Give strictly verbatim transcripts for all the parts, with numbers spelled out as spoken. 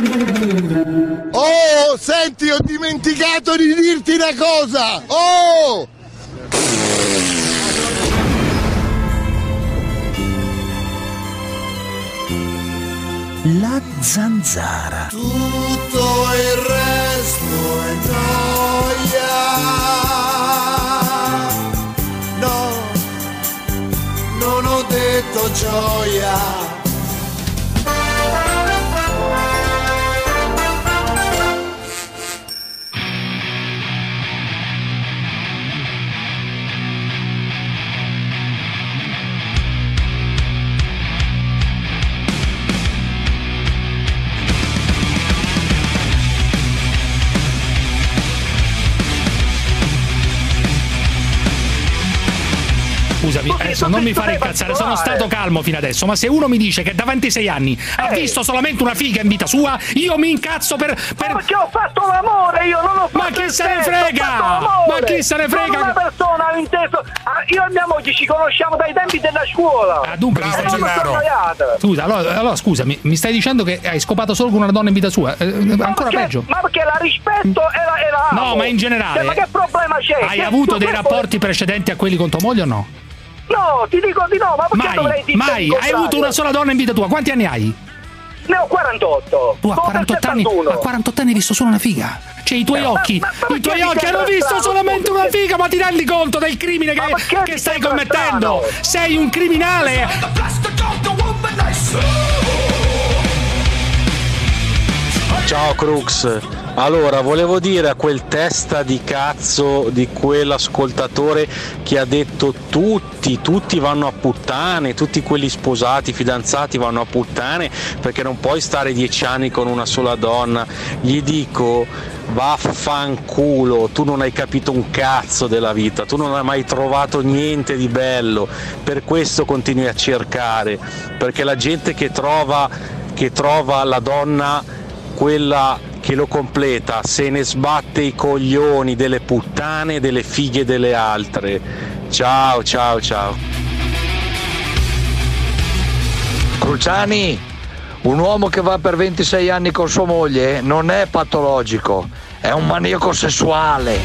Oh, senti, ho dimenticato di dirti una cosa. Oh! La zanzara. Tutto il resto è noia. No, non ho detto gioia. Scusami, adesso non mi fare incazzare, sono stato calmo fino adesso, ma se uno mi dice che da ventisei anni ha visto solamente una figa in vita sua, io mi incazzo per... per... Ma perché ho fatto l'amore, io non ho fatto Ma chi il se ne sesso, frega? Ma chi se ne frega? Sono una persona, ho inteso. Ah, io e mia moglie ci conosciamo dai tempi della scuola. Ah, dunque, mi stai dicendo... Scusa, allora, allora scusami, mi stai dicendo che hai scopato solo con una donna in vita sua? Eh, ancora perché, peggio. Ma perché la rispetto e la, e la amo. No, ma in generale. Cioè, ma che problema c'è? Hai che avuto dei tu rapporti precedenti a quelli con tua moglie o no? No, ti dico di no, ma perché Mai, dovrei dire mai. Hai avuto una sola donna in vita tua? Quanti anni hai? Ne ho quarantotto. Tu a quarantotto anni, a quarantotto anni hai visto solo una figa? Cioè i tuoi Ma- occhi, ma- ma i tuoi perché mi occhi hanno sembra visto strano? solamente una figa, ma ti rendi conto del crimine che, perché che mi stai sembra commettendo? strano? Sei un criminale! Ciao Crux, allora volevo dire a quel testa di cazzo di quell'ascoltatore che ha detto tutti, tutti vanno a puttane, tutti quelli sposati, fidanzati vanno a puttane perché non puoi stare dieci anni con una sola donna, gli dico vaffanculo, tu non hai capito un cazzo della vita, tu non hai mai trovato niente di bello, per questo continui a cercare, perché la gente che trova, che trova la donna quella che lo completa se ne sbatte i coglioni delle puttane, delle fighe delle altre. Ciao ciao ciao. Cruciani, un uomo che va per ventisei anni con sua moglie non è patologico, è un maniaco sessuale.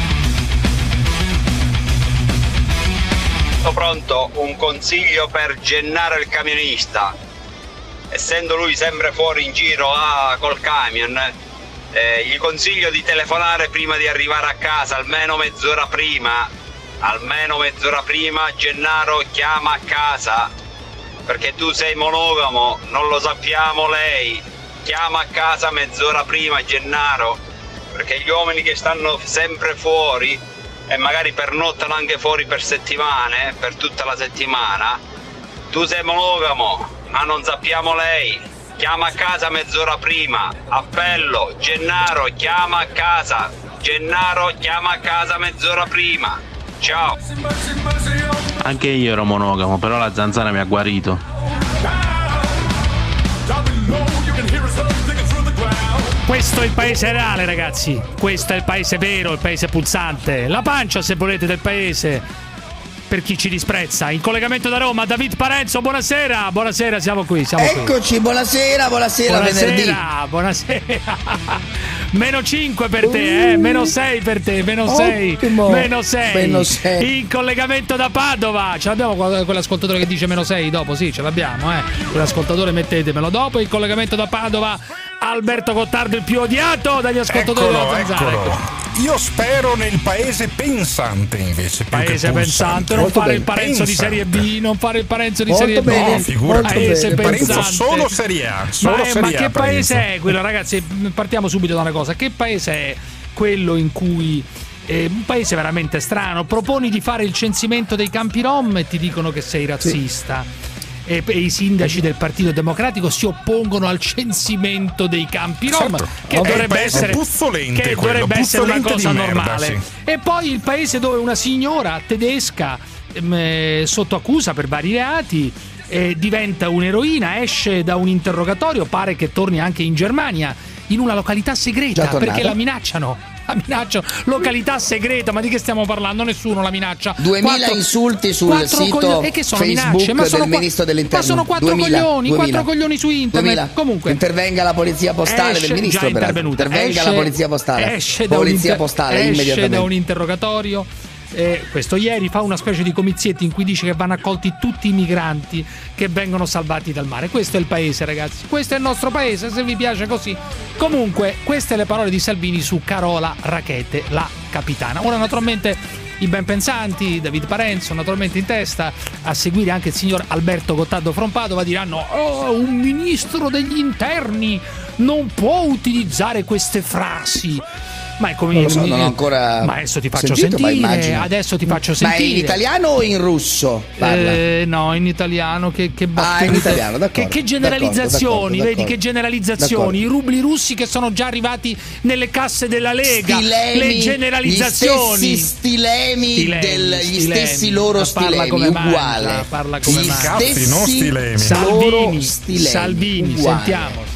Pronto, un consiglio per Gennaro il camionista. Essendo lui sempre fuori in giro ah, col camion, eh, gli consiglio di telefonare prima di arrivare a casa, almeno mezz'ora prima, almeno mezz'ora prima. Gennaro, chiama a casa, perché tu sei monogamo, non lo sappiamo lei, chiama a casa mezz'ora prima Gennaro, perché gli uomini che stanno sempre fuori e magari pernottano anche fuori per settimane, per tutta la settimana, tu sei monogamo, ma non sappiamo lei, chiama a casa mezz'ora prima, appello, Gennaro chiama a casa, Gennaro chiama a casa mezz'ora prima, ciao. Anche io ero monogamo, però la zanzara mi ha guarito. Questo è il paese reale, ragazzi, questo è il paese vero, il paese pulsante, la pancia se volete del paese. Per chi ci disprezza, in collegamento da Roma, David Parenzo, buonasera, buonasera, siamo qui, siamo Eccoci, qui. buonasera, buonasera, buonasera, venerdì. Buonasera, meno cinque per te, eh, meno sei per te, meno sei, meno sei, meno sei. in collegamento da Padova, ce l'abbiamo quell'ascoltatore che dice meno sei dopo, sì, ce l'abbiamo, eh, quell'ascoltatore mettetemelo dopo, in collegamento da Padova, Alberto Gottardo, il più odiato dagli ascoltatori eccolo, della Zanzara. Eccolo. Io spero nel paese pensante invece. Più Paese che pensante, non Molto fare bene. il Parenzo Pensante. di Serie B, non fare il Parenzo di Molto Serie B. bene, No, figurati. Paese Il Parenzo pensante. solo Serie A. Solo ma, serie ma A, che Parenzo. paese è quello, ragazzi? Partiamo subito da una cosa. Che paese è quello in cui eh, un paese veramente strano, proponi di fare il censimento dei campi rom e ti dicono che sei razzista? Sì. E, e i sindaci del Partito Democratico si oppongono al censimento dei campi rom, certo. che È dovrebbe il essere, puzzolente che quello, dovrebbe essere una cosa puzzolente di merda, normale. sì. E poi il paese dove una signora tedesca ehm, sotto accusa per vari reati eh, diventa un'eroina, esce da un interrogatorio, pare che torni anche in Germania, in una località segreta, perché la minacciano. La minaccia, località segreta, ma di che stiamo parlando? Nessuno la minaccia. duemila Quattro, insulti sul sito cogli- e che sono Facebook minacce? Ma sono del qua- ministro dell'interno. Ma sono quattro duemila, coglioni, duemila. quattro coglioni su internet. duemila. Comunque intervenga la polizia postale esce, del ministro, già peraltro. intervenuta. Intervenga Esce- la polizia postale. Esce da polizia un inter- postale esce immediatamente. da un interrogatorio. Eh, questo ieri fa una specie di comizietti in cui dice che vanno accolti tutti i migranti che vengono salvati dal mare. Questo è il paese, ragazzi, questo è il nostro paese, se vi piace così. Comunque, queste le parole di Salvini su Carola Rackete, la capitana. Ora naturalmente i ben pensanti, David Parenzo naturalmente in testa, a seguire anche il signor Alberto Gottardo Frompato, va diranno: oh, un ministro degli interni non può utilizzare queste frasi. Ma è come non lo so, non ho ancora ma adesso ti faccio sentito, sentire. ma immagino. Adesso ti faccio sentire. Ma è in italiano o in russo? Parla. Eh, no, in italiano. Che, che ah, in italiano, d'accordo. Che, che generalizzazioni, d'accordo, d'accordo, vedi che generalizzazioni. d'accordo. I rubli russi che sono già arrivati nelle casse della Lega. Stilemi, le generalizzazioni. Gli stessi stilemi, stilemi, del, gli stilemi. stessi loro Parla stilemi, come uguale. mangia, parla come gli mangia. stessi non stilemi. Salvini, stilemi, Salvini, uguale. sentiamo.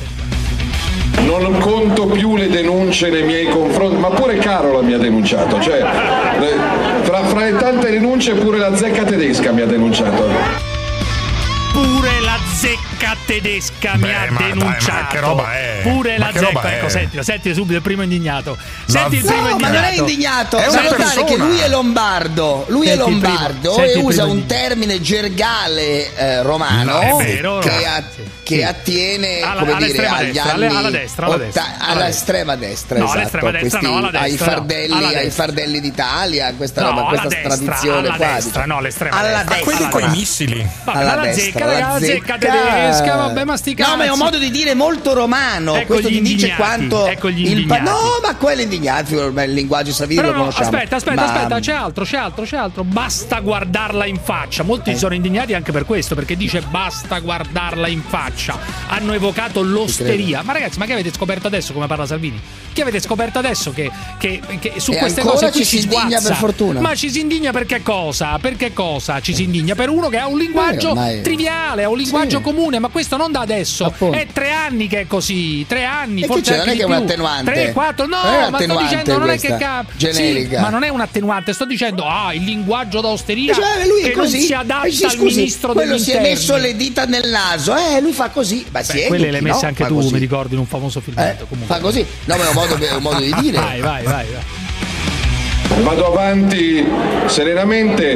Non conto più le denunce nei miei confronti, ma pure Carola mi ha denunciato, cioè fra, fra le tante denunce pure la zecca tedesca mi ha denunciato. Pure la zecca tedesca mi Beh, ha ma dai, denunciato. ma che roba è? Pure Ma la che zecca. roba Ecco, è? senti, senti subito il primo indignato. Senti il No, primo No, ma indignato. non è indignato, È sa una notare persona. che lui è lombardo, lui Senti è il primo, lombardo senti e il usa primo un di- termine gergale eh, romano No, è vero, che, no. a- che Sì. attiene Alla- come dire, all'estrema agli destra, anni alla- alla destra, alla otta- destra, alla all'estrema destra, No, esatto, all'estrema destra questi- no, alla destra ai no. fardelli, Alla ai destra. fardelli d'Italia, questa No, roba, alla questa destra, tradizione alla qua. destra, diciamo. no, l'estrema alla destra. destra. Quelli coi Alla- missili. Vabbè, alla ma la destra, zecca, raga, la zecca tedesca, vabbè, ma sti cazzi. No, ma è un modo di dire molto romano. Ecco Questo gli ti dice indignati, quanto ecco gli il pa- indignati. no, ma quelli indignati, ormai il linguaggio Savini Però lo no, conosciamo. aspetta, aspetta, Ma- aspetta, c'è altro, c'è altro, c'è altro. Basta guardarla in faccia. Molti Eh. sono indignati anche per questo, perché dice basta guardarla in faccia. Hanno evocato l'osteria. Ma ragazzi, ma che avete scoperto adesso come parla Salvini? Che avete scoperto adesso che, che, che su E queste ancora cose qui ci si indigna, sguazza? per fortuna. Ma ci si indigna per che cosa? Per che cosa ci si indigna? Per uno che ha un linguaggio Eh, ormai- triviale, ha un linguaggio Sì. comune, ma questo non da adesso. Appunto. È tre anni che è così, tre anni, E forse che c'è? anche Non è di che è un più. attenuante. tre, quattro, no, Non è ma sto un'attenuante dicendo non è che questa, cap- generica. Sì, ma non è un attenuante, sto dicendo ah, il linguaggio da osteria Cioè, lui è che così, non si adatta e dice, al scusi, ministro quello degli si è interni. messo le dita nel naso, eh, lui fa così. Ma si Beh, educhi, quelle le hai messe no? anche Fa tu, così. mi ricordo, in un famoso filmetto. Eh, comunque. fa così. No, ma è un modo, è un modo di dire. Vai, vai, vai, vai. Vado avanti serenamente,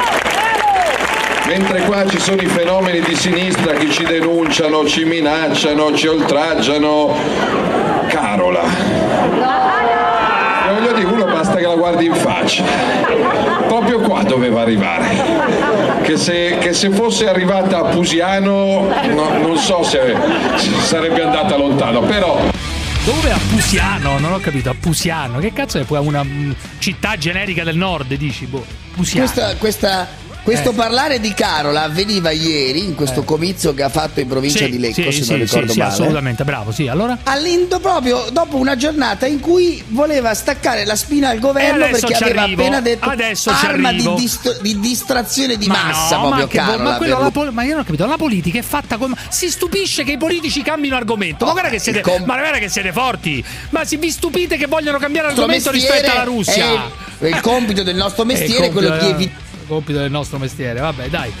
mentre qua ci sono i fenomeni di sinistra che ci denunciano, ci minacciano, ci oltraggiano. Carola, voglio dire, uno basta che la guardi in faccia, proprio qua doveva arrivare, che se, che se fosse arrivata a Pusiano no, non so se, se sarebbe andata lontano, però Dove? A Pusiano? Non ho capito, a Pusiano. Che cazzo è? Una mm, città generica del nord, dici? Boh, Pusiano. Questa, questa, questo Eh. parlare di Carola avveniva ieri in questo Eh. comizio che ha fatto in provincia Sì, di Lecco, sì, se sì, non ricordo sì, sì, male. assolutamente, bravo, sì. Allora? All'indo proprio dopo una giornata in cui voleva staccare la spina al governo E adesso perché ci aveva arrivo, appena detto adesso ci arma di, arrivo. dist- di distrazione di Ma massa no, proprio ma, che vo- Carola. ma, quello per- la pol- ma io non ho capito, la politica è fatta come. Si stupisce che i politici cambino argomento. Ma Oh, guarda che siete. il com- ma guarda che siete forti. Ma si vi stupite che vogliono cambiare Il nostro argomento mestiere rispetto alla Russia. è- il compito del nostro mestiere è compito quello di del- evitare. il compito del nostro mestiere, vabbè, dai.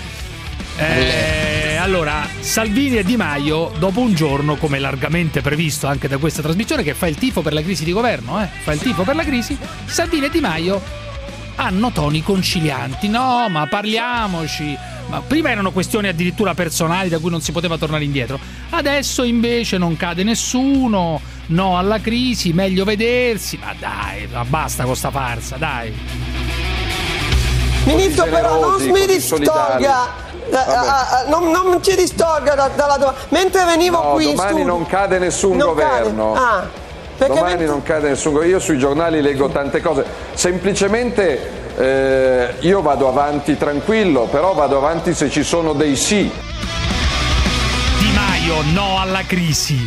Eh, allora, Salvini e Di Maio, dopo un giorno, come largamente previsto anche da questa trasmissione, che fa il tifo per la crisi di governo, eh, fa il tifo per la crisi, Salvini e Di Maio hanno toni concilianti. No, ma parliamoci. Ma prima erano questioni addirittura personali da cui non si poteva tornare indietro. Adesso invece non cade nessuno. No alla crisi, meglio vedersi. Ma dai, ma basta con sta farsa, dai. Ministro, però non mi distolga. eh, eh, non, non ci distolga da- dalla domanda. Mentre venivo No, qui in domani studio. non cade nessun Non governo. cade. Ah, perché Domani mentre- non cade nessun governo. Io sui giornali leggo tante cose. Semplicemente eh, io vado avanti tranquillo, però vado avanti se ci sono dei sì. Di Maio, no alla crisi.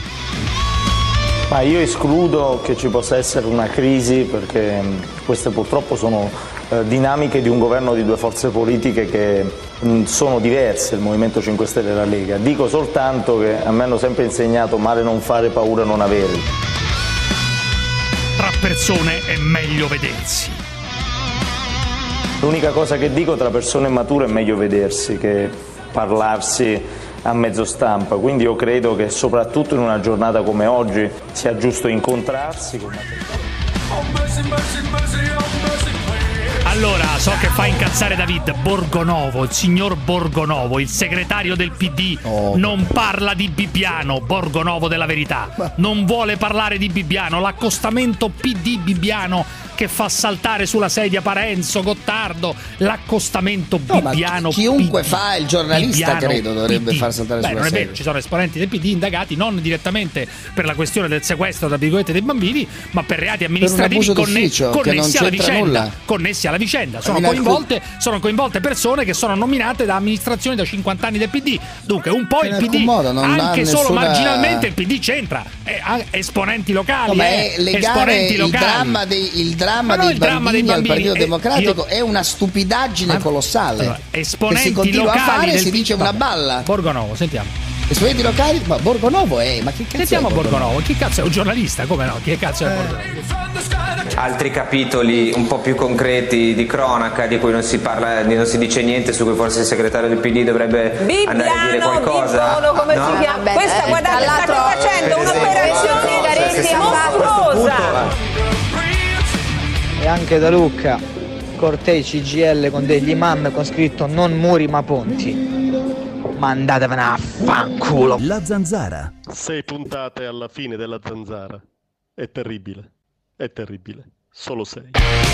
Ma io escludo che ci possa essere una crisi perché mh, queste purtroppo sono eh, dinamiche di un governo di due forze politiche che mh, sono diverse, il Movimento cinque Stelle e la Lega. Dico soltanto che a me hanno sempre insegnato male non fare, paura non avere. Tra persone è meglio vedersi. L'unica cosa che dico, tra persone mature è meglio vedersi che parlarsi a mezzo stampa, quindi io credo che soprattutto in una giornata come oggi sia giusto incontrarsi con Allora, so che fa incazzare David. Borgonovo, il signor Borgonovo, il segretario del P D, oh. non parla di Bibbiano. Borgonovo della Verità non vuole parlare di Bibbiano. L'accostamento P D Bibbiano che fa saltare sulla sedia Parenzo, Gottardo, l'accostamento no, Bibbiano. Chiunque P D, fa il giornalista Bibbiano, credo dovrebbe P D. far saltare Beh, sulla non è sedia. vero, ci sono esponenti del P D indagati non direttamente per la questione del sequestro tra virgolette dei bambini, ma per reati amministrativi per conne- connessi alla vicenda. Nulla. Connessi alla vicenda. Sono In coinvolte, sono coinvolte persone che sono nominate da amministrazioni da cinquanta anni del P D. Dunque, un po' in il P D, modo, anche solo nessuna... marginalmente il P D c'entra. Eh, esponenti locali, no, ma eh, è legare esponenti il locali. dramma dei, il dramma dei il dramma bambini, dei bambini al Partito eh, Democratico io... è una stupidaggine colossale. Allora, esponenti che si continua locali a fare del... si dice una balla. Borgonovo, sentiamo. Esponenti locali, ma Borgonovo è, ma che cazzo Sentiamo è Borgonovo? Borgonovo? Chi cazzo è un giornalista? Come no? Chi cazzo è eh. Borgonovo? Altri capitoli un po' più concreti di cronaca di cui non si parla, non si dice niente, su cui forse il segretario del P D dovrebbe Bibbiano, andare a dire qualcosa. Bibbono, come no? si chiama? Beh, Questa eh, guardate state facendo un'operazione mostruosa. E anche da Lucca, cortei C G L con degli imam con scritto non muri ma ponti. Mandatevene a fanculo. La Zanzara. Sei puntate alla fine della Zanzara. È terribile. È terribile. Solo sei.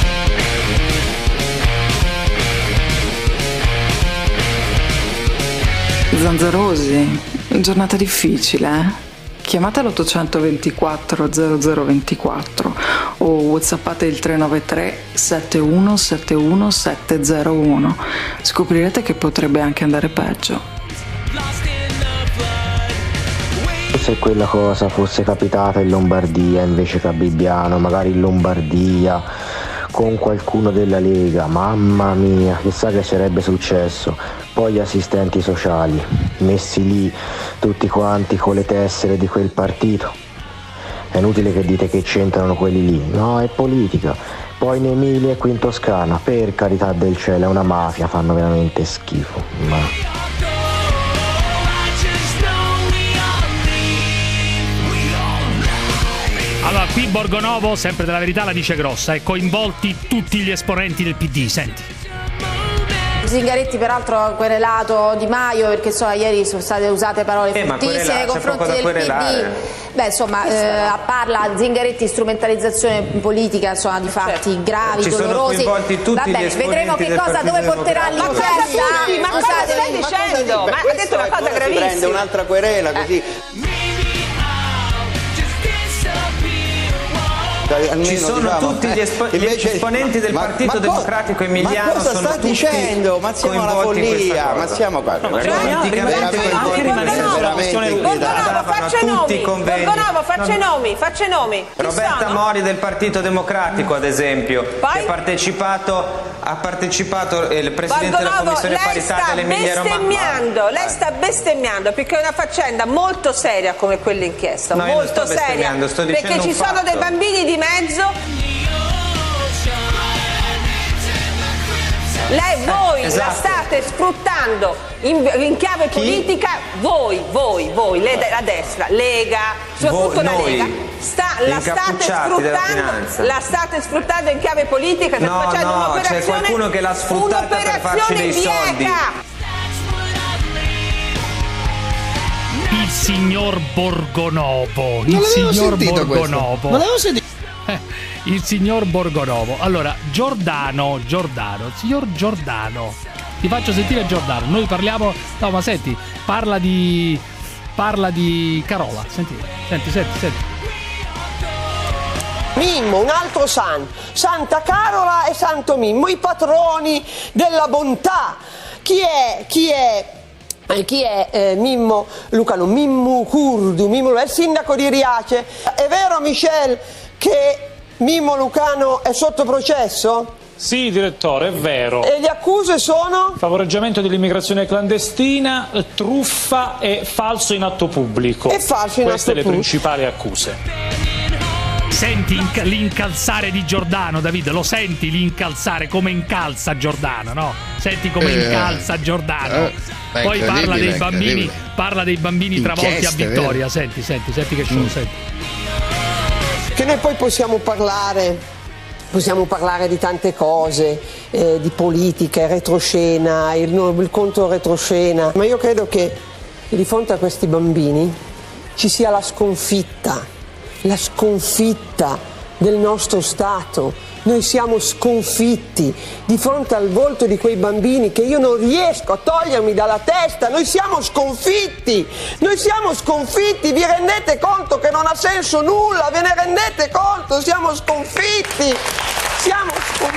Zanzarosi, giornata difficile, eh? Chiamate l'ottocentoventiquattro zero zero ventiquattro o whatsappate il tre nove tre sette uno sette uno sette zero uno. Scoprirete che potrebbe anche andare peggio. Se quella cosa fosse capitata in Lombardia invece che a Bibbiano, magari in Lombardia con qualcuno della Lega, mamma mia, chissà che sarebbe successo. Poi gli assistenti sociali, messi lì tutti quanti con le tessere di quel partito. È inutile che dite che c'entrano quelli lì, no, è politica. Poi in Emilia e qui in Toscana, per carità del cielo, è una mafia, fanno veramente schifo. Ma... Allora, qui Borgonovo, sempre della Verità, la dice grossa, e coinvolti tutti gli esponenti del P D, senti. Zingaretti peraltro ha querelato Di Maio perché insomma ieri sono state usate parole eh, fortissime nei confronti del P D. Beh insomma eh, parla Zingaretti strumentalizzazione politica insomma di fatti certo. gravi, Ci dolorosi. Sono coinvolti tutti Vabbè, gli vedremo che cosa dove porterà l'inchiesta. Ma cosa stai dicendo? Ma ha detto una cosa gravissima. Prende un'altra querela così. Eh. Ci sono diciamo, tutti gli, espo- invece, gli esponenti del ma, Partito ma Democratico Emiliano. Ma cosa sono sta dicendo? Ma siamo alla follia, ma siamo qua. No, ma praticamente anche rimanere sulla questione Borgonovo, faccia nomi. Borgonovo, faccia nomi, faccia nomi. Roberta Mori del Partito Democratico, ad esempio, Poi? che ha partecipato ha partecipato il presidente Borgonovo, della commissione paritaria dell'Emilia Romagna. Lei sta bestemmiando perché è una faccenda molto seria come quell'inchiesta, no, molto seria. Sto perché ci sono fatto. dei bambini di mezzo. Lei, voi esatto. la state sfruttando in, in chiave Chi? politica, voi, voi, voi, le, la destra, Lega, soprattutto voi, la noi, Lega, sta, la, state sfruttando, la state sfruttando in chiave politica, state no, facendo no, un'operazione, c'è qualcuno che l'ha sfruttata per farci dei bieca. soldi. Il signor Borgonovo, il Non signor Borgonovo. Volevo sentire. Il signor Borgonovo. Allora, Giordano, Giordano, il signor Giordano. Ti faccio sentire Giordano. Noi parliamo. No, ma senti, parla di. Parla di Carola. Senti, senti, senti, senti. Mimmo, un altro san, Santa Carola e Santo Mimmo, i patroni della bontà. Chi è? Chi è? Eh, chi è eh, Mimmo Lucano? Mimmo Curdu, Mimmo, è il sindaco di Riace. È vero, Michel, che Mimmo Lucano è sotto processo? Sì, direttore, è vero. E le accuse sono? Favoreggiamento dell'immigrazione clandestina, truffa e falso in atto pubblico. E falso in Queste atto le pubblico. principali accuse. Senti inc- l'incalzare di Giordano, Davide, lo senti l'incalzare, come incalza Giordano, no? Senti come Eh, incalza Giordano. eh, beh, Poi parla dei incredibile, bambini, incredibile. parla dei bambini travolti a Inchieste, Vittoria. vero? Senti, senti, senti che show, Mm. senti. Che noi poi possiamo parlare, possiamo parlare di tante cose, eh, di politica, il retroscena, il, il contro retroscena, ma io credo che di fronte a questi bambini ci sia la sconfitta, la sconfitta del nostro Stato. Noi siamo sconfitti di fronte al volto di quei bambini che io non riesco a togliermi dalla testa. Noi siamo sconfitti, noi siamo sconfitti, vi rendete conto che non ha senso nulla, ve ne rendete conto? Siamo sconfitti, siamo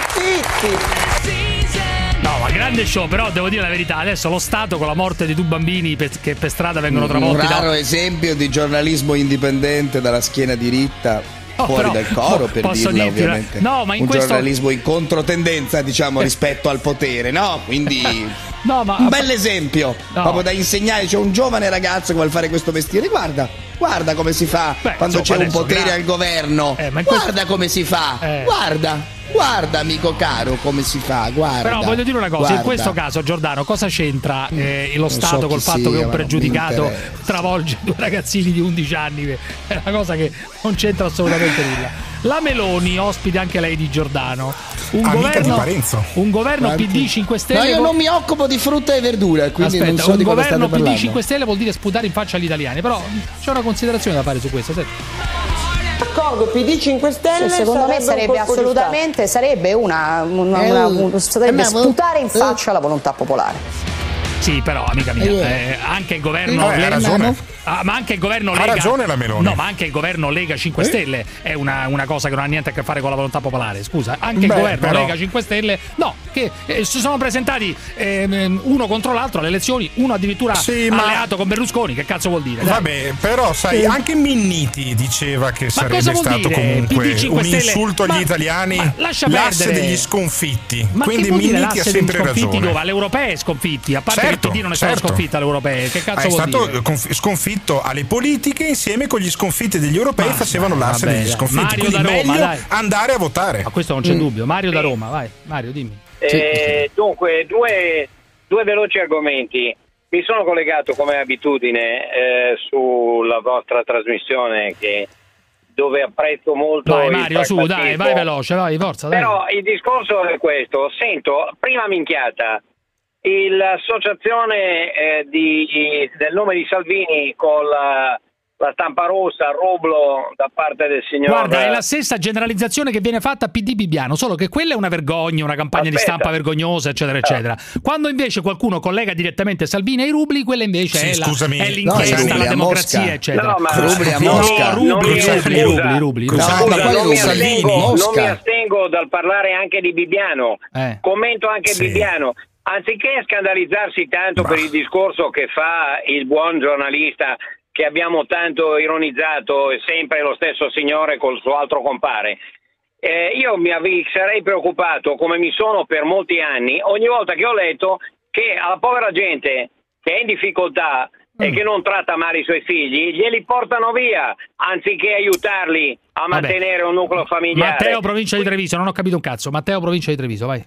sconfitti. No, ma grande show, però devo dire la verità, adesso lo Stato con la morte di due bambini pe- che per strada vengono Un travolti raro da... esempio di giornalismo indipendente dalla schiena diritta. Oh, Fuori però, dal coro, oh, per posso dirla dirti, ovviamente. no, ma in un questo- giornalismo in controtendenza, diciamo, rispetto al potere, no? Quindi no, ma... un bel esempio, No. proprio da insegnare. C'è un giovane ragazzo che vuole fare questo mestiere, guarda, guarda come si fa Beh, quando insomma, c'è un adesso, potere gra- al governo. Eh, ma in guarda questo- come si fa, Eh. guarda. Guarda amico caro come si fa, guarda. Però voglio dire una cosa, guarda. in questo caso Giordano cosa c'entra eh, lo Non Stato so col chi fatto sia, che ma un non mi pregiudicato interessa. travolge due ragazzini di undici anni? È una cosa che non c'entra assolutamente nulla. La Meloni ospita anche lei di Giordano. Un Amica governo, di Parenzo. un governo Quanti? P D cinque Stelle. No, io vo- non mi occupo di frutta e verdura, quindi Aspetta, non so un di cosa governo state P D parlando. cinque Stelle vuol dire sputare in faccia agli italiani. Però c'è una considerazione da fare su questo. Senti. D'accordo, P D cinque Stelle Sì, secondo me sarebbe un sarebbe colpo di assolutamente sarebbe una, una, Eh, una- un- sarebbe eh, ma- sputare in eh. faccia la volontà popolare. Sì, però, amica mia, eh, anche il governo. Eh, ha ragione. Ah, ma anche il governo Ha Lega. ragione la Meloni. No, ma anche il governo Lega cinque Stelle è una, una cosa che non ha niente a che fare con la volontà popolare. Scusa, anche Beh, il governo però- Lega cinque Stelle, no, che eh, si sono presentati ehm, uno contro l'altro alle elezioni, uno addirittura Sì, ma- alleato con Berlusconi. Che cazzo vuol dire? Dai. Vabbè, però sai, Sì. anche Minniti diceva che sarebbe cosa vuol stato dire? comunque P D cinque un Stelle? insulto agli Ma- italiani, ma lascia l'asse perdere. degli sconfitti. Ma Quindi che vuol dire Minniti ha l'asse degli sempre sconfitti ragione. dove? Alle europee sconfitti, a parte Certo, che il P D non è certo. stato sconfitto alle europee. Che cazzo è vuol stato dire? conf- sconfitto alle politiche insieme con gli sconfitti degli europei, Ma- facevano l'asse vabbè, degli dai. sconfitti. Mario Quindi da Roma, meglio dai. andare a votare. Ma questo non c'è dubbio. Mario da Roma, vai. Mario, dimmi. Eh, dunque, due, due veloci argomenti. Mi sono collegato come abitudine eh, sulla vostra trasmissione che, dove apprezzo molto Vai il Mario, su, dai, pragmatismo. vai veloce, vai, forza, dai. Però il discorso è questo. Sento, prima minchiata, il- l'associazione eh, di, del nome di Salvini con la, la stampa rossa, Roblo, da parte del signor... Guarda, è la stessa generalizzazione che viene fatta a P D Bibbiano, solo che quella è una vergogna, una campagna di Aspetta. stampa vergognosa, eccetera, eccetera. Quando invece qualcuno collega direttamente Salvini ai rubli, quella invece Sì, è, la, scusami. è l'inchiesta, No, i rubli la a democrazia, Mosca. eccetera. No, ma- Rubli a No, Mosca. rubli, Non mi- rubli, scusa. rubli, rubli, rubli. No, Scusa, ma quale non, mi Salvini? astengo, non Mosca. mi astengo dal parlare anche di Bibbiano. Eh. Commento anche Sì. Bibbiano. Anziché scandalizzarsi tanto per il discorso che fa il buon giornalista che abbiamo tanto ironizzato, è sempre lo stesso signore col suo altro compare, eh, io mi ave- sarei preoccupato, come mi sono per molti anni, ogni volta che ho letto che alla povera gente che è in difficoltà e che non tratta male i suoi figli, glieli portano via, anziché aiutarli a Vabbè. mantenere un nucleo familiare. Matteo, provincia di Treviso, non ho capito un cazzo. Matteo, provincia di Treviso, vai.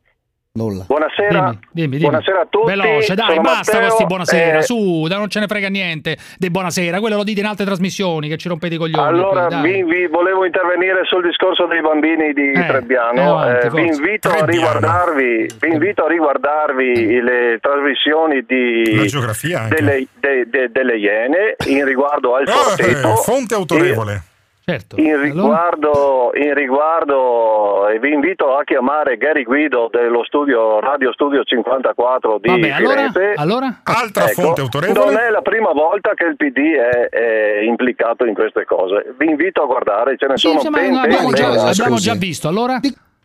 Nulla. Buonasera, Dimmi, dimmi, dimmi. buonasera a tutti. Veloce, dai, sono basta Matteo, con questi buonasera, eh, su, dai, non ce ne frega niente dei buonasera, quello lo dite in altre trasmissioni che ci rompete i coglioni. Allora, qui, dai. vi, vi volevo intervenire sul discorso dei bambini di Eh, Trebbiano. eh, avanti, Eh, vi, forza. invito a Trebbiano. riguardarvi, vi invito a riguardarvi le trasmissioni di, La geografia anche. delle, de- de- delle Iene in riguardo al Ah, Forteto. fonte autorevole. Certo. In Allora? riguardo, in riguardo e vi invito a chiamare Gary Guido dello studio Radio Studio cinquantaquattro di Vabbè, allora, Firenze. allora? Altra Ecco, fonte autorevole. non è la prima volta che il P D è, è implicato in queste cose. Vi invito a guardare, ce ne Sì, sono sì, ma ben, abbiamo, ben, già, ben- abbiamo scusi. già visto, allora?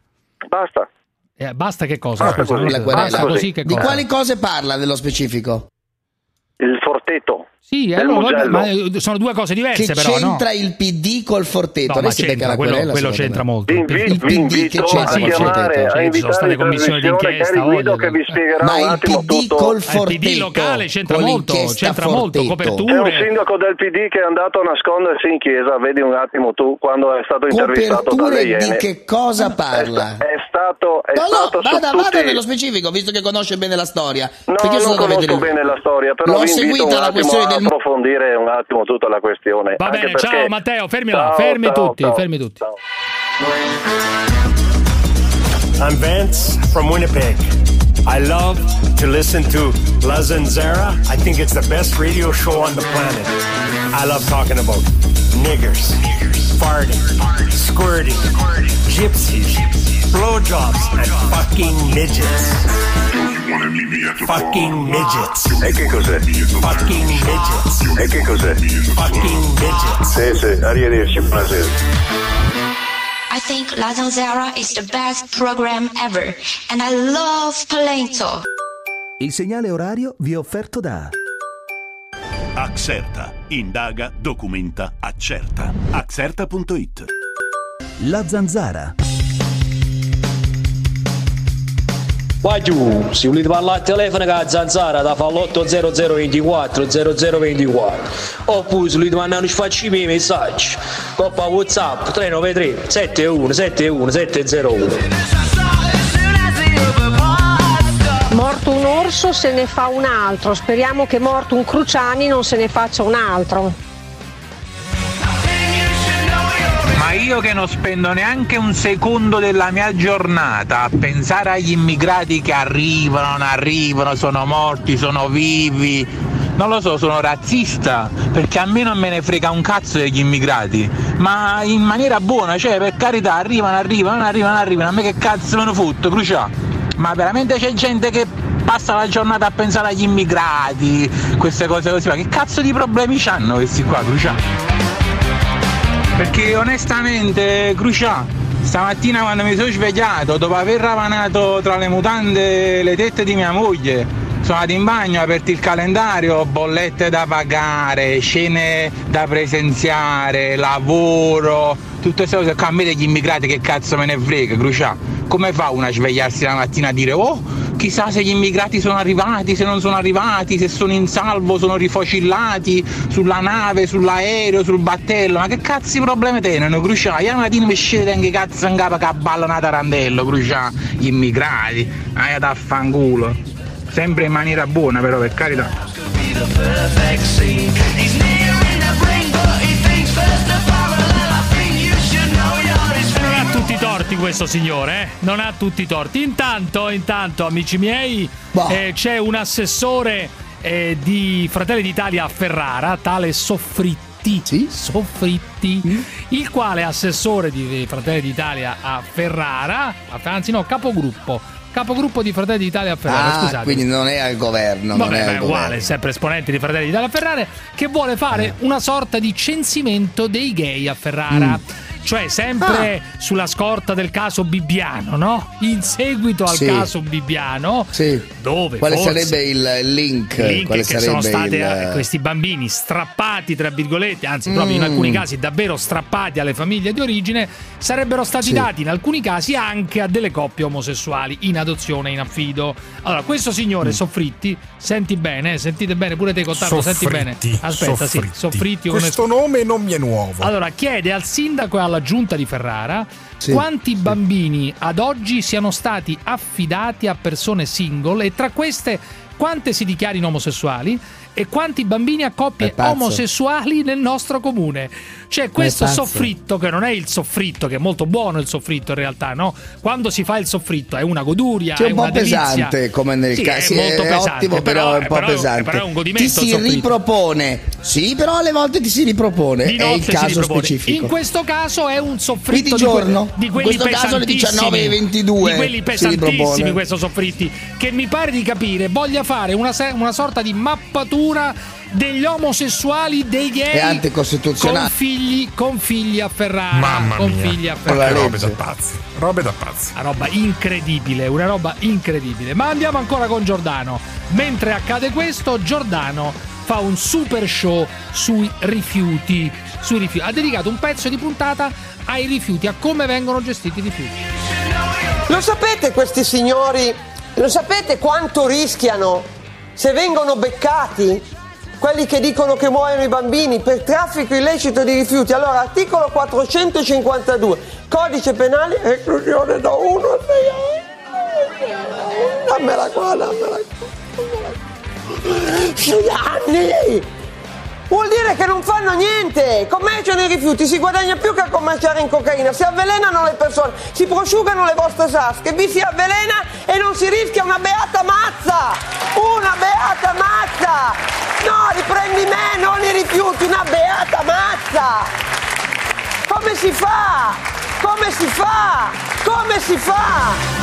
Basta. Eh, basta che cosa? Basta Scusa, così. non- La querela. basta così che Di cosa? quali cose parla nello specifico? Il Forteto. Sì, del allora, vabbè, Mugello. ma sono due cose diverse, Che però, c'entra no? il P D col Forteto? No, Lei ma si becca c'entra, la quello, querela, quello secondo c'entra me. molto. Vi Il P D. invi- Il vi P D che invito c'entra a sì, col c'entra, chiamare, Forteto? a ci sono invitare state in commissioni trasmissione d'inchiesta, Gary Guido voglio, che vi eh. spiegherà Ma un il attimo P D tutto. col Eh, il Forteto, P D locale c'entra con molto, l'inchiesta c'entra molto, Forteto. coperture. C'è un sindaco del P D che è andato a nascondersi in chiesa, vedi un attimo tu, quando è stato intervistato dalle Coperture di Iene. che cosa parla? È stato, è No, no, stato su vada, tutti... vada nello specifico, visto che conosce bene la storia. No, Perché io non sono andato a conosco vedere- bene la storia, però L'ho vi invito seguita un la attimo questione a del approfondire un attimo tutta la questione. Va anche bene, perché... ciao Matteo, fermi là, Ciao, fermi ciao, tutti, ciao. fermi tutti. Ciao. I'm Vance from Winnipeg. I love to listen to La Zanzara. I think it's the best radio show on the planet. I love talking about niggers, farting, squirting, gypsies, blowjobs, and fucking midgets. Fucking midgets. E che cos'è? Fucking midgets. E che cos'è? Fucking midgets. Sì, sì, arrivederci, buonasera. I think La Zanzara is the best program ever, and I love Polento. Il segnale orario vi è offerto da Axerta. Indaga, documenta, accerta. Axerta punto it. La Zanzara. Vai giù, se volete parlare al telefono con la Zanzara da fa l'otto zero zero ventiquattro zero zero ventiquattro, oppure se volete mandare un sfacci miei messaggi coppa WhatsApp tre nove tre sette uno sette uno sette zero uno. Morto un orso se ne fa un altro, speriamo che morto un Cruciani non se ne faccia un altro. Ma io che non spendo neanche un secondo della mia giornata a pensare agli immigrati che arrivano, non arrivano, sono morti, sono vivi, non lo so, sono razzista, perché a me non me ne frega un cazzo degli immigrati, ma in maniera buona, cioè per carità, arrivano, arrivano, non arrivano, non arrivano, a me che cazzo me ne fotto, Crucià? Ma veramente c'è gente che passa la giornata a pensare agli immigrati, queste cose così, ma che cazzo di problemi c'hanno questi qua, Crucià? Perché onestamente, Crucià, stamattina quando mi sono svegliato, dopo aver ravanato tra le mutande le tette di mia moglie, sono andato in bagno, ho aperto il calendario, bollette da pagare, scene da presenziare, lavoro, tutte queste cose qua. A me degli immigrati che cazzo me ne frega, Crucià? Come fa una a svegliarsi la mattina a dire oh, chissà se gli immigrati sono arrivati, se non sono arrivati, se sono in salvo, sono rifocillati sulla nave, sull'aereo, sul battello, ma che cazzo di problemi tenono, Crucià? Ieri mattina mi scende anche cazzo in capo che ballano a tarantello, Crucià, gli immigrati, ah, da fanculo, sempre in maniera buona però, per carità. Non ha tutti i torti questo signore, eh? Non ha tutti i torti. Intanto, intanto, amici miei, eh, c'è un assessore eh, di Fratelli d'Italia a Ferrara, tale Soffritti, sì? Soffritti, mm. il quale è assessore di Fratelli d'Italia a Ferrara, anzi no, capogruppo. Capogruppo di Fratelli d'Italia a Ferrara, ah, scusate. Quindi non è al governo. Vabbè, non è ma al è uguale, governo. sempre esponente di Fratelli d'Italia a Ferrara, che vuole fare eh. una sorta di censimento dei gay a Ferrara. Mm. Cioè sempre ah. sulla scorta del caso Bibbiano, no? In seguito al sì. caso Bibbiano, sì. dove quale forse sarebbe il link? Il link quale che sono stati il... questi bambini strappati, tra virgolette, anzi proprio mm. in alcuni casi davvero strappati alle famiglie di origine, sarebbero stati sì. dati in alcuni casi anche a delle coppie omosessuali in adozione, in affido. Allora, questo signore mm. Soffritti, senti bene, sentite bene pure te Cottardo, senti bene. Aspetta, Soffritti. sì, Soffritti. Questo come... nome non mi è nuovo. Allora, chiede al sindaco e alla giunta di Ferrara sì. quanti bambini ad oggi siano stati affidati a persone single e tra queste quante si dichiarino omosessuali e quanti bambini a coppie omosessuali nel nostro comune. C'è questo soffritto, che non è il soffritto, che è molto buono il soffritto in realtà, no? Quando si fa il soffritto è una goduria, C'è è un po' una delizia. pesante come nel sì, caso, è molto è pesante, ottimo, però, però è un po' però, pesante. Però è un godimento. Ti si ripropone, sì, però alle volte ti si ripropone. Di è il caso specifico. In questo caso è un soffritto di giorno, di, que- di quelli in questo caso alle diciannove e ventidue. Di quelli pesantissimi, questo Soffritti, che mi pare di capire voglia fare una, se- una sorta di mappatura degli omosessuali, dei gay è anticostituzionale con figli, con figli a Ferrara. Mamma con mia, figli a Ferrara. robe da pazzi, robe da pazzi. Una roba incredibile, una roba incredibile. Ma andiamo ancora con Giordano. Mentre accade questo, Giordano fa un super show sui rifiuti, sui rifiuti. Ha dedicato un pezzo di puntata ai rifiuti, a come vengono gestiti i rifiuti. Lo sapete questi signori, lo sapete quanto rischiano se vengono beccati? Quelli che dicono che muoiono i bambini per traffico illecito di rifiuti. Allora, articolo quattrocentocinquantadue, codice penale, reclusione da uno a sei anni. Dammela qua, dammela qua. sei anni! Vuol dire che non fanno niente, commerciano i rifiuti, si guadagna più che a commerciare in cocaina, si avvelenano le persone, si prosciugano le vostre sasche, vi si avvelena e non si rischia una beata mazza, una beata mazza, no, riprendi me, non i rifiuti, una beata mazza. Come si fa? Come si fa? Come si fa?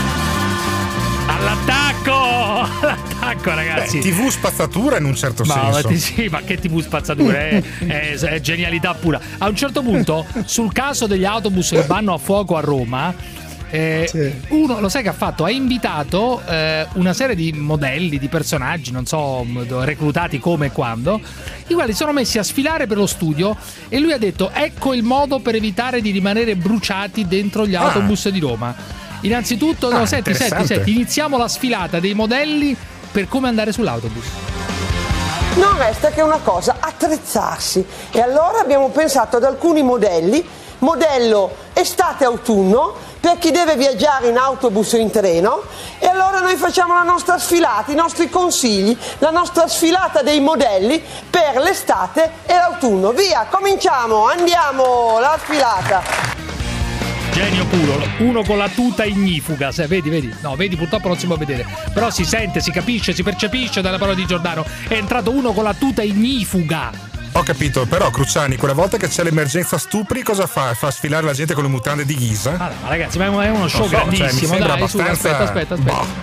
All'attacco! All'attacco, ragazzi! Beh, tivù spazzatura in un certo ma, senso. Ma, sì, ma che tivù spazzatura? È, è, è genialità pura. A un certo punto, sul caso degli autobus che vanno a fuoco a Roma, eh, sì. uno, lo sai che ha fatto? Ha invitato eh, una serie di modelli, di personaggi, non so, reclutati come e quando, i quali sono messi a sfilare per lo studio, e lui ha detto: ecco il modo per evitare di rimanere bruciati dentro gli autobus ah. di Roma. Innanzitutto, ah, no, senti, senti, senti, iniziamo la sfilata dei modelli per come andare sull'autobus. Non resta che una cosa, attrezzarsi. E allora abbiamo pensato ad alcuni modelli, modello estate-autunno, per chi deve viaggiare in autobus o in treno, e allora noi facciamo la nostra sfilata, i nostri consigli, la nostra sfilata dei modelli per l'estate e l'autunno. Via, cominciamo, andiamo, la sfilata. Genio puro, uno con la tuta ignifuga, se vedi, vedi, no, vedi, purtroppo non si può vedere, però si sente, si capisce, si percepisce dalle parole di Giordano, è entrato uno con la tuta ignifuga. Ho capito, però Cruciani, quella volta che c'è l'emergenza stupri, cosa fa? Fa sfilare la gente con le mutande di ghisa? Ma, no, ma ragazzi, ma è uno show so, grandissimo, cioè, dai, abbastanza... su, aspetta, aspetta, aspetta. Boh.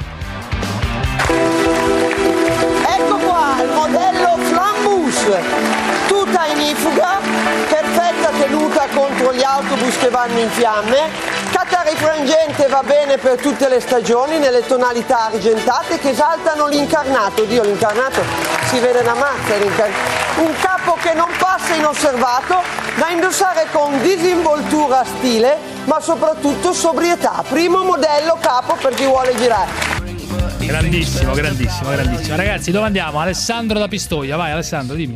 Ecco qua, il modello Flambus, tuta ignifuga, perfetta tenuta contro gli autobus che vanno in fiamme, catarifrangente va bene per tutte le stagioni, nelle tonalità argentate che esaltano l'incarnato. Dio, l'incarnato si vede una mazza, un capo che non passa inosservato, da indossare con disinvoltura, stile, ma soprattutto sobrietà. Primo modello capo per chi vuole girare. Grandissimo, grandissimo, grandissimo. Ragazzi, dove andiamo? Alessandro da Pistoia, vai Alessandro, dimmi.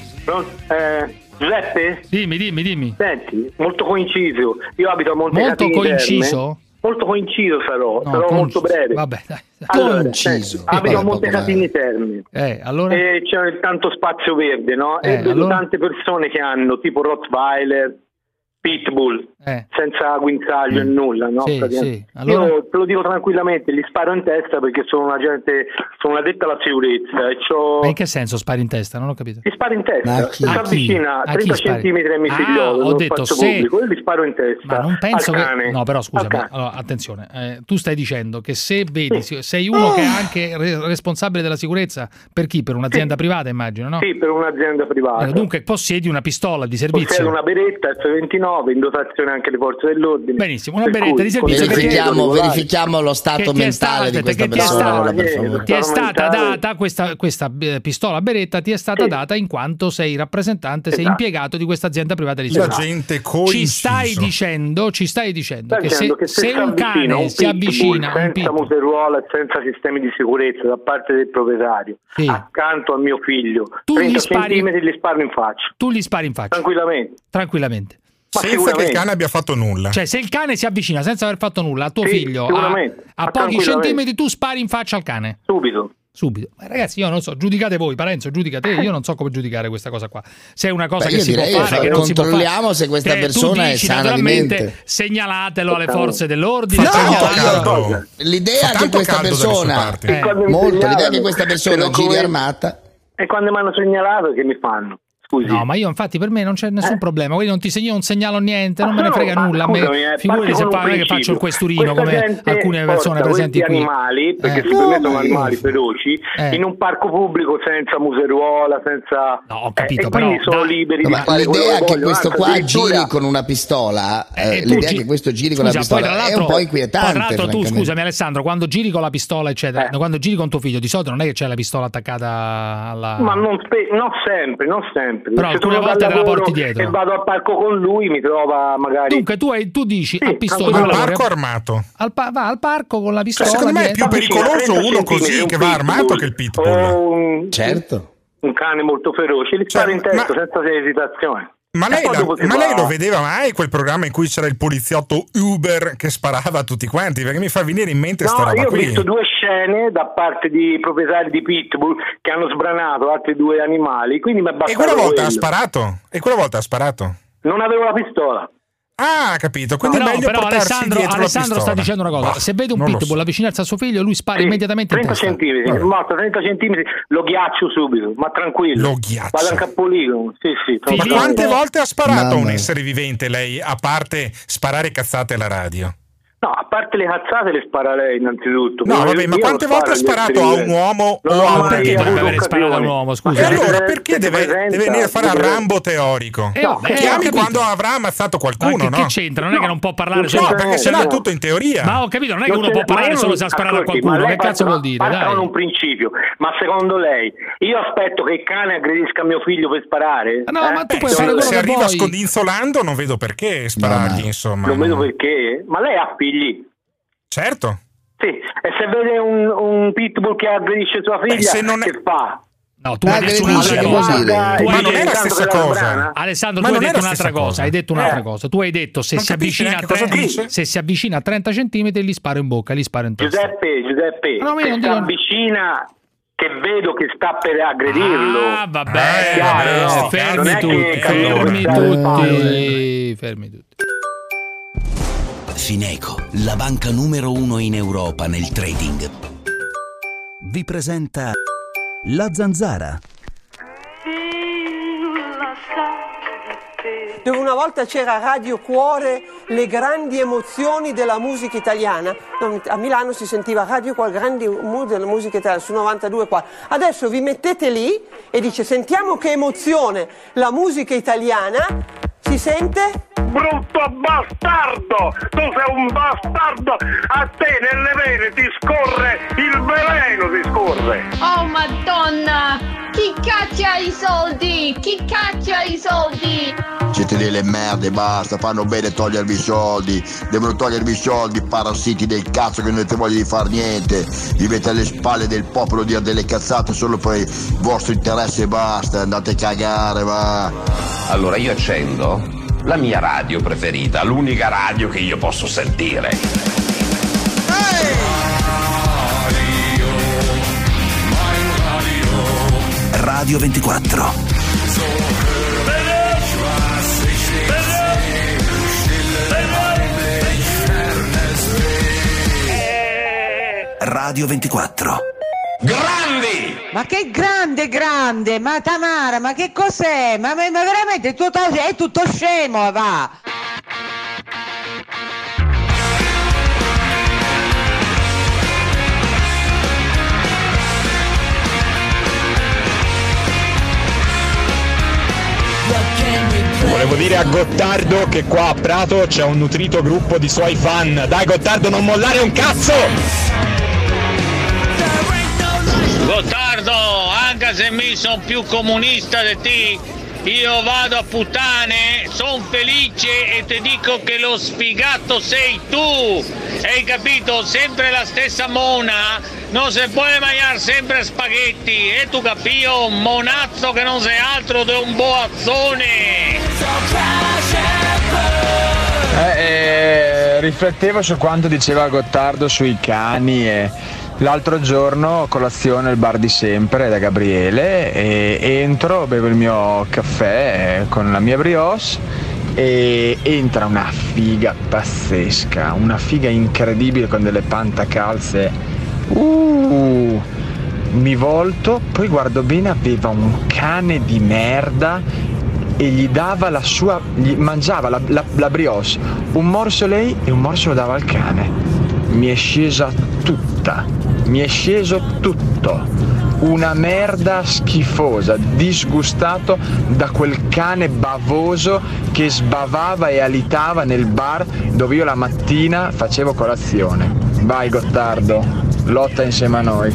Eh, Giuseppe? Dimmi, dimmi, dimmi. Senti, molto coinciso. Io abito a Montecatini Molto coinciso? Terme. Molto coinciso sarò, no, sarò con... molto breve. Vabbè, dai. Allora, coinciso. Senti, abito a Montecatini Terme. Eh, allora? E c'è tanto spazio verde, no? Eh, e vedo allora? tante persone che hanno tipo Rottweiler, Pitbull, eh. senza guinzaglio e mm. nulla, no? Sì, sì. Allora... Io te lo dico tranquillamente, li sparo in testa perché sono un agente, sono un addetto alla sicurezza e c'ho... Ma in che senso spari in testa? Non ho capito. Li sparo in testa, si avvicina a trenta centimetri ai miei figlioli, ah, ho detto se... pubblico, io li sparo in testa. Ma non penso al che... cane. No, però scusami, allora, attenzione, eh, tu stai dicendo che se vedi, sì. sei uno oh. che è anche re- responsabile della sicurezza, per chi? Per un'azienda sì. privata, immagino, no? Sì, per un'azienda privata. Eh, dunque possiedi una pistola di servizio. Possiedo una beretta F ventinove in dotazione anche le forze dell'ordine. Benissimo, una beretta di servizio. Verifichiamo, verifichiamo lo stato mentale stata, di questa che persona. Ti è stata, ti è stata data questa, questa pistola beretta, ti è stata sì. data in quanto sei rappresentante, esatto. sei impiegato di questa azienda privata di servizio. Gente ci stai dicendo, ci stai dicendo stai che, se, che se, se un cane un si avvicina, senza un museruola e senza sistemi di sicurezza da parte del proprietario, sì. accanto a mio figlio, tu trenta centimetri li sparo in faccia. Tu gli spari in faccia. Tranquillamente. Tranquillamente. Senza che il cane abbia fatto nulla. Cioè, se il cane si avvicina senza aver fatto nulla a tuo sì, figlio a, a pochi centimetri, tu spari in faccia al cane. Subito. Subito. Ma ragazzi, io non so, giudicate voi, Parenzo, giudica te, io non so come giudicare questa cosa qua. Se è una cosa Beh, che si può fare, che non si può fare. Controlliamo se questa te, persona dici, è sana di mente. Segnalatelo alle forze dell'ordine. No, l'idea che questa persona eh. molto l'idea che questa persona giri armata. E quando mi hanno segnalato che mi fanno? scusi. No, ma io infatti per me non c'è nessun eh? problema, quindi non ti segno, non segnalo niente, non me ne frega no, nulla. Scusami, a me figurati se fa, che faccio il questurino come alcune persone presenti qui. Animali, perché eh. si permettono animali feroci, eh. in un parco pubblico senza museruola, senza... No, ho capito, eh, però... quindi sono da... liberi no, di ma fare l'idea che vogliono, questo anzi, qua addirittura... giri con una pistola, eh, eh, l'idea gi- che questo giri scusa, con la pistola è un po' inquietante. Tra l'altro tu, scusami Alessandro, quando giri con la pistola, eccetera, eh. quando giri con tuo figlio, di solito non è che c'è la pistola attaccata alla... Ma non, spe- non sempre, non sempre. Però se alcune volte te la porti dietro. E vado al parco con lui, mi trova magari... Dunque tu, hai, tu dici sì, a pistola... Al parco armato. Al pa- va al parco con la pistola... Cioè, secondo me è più pericoloso uno così che va armato che il pitbull. Un, certo. Un cane molto feroce, li spara cioè, in testa ma... senza esitazione. Ma lei, la, ma lei lo vedeva mai quel programma in cui c'era il poliziotto Uber che sparava a tutti quanti? Perché mi fa venire in mente sta no, roba io qui. ho visto due scene da parte di proprietari di pitbull che hanno sbranato altri due animali, quindi mi è bastato E quella volta quello. ha sparato? E quella volta ha sparato? Non avevo la pistola. Ah, capito. Quindi no, è meglio però portarsi Alessandro, dietro Alessandro la sta pistola. dicendo una cosa: bah, se vede un pitbull so. avvicinarsi a suo figlio, lui spara sì, immediamente in trenta testa. centimetri, Vabbè. morto trenta centimetri, lo ghiaccio subito, ma tranquillo. Lo ghiaccio. Vado anche a poligono. Sì, sì. Ma quante volte ha sparato Mamma. un essere vivente lei, a parte sparare cazzate alla radio? No, a parte le cazzate le spara lei innanzitutto. No, vabbè, ma quante volte ha sparato a un uomo o a un perché animale? dovrebbe aver sparato a un uomo, scusa? E allora perché deve, deve venire a fare a Rambo teorico? Eh, no, eh, chiami ho quando avrà ammazzato qualcuno, ma che, no? che c'entra? Non è che non può parlare No, solo perché sennò è tutto in teoria. Ma ho capito, non è che Non uno c'è- può parlare ma io solo non- se ha sparato a ascolti, qualcuno. ma lei Che cazzo parta- vuol dire? parta Dai. con un principio, ma secondo lei io aspetto che il cane aggredisca mio figlio per sparare? No, Eh? ma tu Eh, puoi se, fare quello se che arriva vuoi. scodinzolando non vedo perché sparargli, insomma. Non vedo perché, ma lei ha figli? Certo. Sì, e se vede un, un pitbull che aggredisce sua figlia, Beh, se non è- che fa? No, tu Ma hai detto aggredisce, un'altra che cosa. vuol dire? Tu Ma hai non detto- è la stessa cosa. Alessandro, Ma tu hai non è detto la un'altra stessa cosa. cosa. Hai detto un'altra Eh. cosa. Tu hai detto se Non si capisci avvicina a neanche cosa tre- dice. se si avvicina a trenta centimetri gli sparo in bocca, gli sparo in testa. Giuseppe, Giuseppe, No, ma io se non si dico- avvicina che vedo che sta per aggredirlo. Ah, vabbè, Eh, chiaro, vabbè, no? sti Non fermi è che tutti, cammino fermi per strada e tutti, fermi tutti. Fineco, la banca numero uno in Europa nel trading, vi presenta La Zanzara. Dove una volta c'era Radio Cuore, le grandi emozioni della musica italiana. No, a Milano si sentiva Radio Cuore, grandi emozioni della musica italiana, su novantadue qua. Adesso vi mettete lì e dice: sentiamo che emozione la musica italiana. Si sente? Brutto bastardo! Tu sei un bastardo! A te nelle vene ti scorre il veleno, ti scorre! Oh madonna! Chi caccia i soldi? Chi caccia i soldi? Siete delle merde, basta, fanno bene togliervi i soldi, devono togliervi i soldi, parassiti del cazzo che non avete voglia di far niente, vivete alle spalle del popolo, dire delle cazzate solo per il vostro interesse e basta, andate a cagare, va. Allora io accendo la mia radio preferita, l'unica radio che io posso sentire. Radio ventiquattro. Radio ventiquattro. Grandi! Ma che grande, grande, ma Tamara, ma che cos'è? Ma, ma, ma veramente è tutto, è tutto scemo, va! Volevo dire a Gottardo che qua a Prato c'è un nutrito gruppo di suoi fan. Dai Gottardo, non mollare un cazzo! Gottardo, anche se mi sono più comunista di te, io vado a puttane, son felice e ti dico che lo sfigato sei tu. Hai capito? Sempre la stessa mona, non si può mangiare sempre spaghetti. E tu capio, monazzo che non sei altro di un boazzone. Eh, eh, riflettevo su quanto diceva Gottardo sui cani e l'altro giorno colazione al bar di sempre da Gabriele e entro, bevo il mio caffè con la mia brioche e entra una figa pazzesca, una figa incredibile con delle pantacalze uh, mi volto, poi guardo bene, aveva un cane di merda e gli dava la sua, gli mangiava la, la, la brioche, un morso lei e un morso lo dava al cane. Mi è scesa tutta, mi è sceso tutto. Una merda schifosa, disgustato da quel cane bavoso che sbavava e alitava nel bar dove io la mattina facevo colazione. Vai Gottardo, lotta insieme a noi.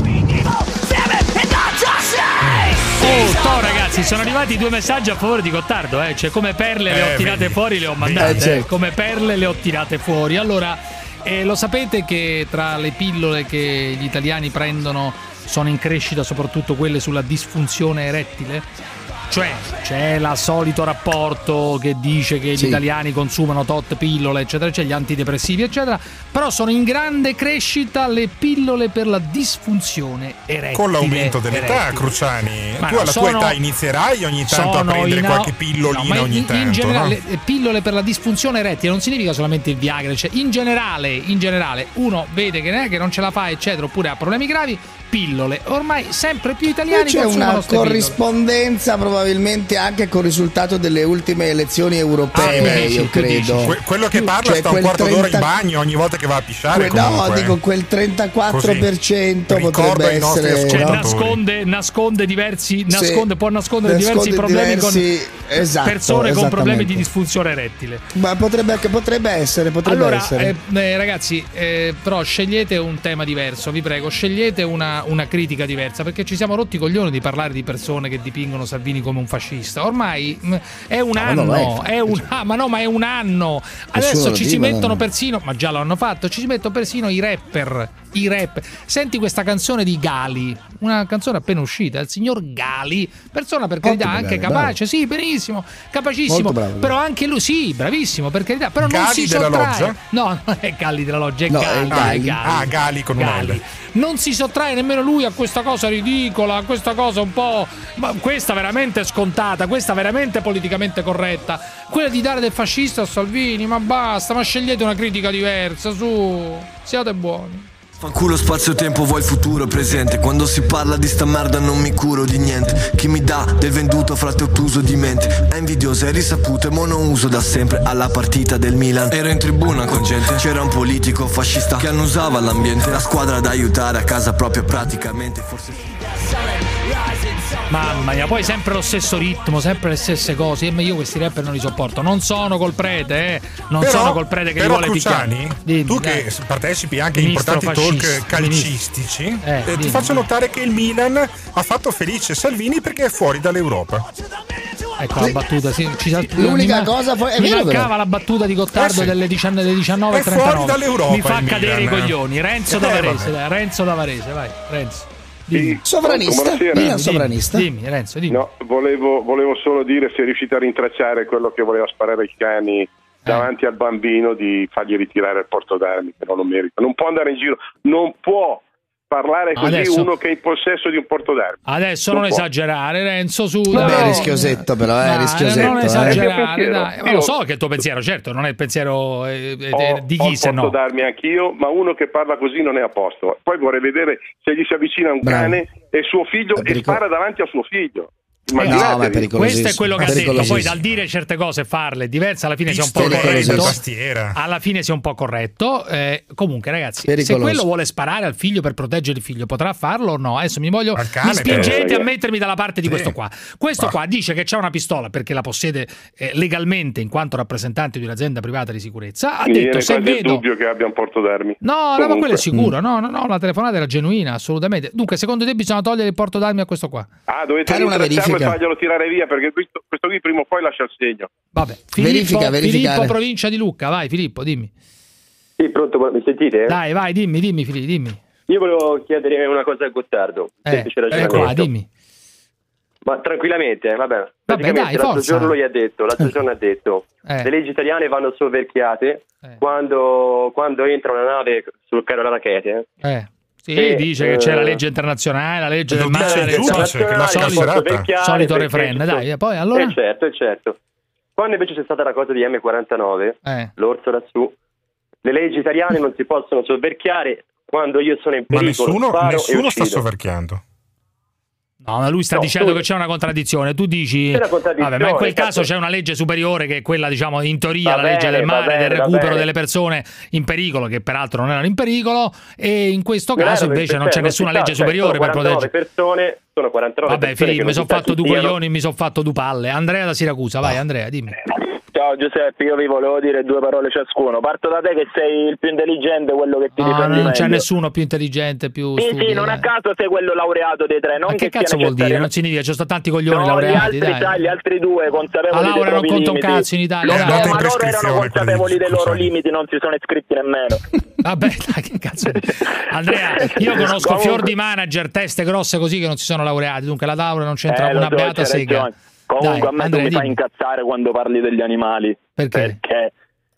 Oh, to, ragazzi, sono arrivati due messaggi a favore di Gottardo, eh? Cioè, come perle le ho Eh, tirate vedi. fuori, le ho mandate. Eh, certo. eh? Come perle le ho tirate fuori. Allora, eh, lo sapete che tra le pillole che gli italiani prendono sono in crescita soprattutto quelle sulla disfunzione erettile? Cioè, c'è il solito rapporto che dice che Sì. gli italiani consumano tot pillole, eccetera, c'è gli antidepressivi, eccetera, però sono in grande crescita le pillole per la disfunzione erettile. Con l'aumento dell'età, erettile. Cruciani, Ma tu no, alla sono- tua età inizierai ogni tanto a sono prendere in- qualche pillolina no, ma in- ogni in tanto, generale, no? le pillole per la disfunzione erettile non significa solamente il Viagra, cioè in generale, in generale uno vede che, eh, che non ce la fa, eccetera, oppure ha problemi gravi, pillole. Ormai sempre più italiani C'è consumano una ste pillole. corrispondenza probabilmente anche col risultato delle ultime elezioni europee, Ah, tu dici, io tu credo. dici. Que- quello che parla Cioè, sta un quel quarto d'ora in trenta bagno ogni volta che va a pisciare. Que- no, comunque, dico eh. quel trentaquattro per cento Così, potrebbe ricordo ai nostri essere, Cioè, no? nasconde, nasconde diversi, Sì. nasconde, può nascondere Nasconde diversi problemi diversi- con esatto, persone con problemi di esattamente. disfunzione erettile. Ma potrebbe, potrebbe essere, potrebbe Allora, essere. eh, eh, ragazzi, eh, però scegliete un tema diverso, vi prego, scegliete una, una critica diversa, perché ci siamo rotti i coglioni di parlare di persone che dipingono Salvini come un fascista. Ormai mh, è un No, anno, non lo è. è un ah, ma no, ma è un anno. Adesso Nessuno ci lo si dice, mettono no. persino, ma già l'hanno fatto, ci si mettono persino i rapper, i rap. Senti questa canzone di Gali, una canzone appena uscita, il signor Gali, persona per carità Ottimo, anche Gali, capace, sì, benissimo, capacissimo, Molto bravo. però anche lui sì, bravissimo, per carità, però non Gali si della sottrae. Loggia? No, non è Galli della Loggia, è No, è Gali, Gali. è Gali. Ah, Gali con un Gali. L. Non si sottrae nemmeno lui a questa cosa ridicola, a questa cosa un po'. Ma questa veramente scontata, questa veramente politicamente corretta. Quella di dare del fascista a Salvini, ma basta, ma scegliete una critica diversa, su, siate buoni. Fanculo spazio-tempo, vuoi futuro presente. Quando si parla di sta merda non mi curo di niente. Chi mi dà del venduto, frate, ottuso di mente. È invidioso, è risaputo e mo non uso da sempre. Alla partita del Milan ero in tribuna con gente. C'era un politico fascista che annusava l'ambiente. La squadra da aiutare a casa propria praticamente. Forse Mamma mia, poi sempre lo stesso ritmo, sempre le stesse cose. E io questi rapper non li sopporto. Non sono col prete, eh. Non Però- sono col prete che li però, vuole Cruciani, picchiare. Dimmi, tu dai. che partecipi anche a Ministro importanti fascista, talk calcistici, ministro. Eh, eh, ti dimmi. faccio notare che il Milan ha fatto felice Salvini perché è fuori dall'Europa. Ecco la battuta, sì, ci, L'unica mi, cosa fu- è mi vero, mancava però. la battuta di Gottardo Eh sì. delle diciannove e È fuori trentanove. dall'Europa Mi fa il cadere Milan. i coglioni. Renzo Eh, Davarese, vabbè. dai, Renzo Davarese, vai, Renzo. Dimmi. Sovranista, Buonasera. Milan Dimmi, sovranista. Dimmi, Renzo, dimmi. No, volevo, volevo solo dire se riuscite a rintracciare quello che voleva sparare ai cani davanti al bambino, di fargli ritirare il porto d'armi, che non lo merita. Non può andare in giro, non può parlare così Adesso- uno che è in possesso di un porto d'armi. Adesso non, Non può. esagerare, Renzo, su. Vabbè, dai. rischiosetto però, eh, Dai, rischiosetto. non eh. esagerare, Eh, dai. Ma io- lo so che è il tuo pensiero, certo, non è il pensiero eh, eh, Ho, di ho chi il se porto no. d'armi anch'io, ma uno che parla così non è a posto. Poi vorrei vedere se gli si avvicina un Bravo. cane e suo figlio È e pericol- spara davanti a suo figlio. Eh, Immaginatevi. no, ma è pericolo- Questo è quello che ha detto, poi pericolosissimo. dal dire certe cose e farle è diversa, alla fine sia un po' Pistolero corretto. da tastiera. Alla fine sia un po' corretto. Eh, comunque, ragazzi, se Pericoloso. quello vuole sparare al figlio per proteggere il figlio, potrà farlo o no? Adesso mi voglio. Al cane, mi spingete però. a mettermi dalla parte di Sì. questo qua. Questo Ma- qua dice che c'ha una pistola perché la possiede eh, legalmente in quanto rappresentante di un'azienda privata di sicurezza. Ha Mi detto viene se quasi il vedo. dubbio che abbia un porto d'armi. No, no, ma Comunque. quello è sicuro. No, no, no, la telefonata era genuina, assolutamente. Dunque, secondo te bisogna togliere il porto d'armi a questo qua? Ah, dovete Fare una rintracciarlo e verifica. farglielo tirare via, perché questo, questo qui prima o poi lascia il segno. Vabbè, Filippo, Verifica, verificare. Filippo, provincia di Lucca, vai Filippo, dimmi. Sì, pronto, mi sentite? Dai, vai, dimmi, dimmi, Filippo, dimmi. Io volevo chiedere una cosa a Gottardo. Eh, semplice ecco ragionamento. qua, dimmi. Ma tranquillamente, eh, vabbè. Vabbè, Praticamente dai, l'altro forza. giorno lui ha detto, l'altro giorno ha detto, Eh. le leggi italiane vanno soverchiate Eh. quando, quando entra una nave sul carro da rachete. Eh. Sì, Eh, dice che eh, c'è la legge internazionale, la legge del Dove mare, c'è giusto, eccetera. c'è che la solito, carcerata. solito perché refren, ci sono- dai, e poi allora? Eh certo, eh certo. Quando invece c'è stata la cosa di emme quarantanove, Eh. l'orso lassù, le leggi italiane non si possono soverchiare quando io sono in Ma pericolo, nessuno, sparo e nessuno sta uccido. soverchiando. No, lui sta no, dicendo tu... che c'è una contraddizione. Tu dici, vabbè, ma in quel caso c'è una legge superiore che è quella, diciamo, in teoria, va la legge bene, del mare, bene, del recupero delle persone in pericolo, che peraltro non erano in pericolo, e in questo non caso invece non c'è nessuna legge superiore per proteggere persone. Sono quarantanove Vabbè, Filippo, mi sono fatto due coglioni, mi sono fatto due palle. Andrea da Siracusa, vai Andrea, dimmi. Ciao Giuseppe, io vi volevo dire due parole ciascuno. Parto da te che sei il più intelligente, quello che ti no, difendi non meglio. c'è nessuno più intelligente, più Sì, stupido, sì, non a caso sei quello laureato dei tre. Non ma che, che cazzo vuol dire? Non significa, ci sono tanti coglioni no, laureati, gli altri, dai. Sai, gli altri due consapevoli la laurea non conta un cazzo in Italia. No, dai. No, ma loro erano consapevoli dei loro limiti, non si sono iscritti nemmeno. Vabbè, dai, che cazzo. Andrea, io conosco Comunque... fior di manager, teste grosse così che non si sono laureati, dunque la laurea non c'entra eh, una so, beata sega. Ragione. Comunque Dai, a me Andrea, tu mi dimmi. fai incazzare quando parli degli animali. Perché? Perché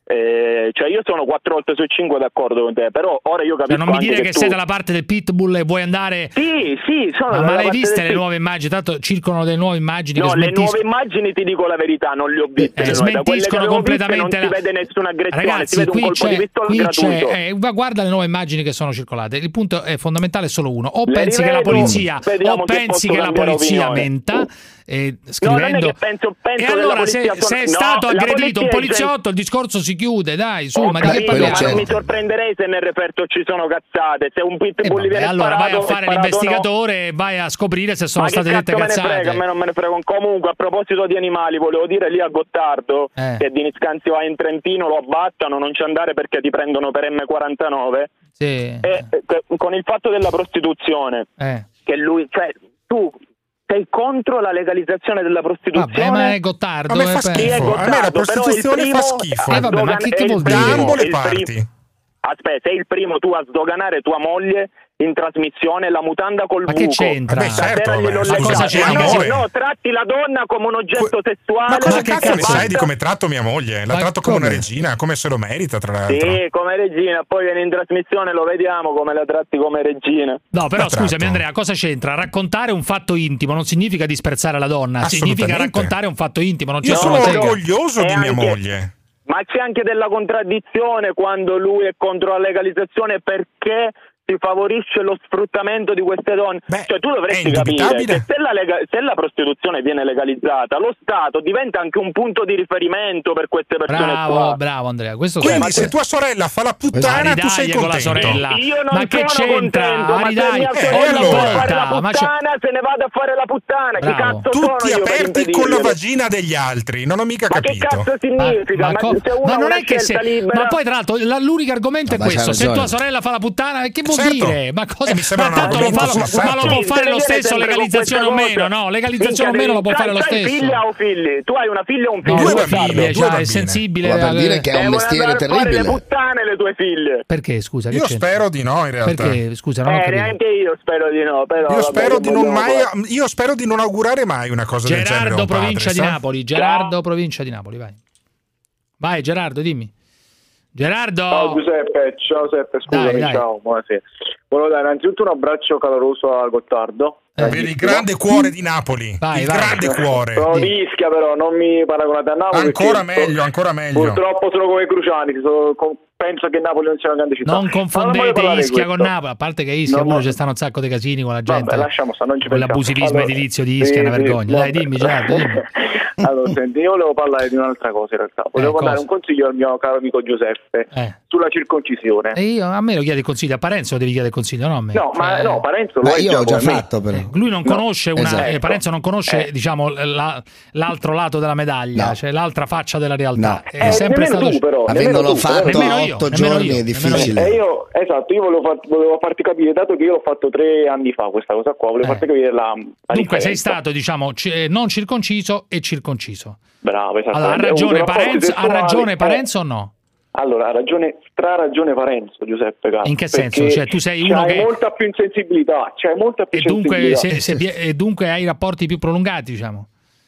eh, cioè io sono quattro volte su cinque d'accordo con te, però ora io capisco cioè, non mi dire che, che tu... sei dalla parte del pitbull e vuoi andare. Sì, sì, sono ma, ma l'hai viste le del... nuove immagini? Tanto circolano delle nuove immagini no, che smentiscono. le nuove immagini ti dico la verità, non le ho viste. Eh, smentiscono completamente. Non si vede nessuna aggressione, Ragazzi, si vede un colpo di pistola gratuito. Eh, guarda le nuove immagini che sono circolate. Il punto è fondamentale è solo uno: o le pensi rivedo, che la polizia, o pensi che la polizia opinione. menta. Eh, scrivendo no, non è che penso, penso e allora se, sono... se è no, stato aggredito un poliziotto gente... il discorso si chiude, dai, su, Ho ma capito, di che parliamo? Ma non mi sorprenderei se nel reperto ci sono cazzate, se un pitbull eh, viene allora sparato, vai a fare l'investigatore no. e vai a scoprire se sono ma state dette me cazzate. Ne frega, a me non me ne frega. Comunque a proposito di animali volevo dire lì a Gottardo eh. che di Niscanzi va in Trentino, lo abbattano, non ci andare perché ti prendono per M quarantanove sì. e eh, con il fatto della prostituzione eh. che lui, cioè tu sei contro la legalizzazione della prostituzione? Vabbè, ma è Gottardo. A me fa schifo, Gottardo, a me la prostituzione fa schifo. Eh, vabbè, ma che, che vuol dire? Da ambo le parti. Aspetta, sei il primo tu a sdoganare tua moglie in trasmissione la mutanda col ma buco. che c'entra? Beh, certo, ma cosa c'entra? No, no, tratti la donna come un oggetto que- sessuale. Ma cosa ma cazzo ne sai di come tratto mia moglie? La ma tratto come, come una regina, come se lo merita, tra l'altro. Sì, come regina, poi viene in trasmissione, lo vediamo come la tratti come regina. No, però scusami Andrea, cosa c'entra? Raccontare un fatto intimo non significa disprezzare la donna, significa raccontare un fatto intimo, non c'è Io sono orgoglioso di mia moglie. Ma c'è anche della contraddizione quando lui è contro la legalizzazione perché si favorisce lo sfruttamento di queste donne. Beh, cioè tu dovresti capire che se la, lega- se la prostituzione viene legalizzata, lo Stato diventa anche un punto di riferimento per queste persone. Bravo, qua. bravo Andrea. Questo Quindi se tua sorella fa la puttana, tu sei contento. Con la sorella. Io non ma che sono c'entra? contento, ma se mia eh, sorella allora, vuole fare la ma puttana, se ne vada a fare la puttana. Chi cazzo Tutti sono aperti io con la vagina degli altri, non ho mica ma capito. Ma che cazzo significa? Ma, ma, co- se uno ma non ha è che se, libera... ma poi tra l'altro la, l'unico argomento no, è questo: se tua sorella fa la puttana, che vuol certo. dire? Ma cosa? Eh, mi sembra ma tanto lo, fa, ma lo può sì, fare lo stesso, legalizzazione o meno? cose. No, legalizzazione o meno lo può fare lo stesso. Hai figlia o figli? Tu hai una figlia o un figlio? No, due due figlie, cioè è sensibile. Ma per dire che è un mestiere terribile. Le puttane le tue figlie. Perché scusa? Io spero di no in realtà. Perché scusa, non ho capito. Eh, neanche io spero di no, però io spero di non mai io spero di non augurare mai una cosa del genere. Gerardo, provincia di sa? Napoli. Gerardo, provincia di Napoli, vai. Vai Gerardo, dimmi. Gerardo! Ciao Giuseppe, ciao Giuseppe, scusami, dai, dai. ciao, buonasera. Volevo dare innanzitutto un abbraccio caloroso a Gottardo. Eh, per il grande cuore di Napoli, vai, il vai. grande cuore. Però rischia però, non mi paragonate a Napoli. Ancora meglio, ancora meglio. Purtroppo sono come i Cruciani, sono, penso che Napoli non sia una grande città. Non confondete non Ischia con Napoli, a parte che Ischia uno c'è stanno un sacco di casini con la gente. Vabbè, lasciamo sta, non ci con pensiamo. l'abusivismo Allora, edilizio di Ischia, sì, è una vergogna. sì, Dai, dimmi Gerardo, dimmi. Allora, senti, io volevo parlare di un'altra cosa in realtà. Volevo eh, dare cosa? un consiglio al mio caro amico Giuseppe eh. sulla circoncisione. E io a me lo chiede il consiglio, a Parenzo lo devi chiedere consiglio, no a me. No, cioè, ma no, Parenzo lo ma è io già ho già come me. fatto però. Eh, lui non No, conosce una esatto. eh, Parenzo non conosce Eh. diciamo la, l'altro lato della medaglia, No. cioè l'altra faccia della realtà. No. È Eh, sempre nemmeno stato tu, però, avendolo tu, fatto nemmeno a io, otto nemmeno giorni io, è difficile. E io, esatto, io volevo, far, volevo farti capire, dato che io l'ho fatto tre anni fa questa cosa qua, volevo Eh. farti capire la, la Dunque sei differenza. stato diciamo c- non circonciso e circonciso. Bravo, esatto. Allora, ha ragione Parenzo, ha ragione Parenzo o no? Allora, ha ragione, stra ragione Parenzo, Giuseppe Cazzo. In che senso? Cioè tu sei uno c'hai che molta più insensibilità, c'hai molta più e dunque, sensibilità. se, se, e dunque hai rapporti più prolungati, diciamo.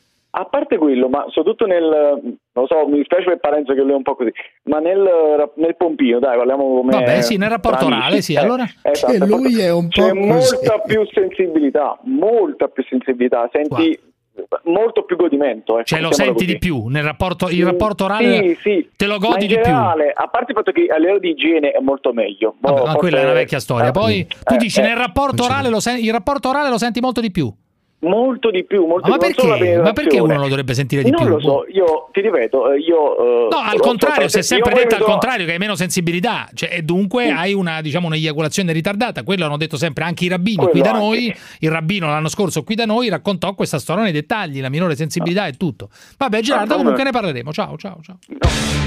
A parte quello, ma soprattutto nel, non so, mi dispiace per Parenzo che lui è un po' così, ma nel, nel pompino, dai, parliamo come... Vabbè, sì, nel rapporto amici. orale, sì, Eh, allora... esatto, Che lui è un po' c'è così. molta più sensibilità, molta più sensibilità, senti molto più godimento. Ecco, Cioè lo mettiamolo senti così. di più, nel rapporto, il rapporto orale Sì, sì. te lo Ma godi in di più. generale, a parte il fatto che a livello di igiene è molto meglio. Vabbè, Boh, ma forse- quella è una vecchia storia. eh, Poi tu eh, dici eh, nel rapporto orale lo sen- il rapporto orale lo senti molto di più. molto di più, molto ma, di più. perché? ma perché uno lo dovrebbe sentire di non più? Non lo so, io ti ripeto, io... No, al contrario, si è sempre detto vedo... al contrario che hai meno sensibilità, cioè, e dunque sì. hai una, diciamo, un'eiaculazione ritardata, quello hanno detto sempre anche i rabbini quello qui da anche. Noi, il rabbino l'anno scorso qui da noi raccontò questa storia nei dettagli, la minore sensibilità ah. e tutto. Vabbè Gerardo, ah, comunque ne parleremo, ciao ciao ciao. No.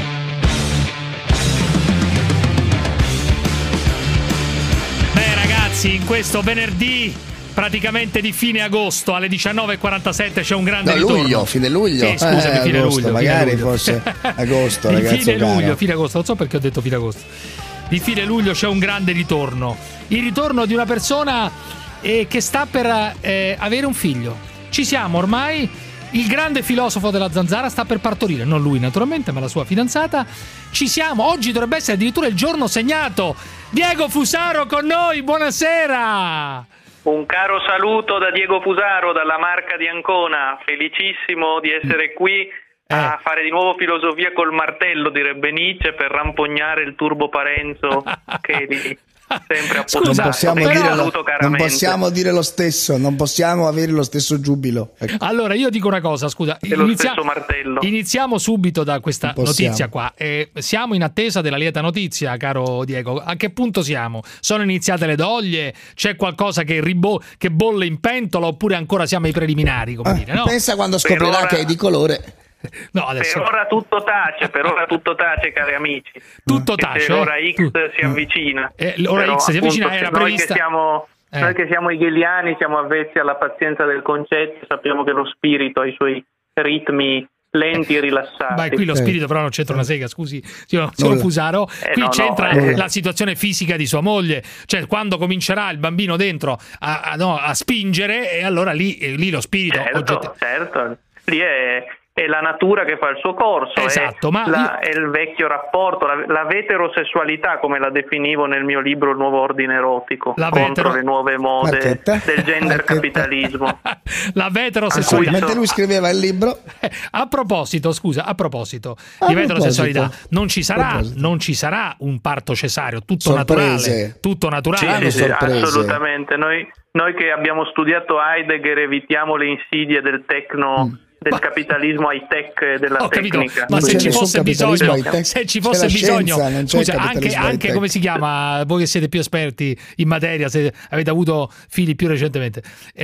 Beh ragazzi, in questo venerdì praticamente di fine agosto alle diciannove e quarantasette c'è un grande no, ritorno. luglio, fine luglio. Sì, scusami, eh, fine agosto, luglio. Magari fine luglio. fosse agosto, di ragazzo fine caro. luglio, fine agosto, non so perché ho detto fine agosto. Di fine luglio c'è un grande ritorno. Il ritorno di una persona eh, che sta per eh, avere un figlio. Ci siamo ormai. Il grande filosofo della Zanzara sta per partorire, non lui naturalmente, ma la sua fidanzata. Ci siamo, oggi dovrebbe essere addirittura il giorno segnato. Diego Fusaro con noi, buonasera. Un caro saluto da Diego Fusaro, dalla Marca di Ancona, felicissimo di essere qui a eh. fare di nuovo filosofia col martello, direbbe Nietzsche, per rampognare il turbo Parenzo che lì sempre a non possiamo, dire lo, non possiamo dire lo stesso, non possiamo avere lo stesso giubilo. Ecco. Allora io dico una cosa, scusa, inizia- iniziamo subito da questa notizia qua. Eh, siamo in attesa della lieta notizia, caro Diego. A che punto siamo? Sono iniziate le doglie? C'è qualcosa che, ribo- che bolle in pentola oppure ancora siamo ai preliminari? Come ah, dire, no? Pensa quando scoprirà ora... che è di colore. No, adesso... Per ora tutto tace, per ora tutto tace, cari amici. Tutto tace. L'ora X tu... si avvicina. Eh, l'ora Però, X si avvicina, appunto, era noi prevista. Che siamo, eh. Noi che siamo hegeliani siamo avvezzi alla pazienza del concetto, sappiamo che lo spirito ha i suoi ritmi lenti e rilassati. Beh, qui lo spirito però non c'entra una sega, scusi, signor Fusaro. Eh, qui no, c'entra no, eh. la situazione fisica di sua moglie, cioè quando comincerà il bambino dentro a, a, no, a spingere, e allora lì, lì lo spirito certo, oggetto... certo. Lì è, è la natura che fa il suo corso, esatto, è, ma la, io... è il vecchio rapporto, la, la veterosessualità, come la definivo nel mio libro Il nuovo ordine erotico, la contro vetero... le nuove mode Marchetta. Del gender Marchetta. Capitalismo. La veterosessualità. Mentre lui scriveva il libro. A proposito, scusa, a proposito a di veterosessualità, non ci sarà, non ci sarà un parto cesareo, tutto sorprese. naturale, tutto naturale. Sì, sì, assolutamente. Noi, noi che abbiamo studiato Heidegger evitiamo le insidie del tecno. Mm. del capitalismo high tech della Ho tecnica. Capito, ma se ci fosse bisogno, se ci fosse bisogno, scienza, scusa, anche, anche come si chiama, voi che siete più esperti in materia, se avete avuto figli più recentemente,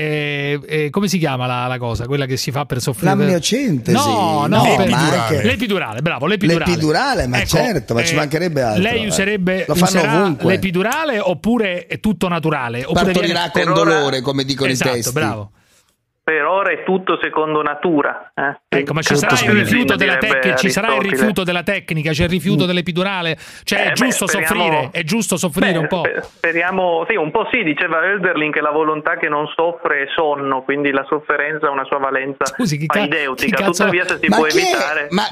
eh, eh, come si chiama la, la cosa, quella che si fa per soffrire? L'amniocentesi. No, no, no per... l'epidurale. l'epidurale, bravo, l'epidurale. L'epidurale, ma ecco, certo, ma eh, ci mancherebbe altro. Lei userebbe, eh. Lo fanno ovunque. L'epidurale oppure è tutto naturale? Oppure partorirà viene... con dolore, come dicono esatto, i testi. Bravo. Per ora è tutto secondo natura. Eh? Ecco, ma ci sarà, il rifiuto della tec- ci sarà il rifiuto della tecnica, c'è il rifiuto mm. dell'epidurale, cioè eh, è giusto beh, speriamo, soffrire, è giusto soffrire beh, un po'. Speriamo, sì, un po' sì, diceva Hölderlin che la volontà che non soffre è sonno, quindi la sofferenza ha una sua valenza Scusi, chi ca- aideutica, chi cazzo... tuttavia se si ma può chi evitare... È? Ma...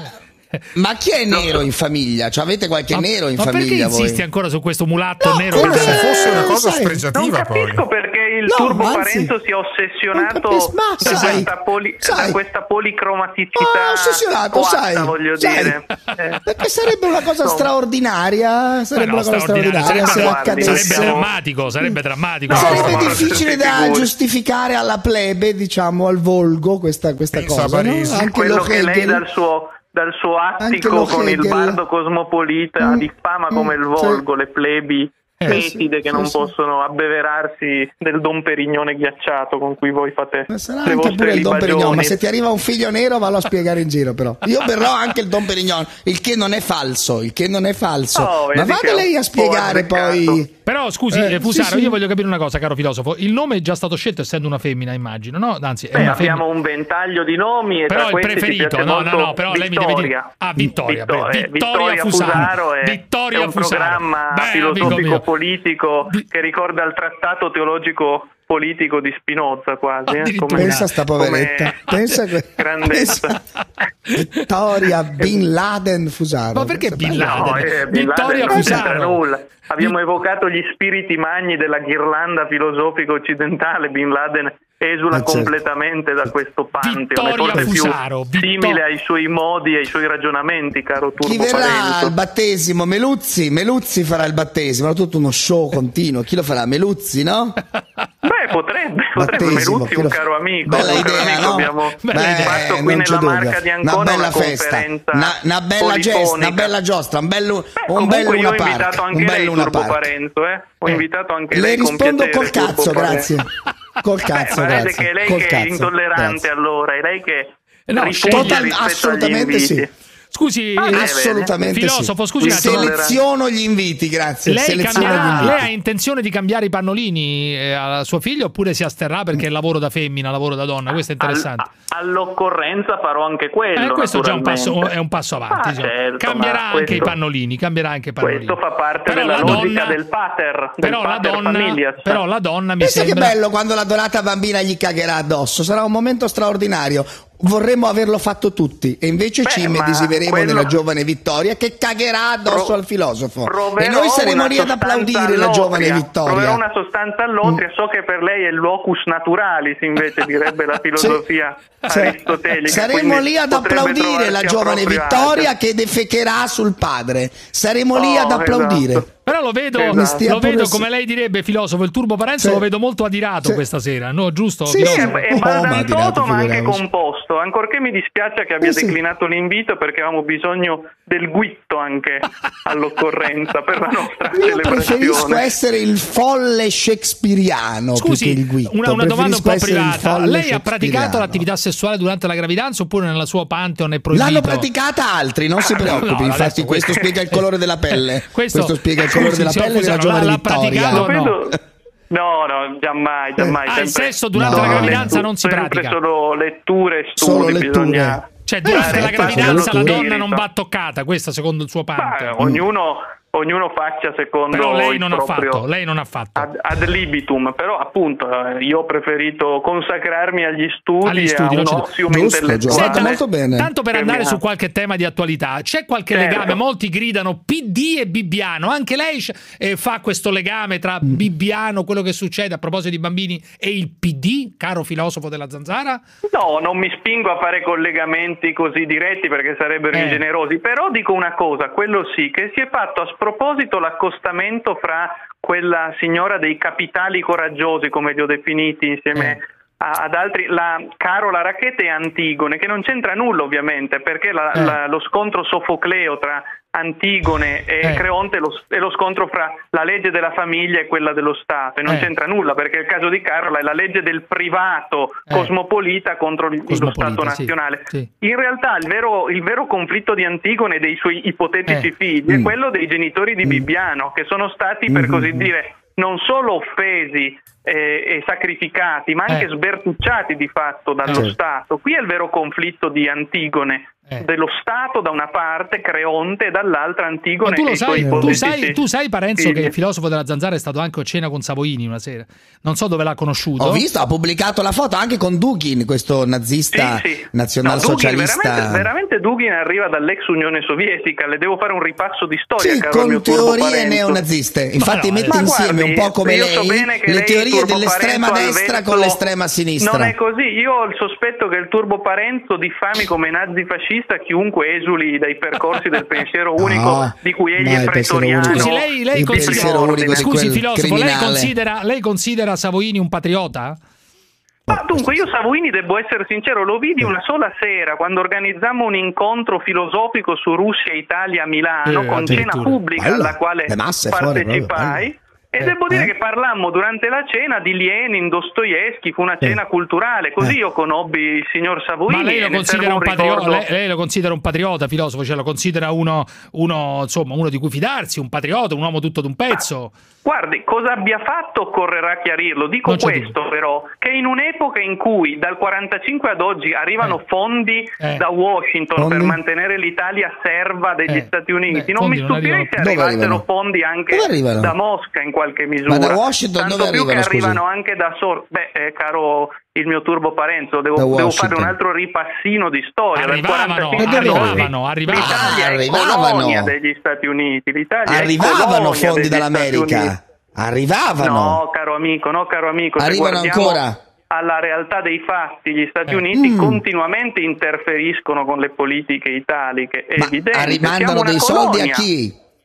Ma chi è nero in famiglia? Cioè, avete qualche ma, nero in ma famiglia? Ma perché insisti voi? ancora su questo mulatto no, nero? Come se fosse una cosa sai, spregiativa. Non capisco poi. perché il no, turbo anzi, Parenzo sia ossessionato da, sai, questa poli- da questa policromaticità. Oh, ossessionato, coatta, sai, voglio sai, dire. Eh. Perché sarebbe una cosa no. straordinaria. Sarebbe no, una cosa straordinaria. straordinaria. Se Sarebbe, accadesse. sarebbe drammatico. Sarebbe drammatico. No, sarebbe no, difficile da figuri. giustificare alla plebe, diciamo, al volgo, questa, questa cosa. No? Anche quello che lei dal suo. dal suo attico con il bardo cosmopolita mm, diffama mm, come il volgo sì. le plebi eh, metide sì, che non sì, possono abbeverarsi del Dom Perignone ghiacciato con cui voi fate ma sarà le anche pure il Dom Perignon, ma se ti ti arriva un figlio nero vallo a spiegare in giro. Però io berrò anche il Dom Perignon, il che non è falso, il che non è falso oh, ma vada lei a spiegare poi. Però scusi, eh, Fusaro, sì, sì. io voglio capire una cosa, caro filosofo. Il nome è già stato scelto essendo una femmina, immagino, no? Anzi, è Beh, una abbiamo femmina. un ventaglio di nomi e però tra il preferito, no, no, no, però Vittoria. lei mi deve dire ah, Vittoria, Vittoria, beh, Vittoria Fusaro, Fusaro è, Vittoria è un Fusaro. programma beh, filosofico politico che ricorda il trattato teologico politico di Spinoza quasi eh? come, pensa sta poveretta pensa que- grandezza Vittoria Bin Laden Fusaro. Ma perché Bin Laden? No, eh, Bin Vittoria Laden Fusaro nulla. Abbiamo evocato gli spiriti magni della ghirlanda filosofica occidentale. Bin Laden esula ah, completamente certo. da questo pantheon, è forse Fusaro, più Vittor- simile ai suoi modi, ai suoi ragionamenti, caro Turbo Chi verrà Parenzo. al battesimo? Meluzzi, Meluzzi farà il battesimo, era tutto uno show continuo. Chi lo farà? Meluzzi, no? Beh, potrebbe, potrebbe. Meruzzi un caro amico. Bella un idea, caro amico. No? Abbiamo Beh, fatto qui nella dubbio. Marca di Ancona una bella una festa, conferenza una, una bella gesta, una bella giostra, un bello Beh, un bello io ho una invitato park, anche un lei bello una Turbo park. Parenzo, eh? Ho Eh. invitato anche Le lei con rispondo piacere, col cazzo, Turbo grazie. Col Parenzo. cazzo, Beh, ma grazie. vede che è lei Col che è cazzo, intollerante grazie. allora, è lei che No, rifugge Total- rispetto agli assolutamente inviti. sì. Scusi, Ah, eh, beh, assolutamente filosofo, sì. scusi un attimo. Seleziono gli inviti, grazie. Lei, Seleziono cambierà- gli inviti. lei ha intenzione di cambiare i pannolini eh, a suo figlio oppure si asterrà perché è lavoro da femmina, lavoro da donna? Questo è interessante. All- all'occorrenza farò anche quello. Eh, questo già è un passo, naturalmente. è un passo avanti. Ah, diciamo. certo, Cambierà ma anche questo- i pannolini, cambierà anche i pannolini. Questo fa parte Però della la logica donna- del pater, del però la pater donna, familias. però la donna mi Pensa sembra che bello quando la donata bambina gli cagherà addosso, sarà un momento straordinario. Vorremmo averlo fatto tutti e invece Beh, ci ma immedesimeremo quello- nella giovane Vittoria che cagherà addosso Pro- al filosofo e Proverò noi saremo una lì ad sostanza applaudire la all'otria. giovane Proverò Vittoria. una sostanza all'otria, so che per lei è il locus naturalis, invece direbbe la filosofia Sì. aristotelica. Saremo quindi lì ad potrebbe applaudire la trovarsi a giovane proprio Vittoria agio. che defecherà sul padre. Saremo lì Oh, ad applaudire. esatto. Però lo vedo, Esatto. lo vedo Sì. come lei direbbe, filosofo, il Turbo Parenzo Sì. lo vedo molto adirato Sì. questa sera, no? Giusto? Sì, Sì, filosofo? è, è Oh, ma baldanzoso ma anche figuriamoci. composto, ancorché mi dispiace che abbia Eh sì. declinato l'invito perché avevamo bisogno del guitto anche all'occorrenza per la nostra Io preferisco celebrazione. essere il folle shakespeariano più che Scusi, il guitto. una, una domanda un po' Preferisco essere il privata. folle Lei ha praticato shakespeariano. l'attività sessuale durante la gravidanza oppure nella sua pantheon è proibito? L'hanno praticata altri, non si Ah, preoccupi. no, Infatti, adesso questo questo- spiega il colore della pelle. Questo- Questo, spiega il colore scusi, della signor pelle della Fusaro, giovane l'ha Vittoria. praticato o no? Quello- No, no, giammai, giammai. Ah, il sempre- sesso durante la gravidanza non si sempre pratica? solo letture e studi, Solo letture. bisogna... Cioè, durante dare la spazio gravidanza la allo donna non spirito. va toccata, questa secondo il suo Beh, pantheon. ognuno, ognuno faccia secondo Però lei il non ha proprio fatto, lei non ha fatto. ad, ad libitum, però appunto eh, io ho preferito consacrarmi agli studi, Agli e studi, a non un c'è- ozium Giusto, intellettuale. giusto. Senta, molto bene. Tanto per Che andare mi ha- su qualche tema di attualità, c'è qualche Certo. legame? Molti gridano P D e Bibbiano. Anche lei eh, fa questo legame tra Bibbiano, quello che succede a proposito di bambini, e il P D, caro filosofo della Zanzara? No, non mi spingo a fare collegamenti così diretti perché sarebbero Eh. ingenerosi, però dico una cosa, quello sì, che si è fatto a sproposito l'accostamento fra quella signora dei capitali coraggiosi, come li ho definiti insieme Eh. a- ad altri, la Carola Rackete e Antigone, che non c'entra nulla ovviamente, perché la- Eh. la- lo scontro sofocleo tra Antigone e Eh. Creonte è lo, è lo scontro fra la legge della famiglia e quella dello Stato, e non Eh. c'entra nulla, perché il caso di Carola è la legge del privato Eh. cosmopolita contro il- lo Cosmopolita, Stato sì, nazionale. sì. In realtà il vero, il vero conflitto di Antigone e dei suoi ipotetici Eh. figli è Mm. quello dei genitori di Bibbiano, che sono stati, per Mm. così dire, non solo offesi eh, e sacrificati, ma anche Eh. sbertucciati di fatto dallo Certo. Stato. Qui è il vero conflitto di Antigone, Eh. dello Stato da una parte, Creonte, e dall'altra Antigone Ma tu e lo i suoi sai, tu ipotetici sai, tu sai Parenzo, figli. che il filosofo della Zanzara è stato anche a cena con Savoini una sera. Non so dove l'ha conosciuto. Ho visto, ha pubblicato la foto anche con Dugin, questo nazista Sì, sì. nazionalsocialista. No, Dugin, veramente, veramente Dugin arriva dall'ex Unione Sovietica, le devo fare un ripasso di storia, Sì, caro il con mio Turbo teorie Parenzo. neonaziste. Infatti no, mette Ma insieme guardi, un po' come io lei so bene che le lei, teorie Turbo dell'estrema Parenzo, destra al con verso- l'estrema sinistra. Non è così, io ho il sospetto che il Turbo Parenzo diffami come nazifascista chiunque esuli dai percorsi del pensiero unico No, di cui egli no, è il pensiero pretoriano. unico. Scusi, lei, lei Il considera, pensiero unico di scusi quel filosofo, lei criminale. considera, lei considera Savoini un patriota? Ma dunque io Savoini, devo essere sincero, lo vidi una sola sera quando organizzammo un incontro filosofico su Russia e Italia a Milano, Eh, con cena addirittura. pubblica Bello. alla quale Le masse fuori, partecipai. proprio, E Eh, devo dire eh. che parlammo durante la cena di Lenin, Dostoevsky, fu una cena culturale, così Eh. io conobbi il signor Savoini. Ma lei e lo, ne considera servo un un patriota, ricordo. lei, lei lo considera un patriota, filosofo? Cioè lo considera uno, uno, insomma, uno di cui fidarsi, un patriota, un uomo tutto d'un pezzo? Guardi, cosa abbia fatto occorrerà chiarirlo. Dico Non c'è questo però, che in un'epoca in cui dal quarantacinque ad oggi arrivano Eh. fondi Eh. da Washington Fondi? per mantenere l'Italia serva degli Eh. Stati Uniti, Beh, non mi fondi non stupirei arrivano se più. Dove arrivassero arrivano? fondi anche Dove arrivano? da Mosca in qualche misura. Ma da Washington Tanto dove più arrivano, che scusi? arrivano anche da Sor... Beh, eh, caro il mio Turbo Parenzo, devo, Da devo fare Washington. un altro ripassino di storia. Dal Arrivavano, quarantacinque ad oggi arrivavano, arrivavano. L'Italia è Arrivavano. colonia degli Stati Uniti. L'Italia è Arrivavano colonia fondi degli Stati dall'America. Uniti. Arrivavano. No, caro amico, no, caro amico. Se Arrivano guardiamo ancora. alla realtà dei fatti, gli Stati Eh. Uniti Mm. continuamente interferiscono con le politiche italiche. È Ma evidente. arrimandano Siamo una dei soldi a colonia. chi?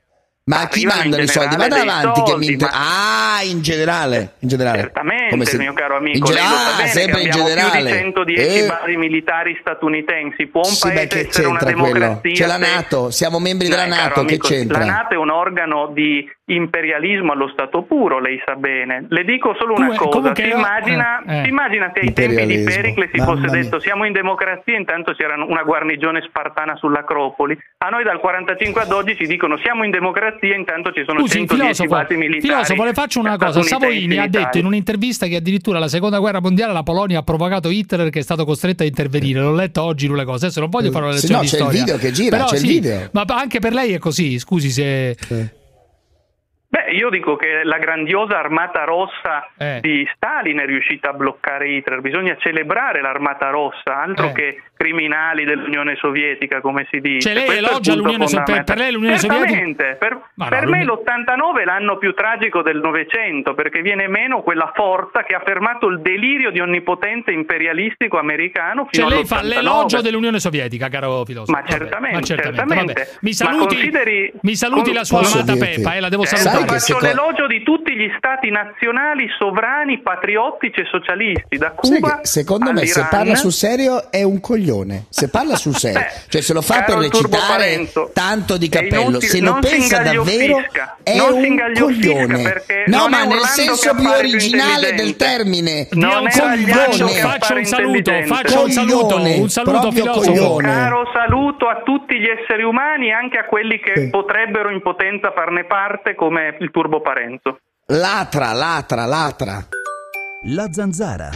Ma chi mandano i soldi? Vada avanti soldi, che mi inter... ma... Ah, in generale, in generale. Certamente, se... mio caro amico, in ge- lei lo sa ah, bene sempre che in abbiamo generale. più di centodieci eh... basi militari statunitensi. Può un sì, paese beh, che essere una c'entra democrazia? Quello? C'è la se... NATO, siamo membri della no, NATO, amico, che c'entra? La NATO è un organo di imperialismo allo stato puro, lei sa bene. Le dico solo una Come, cosa, si io... immagina, eh, eh. si immagina se ai tempi di Pericle si Mamma fosse mia. detto siamo in democrazia, intanto c'era una guarnigione spartana sull'Acropoli. A noi dal quarantacinque ad oggi ci dicono siamo in democrazia, intanto ci sono Scusi, centodieci filosofo, basi militari. filosofo, le faccio una cosa. Savoini ha detto in un'intervista che addirittura la seconda guerra mondiale la Polonia ha provocato Hitler, che è stato costretto a intervenire. L'ho letto oggi in le cose. Adesso non voglio fare una lezione no, di c'è storia. il video che gira, Però c'è sì, il video. Ma anche per lei è così, scusi se... Sì. Beh, io dico che la grandiosa armata rossa eh. di Stalin è riuscita a bloccare Hitler. Bisogna celebrare l'armata rossa, altro eh. che criminali dell'Unione Sovietica, come si dice. Cioè lei Questo elogia l'Unione Sovietica? Per lei l'Unione Certamente. Sovietica? Per, per no, me l'ottantanove è l'anno più tragico del Novecento, perché viene meno quella forza che ha fermato il delirio di onnipotenza imperialistico americano fino cioè lei fa all'ottantanove. l'elogio dell'unione sovietica, caro filosofo. Ma certamente, ma certamente. certamente. Vabbè. Mi saluti, Ma consideri, mi saluti la sua posso amata dirti? Peppa, eh, la devo certo, salutare. faccio seco- l'elogio di tutti gli stati nazionali sovrani, patriottici e socialisti, da Sai Cuba che secondo me se all'Iran. parla sul serio è un coglione. Se parla sul serio, Beh, cioè se lo fa caro per il Turbo recitare Parenzo, tanto di è cappello, inutile, se lo non si pensa davvero ingaglioffisca, è non si un ingaglioffisca, coglione. perché No, non ma è nel Orlando senso che più appare originale più del termine. Non Dio, è coglione. Agliaccio che Faccio appare un saluto, intelligente. faccio un saluto, Coglione, un saluto proprio filosofo. coglione. Caro saluto a tutti gli esseri umani, anche a quelli che Sì. potrebbero in potenza farne parte, come il Turbo Parenzo. Latra, latra, latra. La Zanzara.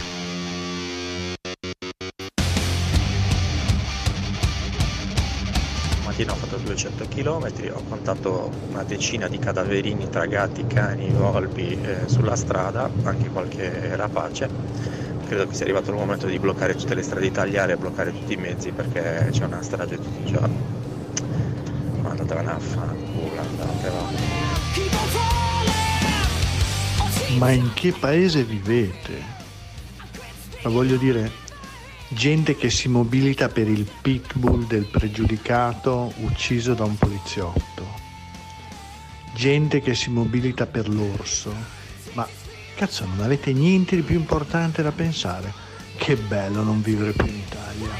Ho fatto duecento chilometri, ho contato una decina di cadaverini tra gatti, cani, volpi eh, sulla strada, anche qualche rapace. Credo che sia arrivato il momento di bloccare tutte le strade italiane e bloccare tutti i mezzi, perché c'è una strage tutti i giorni. Ma andatevene a fanculo, andatevene. Ma in che paese vivete? Ma voglio dire, gente che si mobilita per il pitbull del pregiudicato ucciso da un poliziotto, gente che si mobilita per l'orso. Ma cazzo, non avete niente di più importante da pensare? Che bello non vivere più in Italia.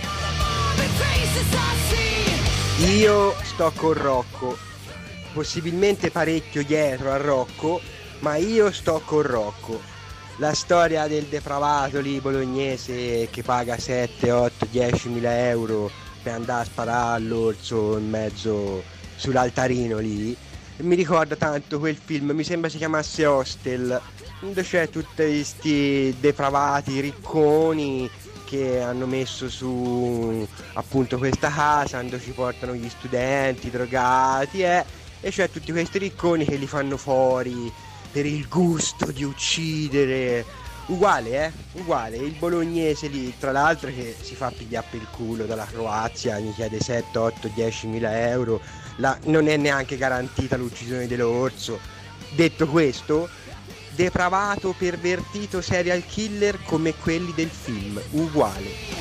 Io sto con Rocco, possibilmente parecchio dietro a Rocco, ma io sto con Rocco. La storia del depravato lì bolognese che paga sette, otto, dieci mila euro per andare a sparare all'orso in mezzo sull'altarino lì mi ricorda tanto quel film, mi sembra si chiamasse Hostel, dove c'è tutti questi depravati ricconi che hanno messo su appunto questa casa dove ci portano gli studenti drogati eh, e c'è tutti questi ricconi che li fanno fuori per il gusto di uccidere. Uguale, eh? Uguale. Il bolognese lì, tra l'altro, che si fa pigliare per il culo dalla Croazia, gli chiede sette, otto, dieci mila euro. La, non è neanche garantita l'uccisione dell'orso. Detto questo, depravato, pervertito serial killer come quelli del film. Uguale.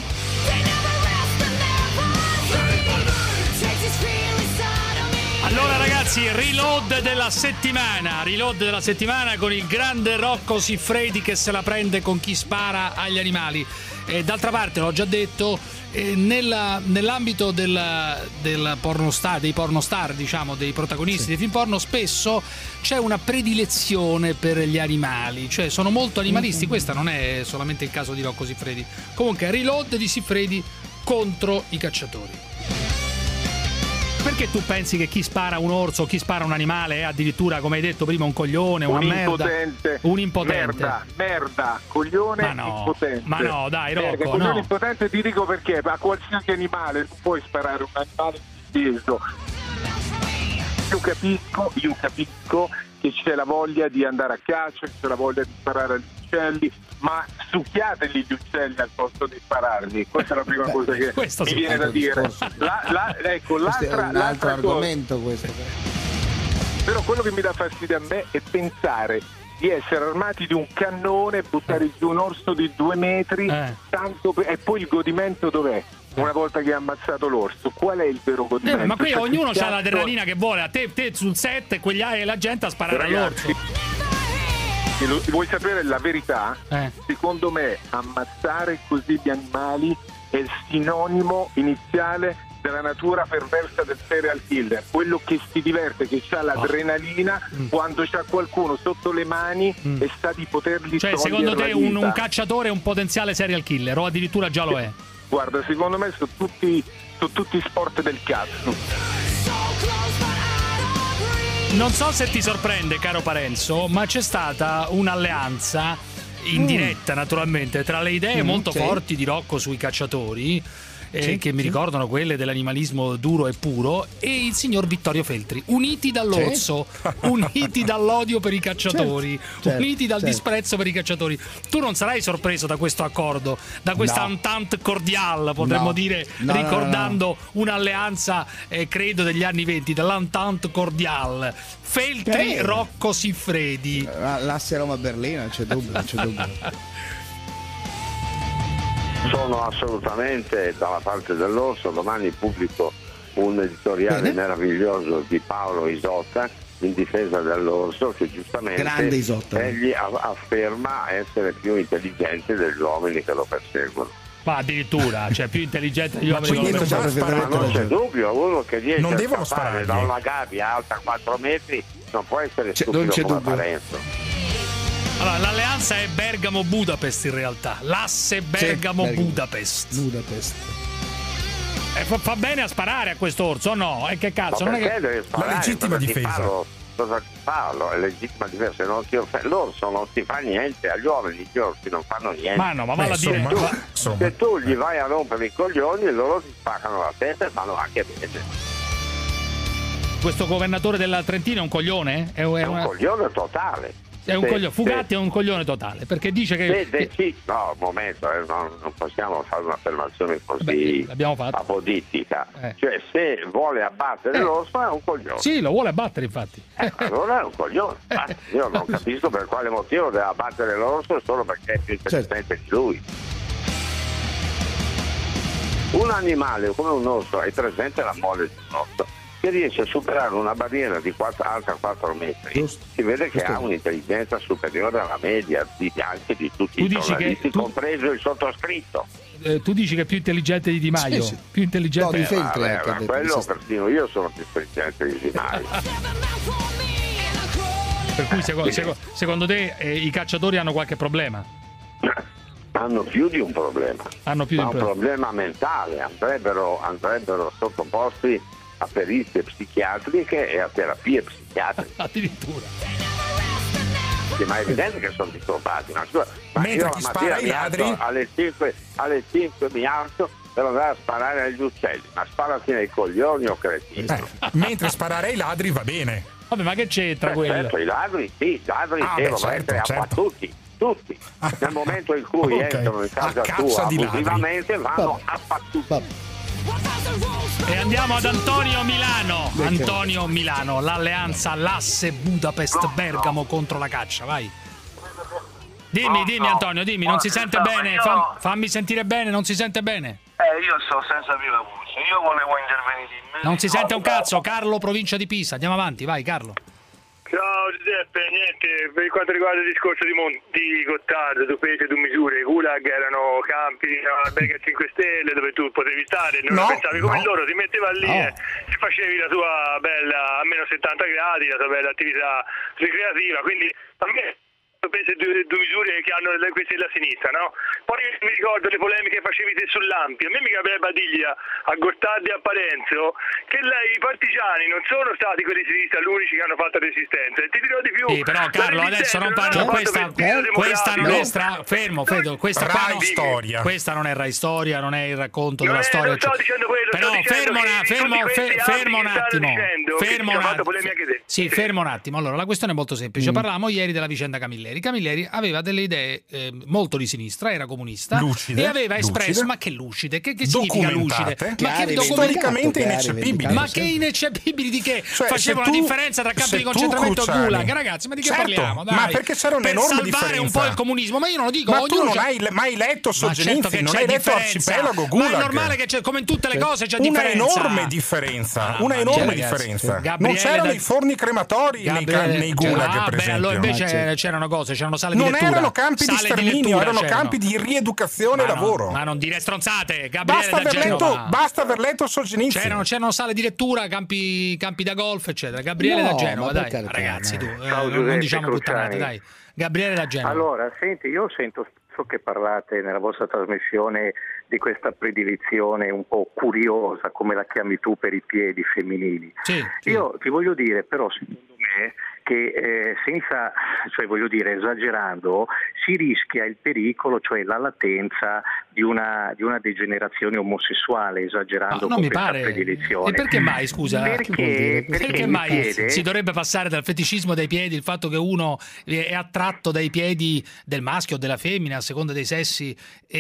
Allora ragazzi, reload della settimana, reload della settimana con il grande Rocco Siffredi che se la prende con chi spara agli animali. E d'altra parte, l'ho già detto, eh, nella, nell'ambito del, del pornostar, dei pornostar, diciamo, dei protagonisti sì. dei film porno, spesso c'è una predilezione per gli animali, cioè sono molto animalisti. Mm-hmm. Questa non è solamente il caso di Rocco Siffredi. Comunque, reload di Siffredi contro i cacciatori. Perché tu pensi che chi spara un orso o chi spara un animale è addirittura, come hai detto prima, un coglione, una un merda? Impotente. Un impotente. Merda, merda, coglione ma no, impotente. Ma no, dai, Rocco, Perché, no. coglione impotente ti dico perché, a qualsiasi animale non puoi sparare un animale difeso. Io capisco, io capisco che c'è la voglia di andare a caccia, che c'è la voglia di sparare agli uccelli, ma succhiateli gli uccelli al posto di spararli. Questa è la prima cosa che questo mi sì, viene da dire. La, la, ecco, questo l'altra, è un altro l'altra argomento cosa. questo. Però quello che mi dà fastidio a me è pensare di essere armati di un cannone, buttare giù un orso di due metri, eh. tanto per... e poi il godimento dov'è? una volta che ha ammazzato l'orso, qual è il vero godimento? Eh, ma qui cioè, ognuno che ha l'adrenalina che vuole, a te, te sul set e quegli e la gente a sparare Ragazzi, all'orso. Vuoi sapere la verità? Eh. Secondo me ammazzare così gli animali è il sinonimo iniziale della natura perversa del serial killer, quello che si diverte, che ha l'adrenalina oh. mm. quando c'ha qualcuno sotto le mani mm. e sa di poterli cioè, togliere secondo te la un, vita. un cacciatore è un potenziale serial killer o addirittura già lo è? Guarda, secondo me sono tutti, sono tutti sport del cazzo. Non so se ti sorprende, caro Parenzo, ma c'è stata un'alleanza in diretta, naturalmente, tra le idee mm, molto sì. forti di Rocco sui cacciatori, eh, sì, che sì. mi ricordano quelle dell'animalismo duro e puro, e il signor Vittorio Feltri, uniti dall'orso, sì. uniti dall'odio per i cacciatori, certo, uniti dal certo. disprezzo per i cacciatori. Tu non sarai sorpreso da questo accordo, da questa no. entente cordiale, potremmo no. dire, no, ricordando no, no, no. un'alleanza, eh, credo, degli anni venti, dell'entente cordiale. Feltri, eh. Rocco Siffredi. L'asse Roma-Berlino, non c'è dubbio, non c'è dubbio. Sono assolutamente dalla parte dell'orso. Domani pubblico un editoriale Bene. meraviglioso di Paolo Isotta in difesa dell'orso, che giustamente egli afferma essere più intelligente degli uomini che lo perseguono. Ma addirittura, cioè più intelligente degli uomini che lo perseguono. Ma non c'è dubbio, uno che riesce non a scappare da una gabbia alta quattro metri non può essere c'è, stupido non c'è come dubbio. Parenzo. Allora, l'alleanza è Bergamo-Budapest in realtà, l'asse Bergamo-Budapest. Sì, Budapest. Eh, fa, fa bene a sparare a questo orso o no? E eh, che cazzo? Ma non è che... deve sparare, la legittima difesa. Parlo, cosa ti parlo? È legittima difesa, non ti off- l'orso non ti fa niente, agli uomini gli orsi non fanno niente. Ma no, ma valla a dire tu, ma, se tu gli vai a rompere i coglioni, loro ti spaccano la testa e fanno anche bene. Questo governatore della Trentina è un coglione? È, è, è una... un coglione totale. È un sì, coglione. Fugatti sì. è un coglione totale, perché dice che... Sì, sì, sì. No, un momento, eh, no, non possiamo fare un'affermazione così apodittica. Eh. Cioè, se vuole abbattere eh. l'orso è un coglione. Sì, lo vuole abbattere, infatti. Eh, allora è un coglione. Ma io non capisco per quale motivo deve abbattere l'orso solo perché è più intelligente certo. di lui. Un animale come un orso, hai presente la mole di un orso, che riesce a superare una barriera di quattro, alta quattro metri, Giusto. si vede che Giusto. ha un'intelligenza superiore alla media di, anche di tutti tu i giornalisti, tu... compreso il sottoscritto. Eh, tu dici che è più intelligente di Di Maio? Sì, sì. Più intelligente no, di Feltri. Eh, vabbè, quello persino io sono più intelligente di Di Maio. Per cui secondo, secondo, secondo te eh, i cacciatori hanno qualche problema? Hanno più di un problema. Hanno più ma di un problema. problema mentale, andrebbero, andrebbero sottoposti a perizie psichiatriche e a terapie psichiatriche. Addirittura. Sì, ma è evidente che sono disturbati. Ma, ma mentre io chi spara ai ladri alle cinque, alle cinque mi alzo per andare a sparare agli uccelli, ma sparati nei coglioni o cretino. Eh, mentre sparare ai ladri va bene. Vabbè, ma che c'entra Beh, quello? Certo, i ladri, sì, i ladri ah, devono certo, essere certo. abbattuti. Tutti. Nel momento in cui okay. entrano in casa tua abusivamente vanno abbattuti. E andiamo ad Antonio Milano. Antonio Milano, l'alleanza l'asse Budapest-Bergamo contro la caccia, vai. Dimmi, dimmi Antonio, dimmi, non si sente bene, Fam, fammi sentire bene, non si sente bene. Eh, io sto senza viva voce, io volevo intervenire. Non si sente un cazzo, Carlo, provincia di Pisa, andiamo avanti, vai Carlo. Ciao Giuseppe, niente, per quanto riguarda il discorso di Monti, Gottardo, tu pesi, tu misure, i Gulag erano campi a Alberga cinque Stelle dove tu potevi stare, non no, pensavi come no. loro, ti metteva lì no. e facevi la tua bella, a meno settanta gradi, la tua bella attività ricreativa, quindi a me penso due, due misure che hanno queste della sinistra, no? Poi mi ricordo le polemiche che facevi te sull'Ampi, a me mi capeva a dirgli a Gottardo e a Parenzo che lei, i partigiani non sono stati quelli di sinistra l'unici che hanno fatto resistenza, e ti dirò di più. Sì, però Carlo adesso non parlo, questa, questa non è stra... fermo, Fredo, questa qua non, storia. Questa non è Rai Storia, non è il racconto non della è, storia. Non sto dicendo quello, però sto fermo, una, fermo, fer, fermo un attimo. Fermo un attimo. Sì, fermo un attimo. Allora, la questione è molto semplice. Mm. Parlavamo ieri della vicenda Camilleri. Camilleri. Camilleri aveva delle idee eh, molto di sinistra, era comunista lucide, e aveva espresso, lucide. ma che lucide? Che, che significa lucide? Ma che storicamente ineccepibili. Ma che ineccepibili di che? Cioè, facevano tu, la differenza tra campi di concentramento e gulag, ragazzi, ma di che certo, parliamo? Dai. Ma perché c'era un'enorme per salvare differenza. un po' il comunismo, ma io non lo dico. Ma tu non c'è... hai mai letto Solzhenitsyn, certo non hai letto Arcipelago Gulag. Ma è normale che c'è, come in tutte le cose c'è una differenza. Enorme differenza, Ah, una enorme ragazzi, differenza. Gabriele non c'erano da... i forni crematori Gabriele... nei, nei gulag, ah, per beh, esempio. allora invece c'erano cose, c'erano sale non di lettura. Non erano campi di sterminio, erano c'erano. campi di rieducazione e no, lavoro. Ma non dire stronzate, Gabriele basta da aver Genova. letto, basta aver letto Solzhenitsyn. C'erano, c'erano sale di lettura, campi, campi da golf, eccetera. Gabriele no, da Genova, dai, carità, ragazzi, tu, Ciao, eh, non, Giuseppe, non diciamo puttanate, dai. Gabriele da Genova. Allora, senti, io sento spesso che parlate nella vostra trasmissione di questa predilizione un po' curiosa, come la chiami tu, per i piedi femminili. Sì, sì. Io ti voglio dire, però, secondo me, che eh, senza, cioè voglio dire, esagerando, si rischia il pericolo, cioè la latenza di una, di una degenerazione omosessuale, esagerando no, non con mi questa pare. predilizione. E perché mai, scusa? Perché, perché, perché mi mai chiede... si dovrebbe passare dal feticismo dei piedi, il fatto che uno è attratto dai piedi del maschio o della femmina, a seconda dei sessi,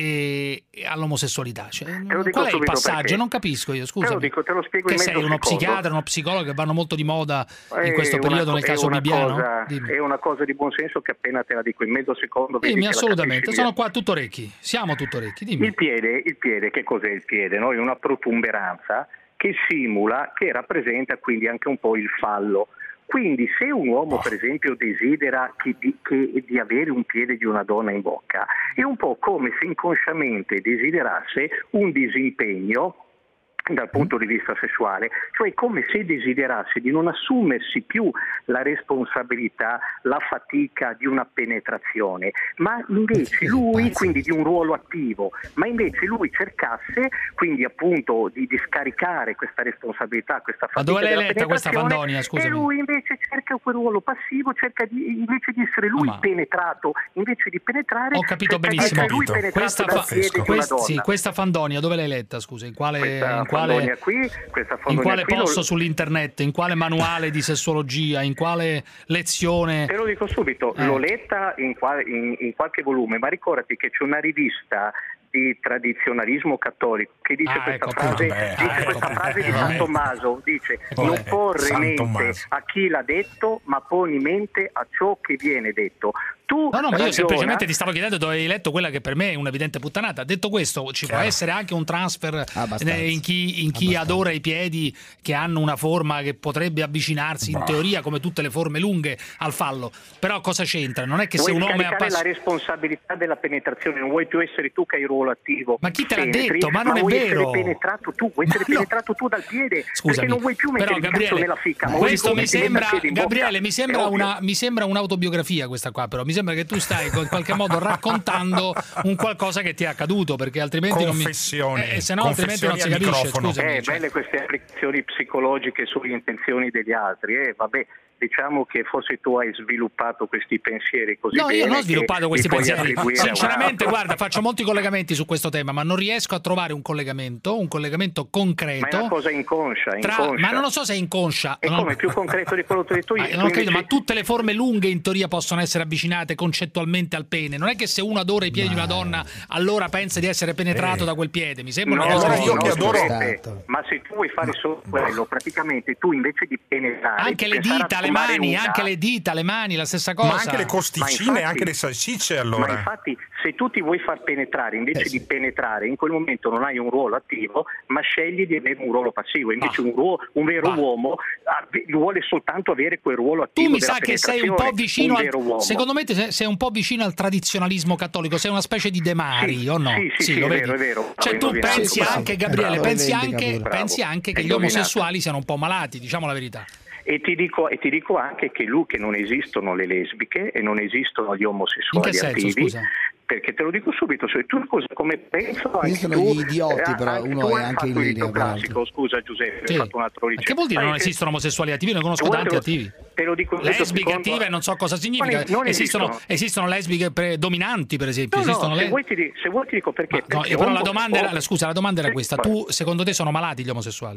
e, e all'omosessualità? Cioè, qual è il passaggio? Perché. Non capisco io, scusa. Te lo dico, te lo spiego che in sei mezzo uno secondo. psichiatra, uno psicologo che vanno molto di moda in È questo periodo una, nel caso Bibbiano? Cosa, è una cosa di buon senso che appena te la dico in mezzo secondo. Dimmi, assolutamente, sono qua tutto orecchi, siamo tutto orecchi. Dimmi. Il piede, il piede, che cos'è il piede? No? È una protuberanza che simula, che rappresenta quindi anche un po' il fallo. Quindi se un uomo per esempio desidera che di, che di avere un piede di una donna in bocca, è un po' come se inconsciamente desiderasse un disimpegno dal punto di vista sessuale, cioè come se desiderasse di non assumersi più la responsabilità, la fatica di una penetrazione, ma invece lui, quindi di un ruolo attivo, ma invece lui cercasse quindi appunto di, di scaricare questa responsabilità, questa fatica. Ma dove l'hai della letta questa penetrazione, Fandonia, scusami? e lui invece cerca quel ruolo passivo, cerca di, invece di essere lui no, penetrato, invece di penetrare, ho capito cerca benissimo. di essere lui penetrato questa, dal fa- piede di una quest- donna. sì, questa Fandonia dove l'hai letta, scusa? In quale, Questa in quale, qui, questa in quale qui posto lo... sull'internet, in quale manuale di sessuologia, in quale lezione? Te lo dico subito, eh. l'ho letta in, qual- in, in qualche volume, ma ricordati che c'è una rivista di tradizionalismo cattolico che dice ah, questa ecco, frase, beh, dice ecco, questa frase di beh, San Tommaso, dice beh, non porre San mente Tommaso. a chi l'ha detto, ma poni mente a ciò che viene detto. Tu No, no, ma io ragiona... semplicemente ti stavo chiedendo dove hai letto quella che per me è un'evidente puttanata. Detto questo, ci Chiaro. può essere anche un transfer eh, in chi, in chi adora i piedi che hanno una forma che potrebbe avvicinarsi in Bah. teoria, come tutte le forme lunghe, al fallo. Però cosa c'entra? Non è che Vuoi se un uomo è scaricare appassionato... la responsabilità della penetrazione, non vuoi più essere tu che hai il ruolo attivo. Ma chi te l'ha penetri, detto? Ma non è vuoi vero. essere penetrato tu, vuoi essere Ma no. penetrato tu dal piede, Scusami, perché non vuoi più mettere però il cazzo Gabriele, nella ficca, ma questo vuoi mi sembra, in bocca. Gabriele, mi sembra, una, mi sembra un'autobiografia questa qua, però mi sembra che tu stai in qualche modo raccontando un qualcosa che ti è accaduto, perché altrimenti confessioni, non mi... eh, se no altrimenti non si capisce, scusami. Eh, belle queste applicazioni psicologiche sulle intenzioni degli altri, eh, vabbè. Diciamo che forse tu hai sviluppato questi pensieri così no, bene. io non ho sviluppato questi pensieri. Sinceramente, una... guarda, faccio molti collegamenti su questo tema, ma non riesco a trovare un collegamento, un collegamento concreto. Ma è una cosa inconscia, tra... inconscia. Ma non lo so se è inconscia. E non... come più concreto di quello che hai detto io. Ma, non ho capito, ma tutte le forme lunghe in teoria possono essere avvicinate concettualmente al pene. Non è che se uno adora i piedi ma... di una donna, allora pensa di essere penetrato eh. da quel piede. Mi sembra no, una cosa no, io no, che adoro. Ma se tu vuoi fare solo quello, praticamente tu invece di penetrare, anche le dita, le mani, anche le dita, le mani, la stessa cosa. Ma anche le costicine, infatti, anche le salsicce, allora. Ma infatti, se tu ti vuoi far penetrare, invece eh sì. di penetrare, in quel momento non hai un ruolo attivo, ma scegli di avere un ruolo passivo. Invece ah. un, ruolo, un vero ah. uomo vuole soltanto avere quel ruolo attivo. Tu mi sa che sei un po' vicino un al, secondo me sei un po' vicino al tradizionalismo cattolico, sei una specie di De Mari, sì, o no? Sì, sì, sì, sì, lo è vedi? vero, è vero. Cioè tu pensi bravo, anche, Gabriele, bravo, pensi, bravo, anche, bravo. pensi anche che Hai gli indovinato. omosessuali siano un po' malati, diciamo la verità. E ti, dico, e ti dico anche che lui che non esistono le lesbiche e non esistono gli omosessuali in che senso, attivi, scusa? Perché te lo dico subito, se tu cosa come penso anche esistono tu, gli idioti, eh, però anche uno tu è hai anche in fatto il linea, liceo classico, scusa Giuseppe, sì. hai fatto un altro liceo. Ma che vuol dire ma non che... esistono omosessuali attivi? Ne conosco tanti te lo, attivi. Te lo dico lesbiche attive non so cosa significa. Non esistono, esistono. esistono lesbiche predominanti, per esempio. No, no, esistono se, le... vuoi ti, se vuoi ti dico perché. Ma, no, perché però homo, la domanda era, homo... scusa, la domanda era sì, questa. vai. Tu, secondo te, sono malati gli omosessuali?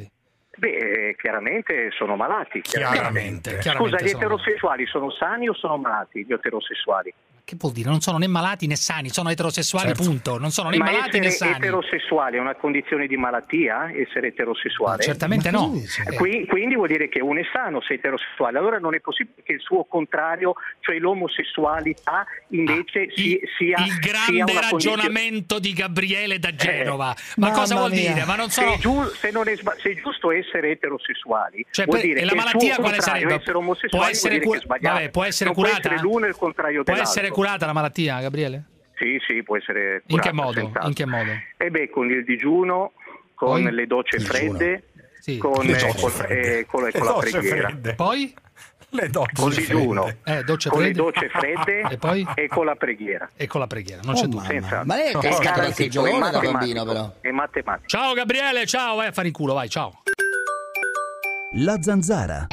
Beh, chiaramente sono malati. Chiaramente. chiaramente. chiaramente Scusa, gli sono eterosessuali sono sani o sono malati gli eterosessuali? Che vuol dire? Non sono né malati né sani, sono eterosessuali, certo. punto. Non sono né Ma malati né sani. Eterosessuale è una condizione di malattia, essere eterosessuale? Ma certamente Ma no. Eh. Quindi, quindi vuol dire che uno è sano se è eterosessuale. Allora non è possibile che il suo contrario, cioè l'omosessualità, invece ah, il, sia il grande sia ragionamento condizione... di Gabriele da Genova. Eh, Ma cosa vuol mia. dire? Ma non sono... se, è giu- se, non è sba- se è giusto essere eterosessuali, cioè, vuol per, dire e che la malattia quale sarebbe? Essere omosessuale può essere, vuol dire che è sbagliato. Vabbè, può essere non curata? Può essere l'uno e il contrario può dell'altro. essere curata la malattia, Gabriele? Sì, sì, può essere curata. In che modo? Senz'altro. In che modo? E beh, con il digiuno, con Poi? le docce fredde, sì. con, eh, con, eh, con, le con la preghiera. Fredde. Poi? Le docce con digiuno, eh, docce con fredde. le docce fredde e, poi? e con la preghiera. E con la preghiera, non c'è oh, dubbio. Ma lei è cascato qualche giorno da bambino, però. È matematica. Ciao Gabriele, ciao, vai a fare il culo, vai, ciao. La Zanzara.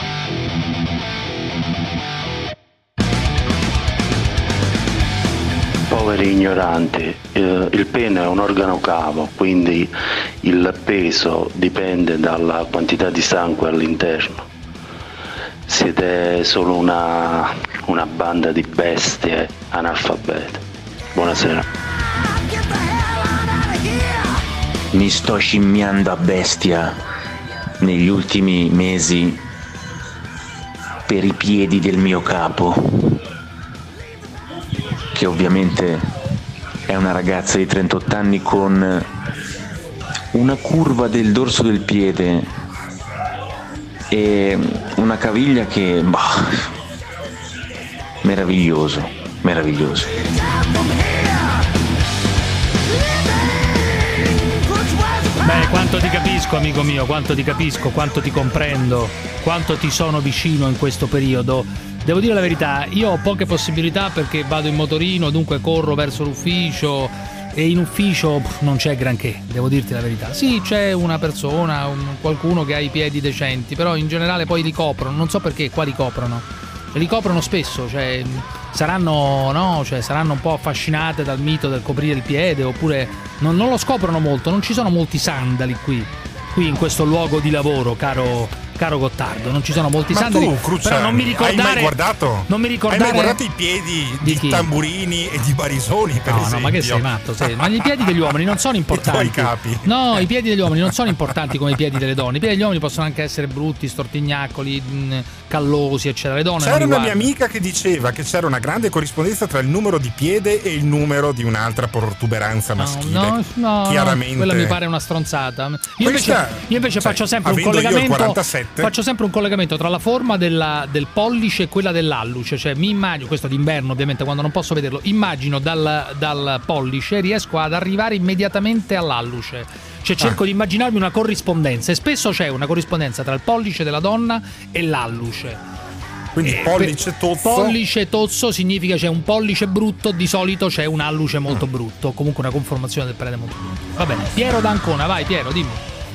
Poveri ignoranti, eh, il pene è un organo cavo, quindi il peso dipende dalla quantità di sangue all'interno. Siete solo una, una banda di bestie analfabete. Buonasera. Mi sto scimmiando a bestia negli ultimi mesi per i piedi del mio capo, che ovviamente è una ragazza di trentotto anni con una curva del dorso del piede e una caviglia che bah, meraviglioso, meraviglioso. Beh, quanto ti capisco, amico mio, quanto ti capisco, quanto ti comprendo, quanto ti sono vicino in questo periodo. Devo dire la verità, io ho poche possibilità perché vado in motorino, dunque corro verso l'ufficio e in ufficio pff, non c'è granché, devo dirti la verità. Sì, c'è una persona, un, qualcuno che ha i piedi decenti, però in generale poi li coprono, non so perché qua li coprono. Li coprono spesso, cioè saranno, no, cioè saranno un po' affascinate dal mito del coprire il piede, oppure non, non lo scoprono molto, non ci sono molti sandali qui, qui in questo luogo di lavoro, caro caro Gottardo, non ci sono molti Ma sandali. tu, Cruciani, però non mi ricordare, hai mai guardato? Non mi ricordare, hai mai guardato i piedi di, di Tamburini e di Barisoni, per no, esempio? No, ma che sei matto? Sei. Ma i piedi degli uomini non sono importanti. I tuoi capi. No, i piedi degli uomini non sono importanti come i piedi delle donne. I piedi degli uomini possono anche essere brutti, stortignacoli, callosi, eccetera. Le donne c'era non una mia amica che diceva che c'era una grande corrispondenza tra il numero di piede e il numero di un'altra protuberanza maschile. No, no, chiaramente. Quella mi pare una stronzata. Io invece, io invece cioè, faccio sempre un collegamento. Io il quarantasette Faccio sempre un collegamento tra la forma della, del pollice e quella dell'alluce. Cioè, mi immagino, questo d'inverno ovviamente, quando non posso vederlo, immagino dal, dal pollice riesco ad arrivare immediatamente all'alluce. Cioè cerco ah. di immaginarmi una corrispondenza, e spesso c'è una corrispondenza tra il pollice della donna e l'alluce. Quindi eh, pollice tozzo. Pollice tozzo significa c'è un pollice brutto, di solito c'è un alluce molto mm. brutto, comunque una conformazione del prede molto brutto. Va bene, Piero d'Ancona, vai Piero, dimmi.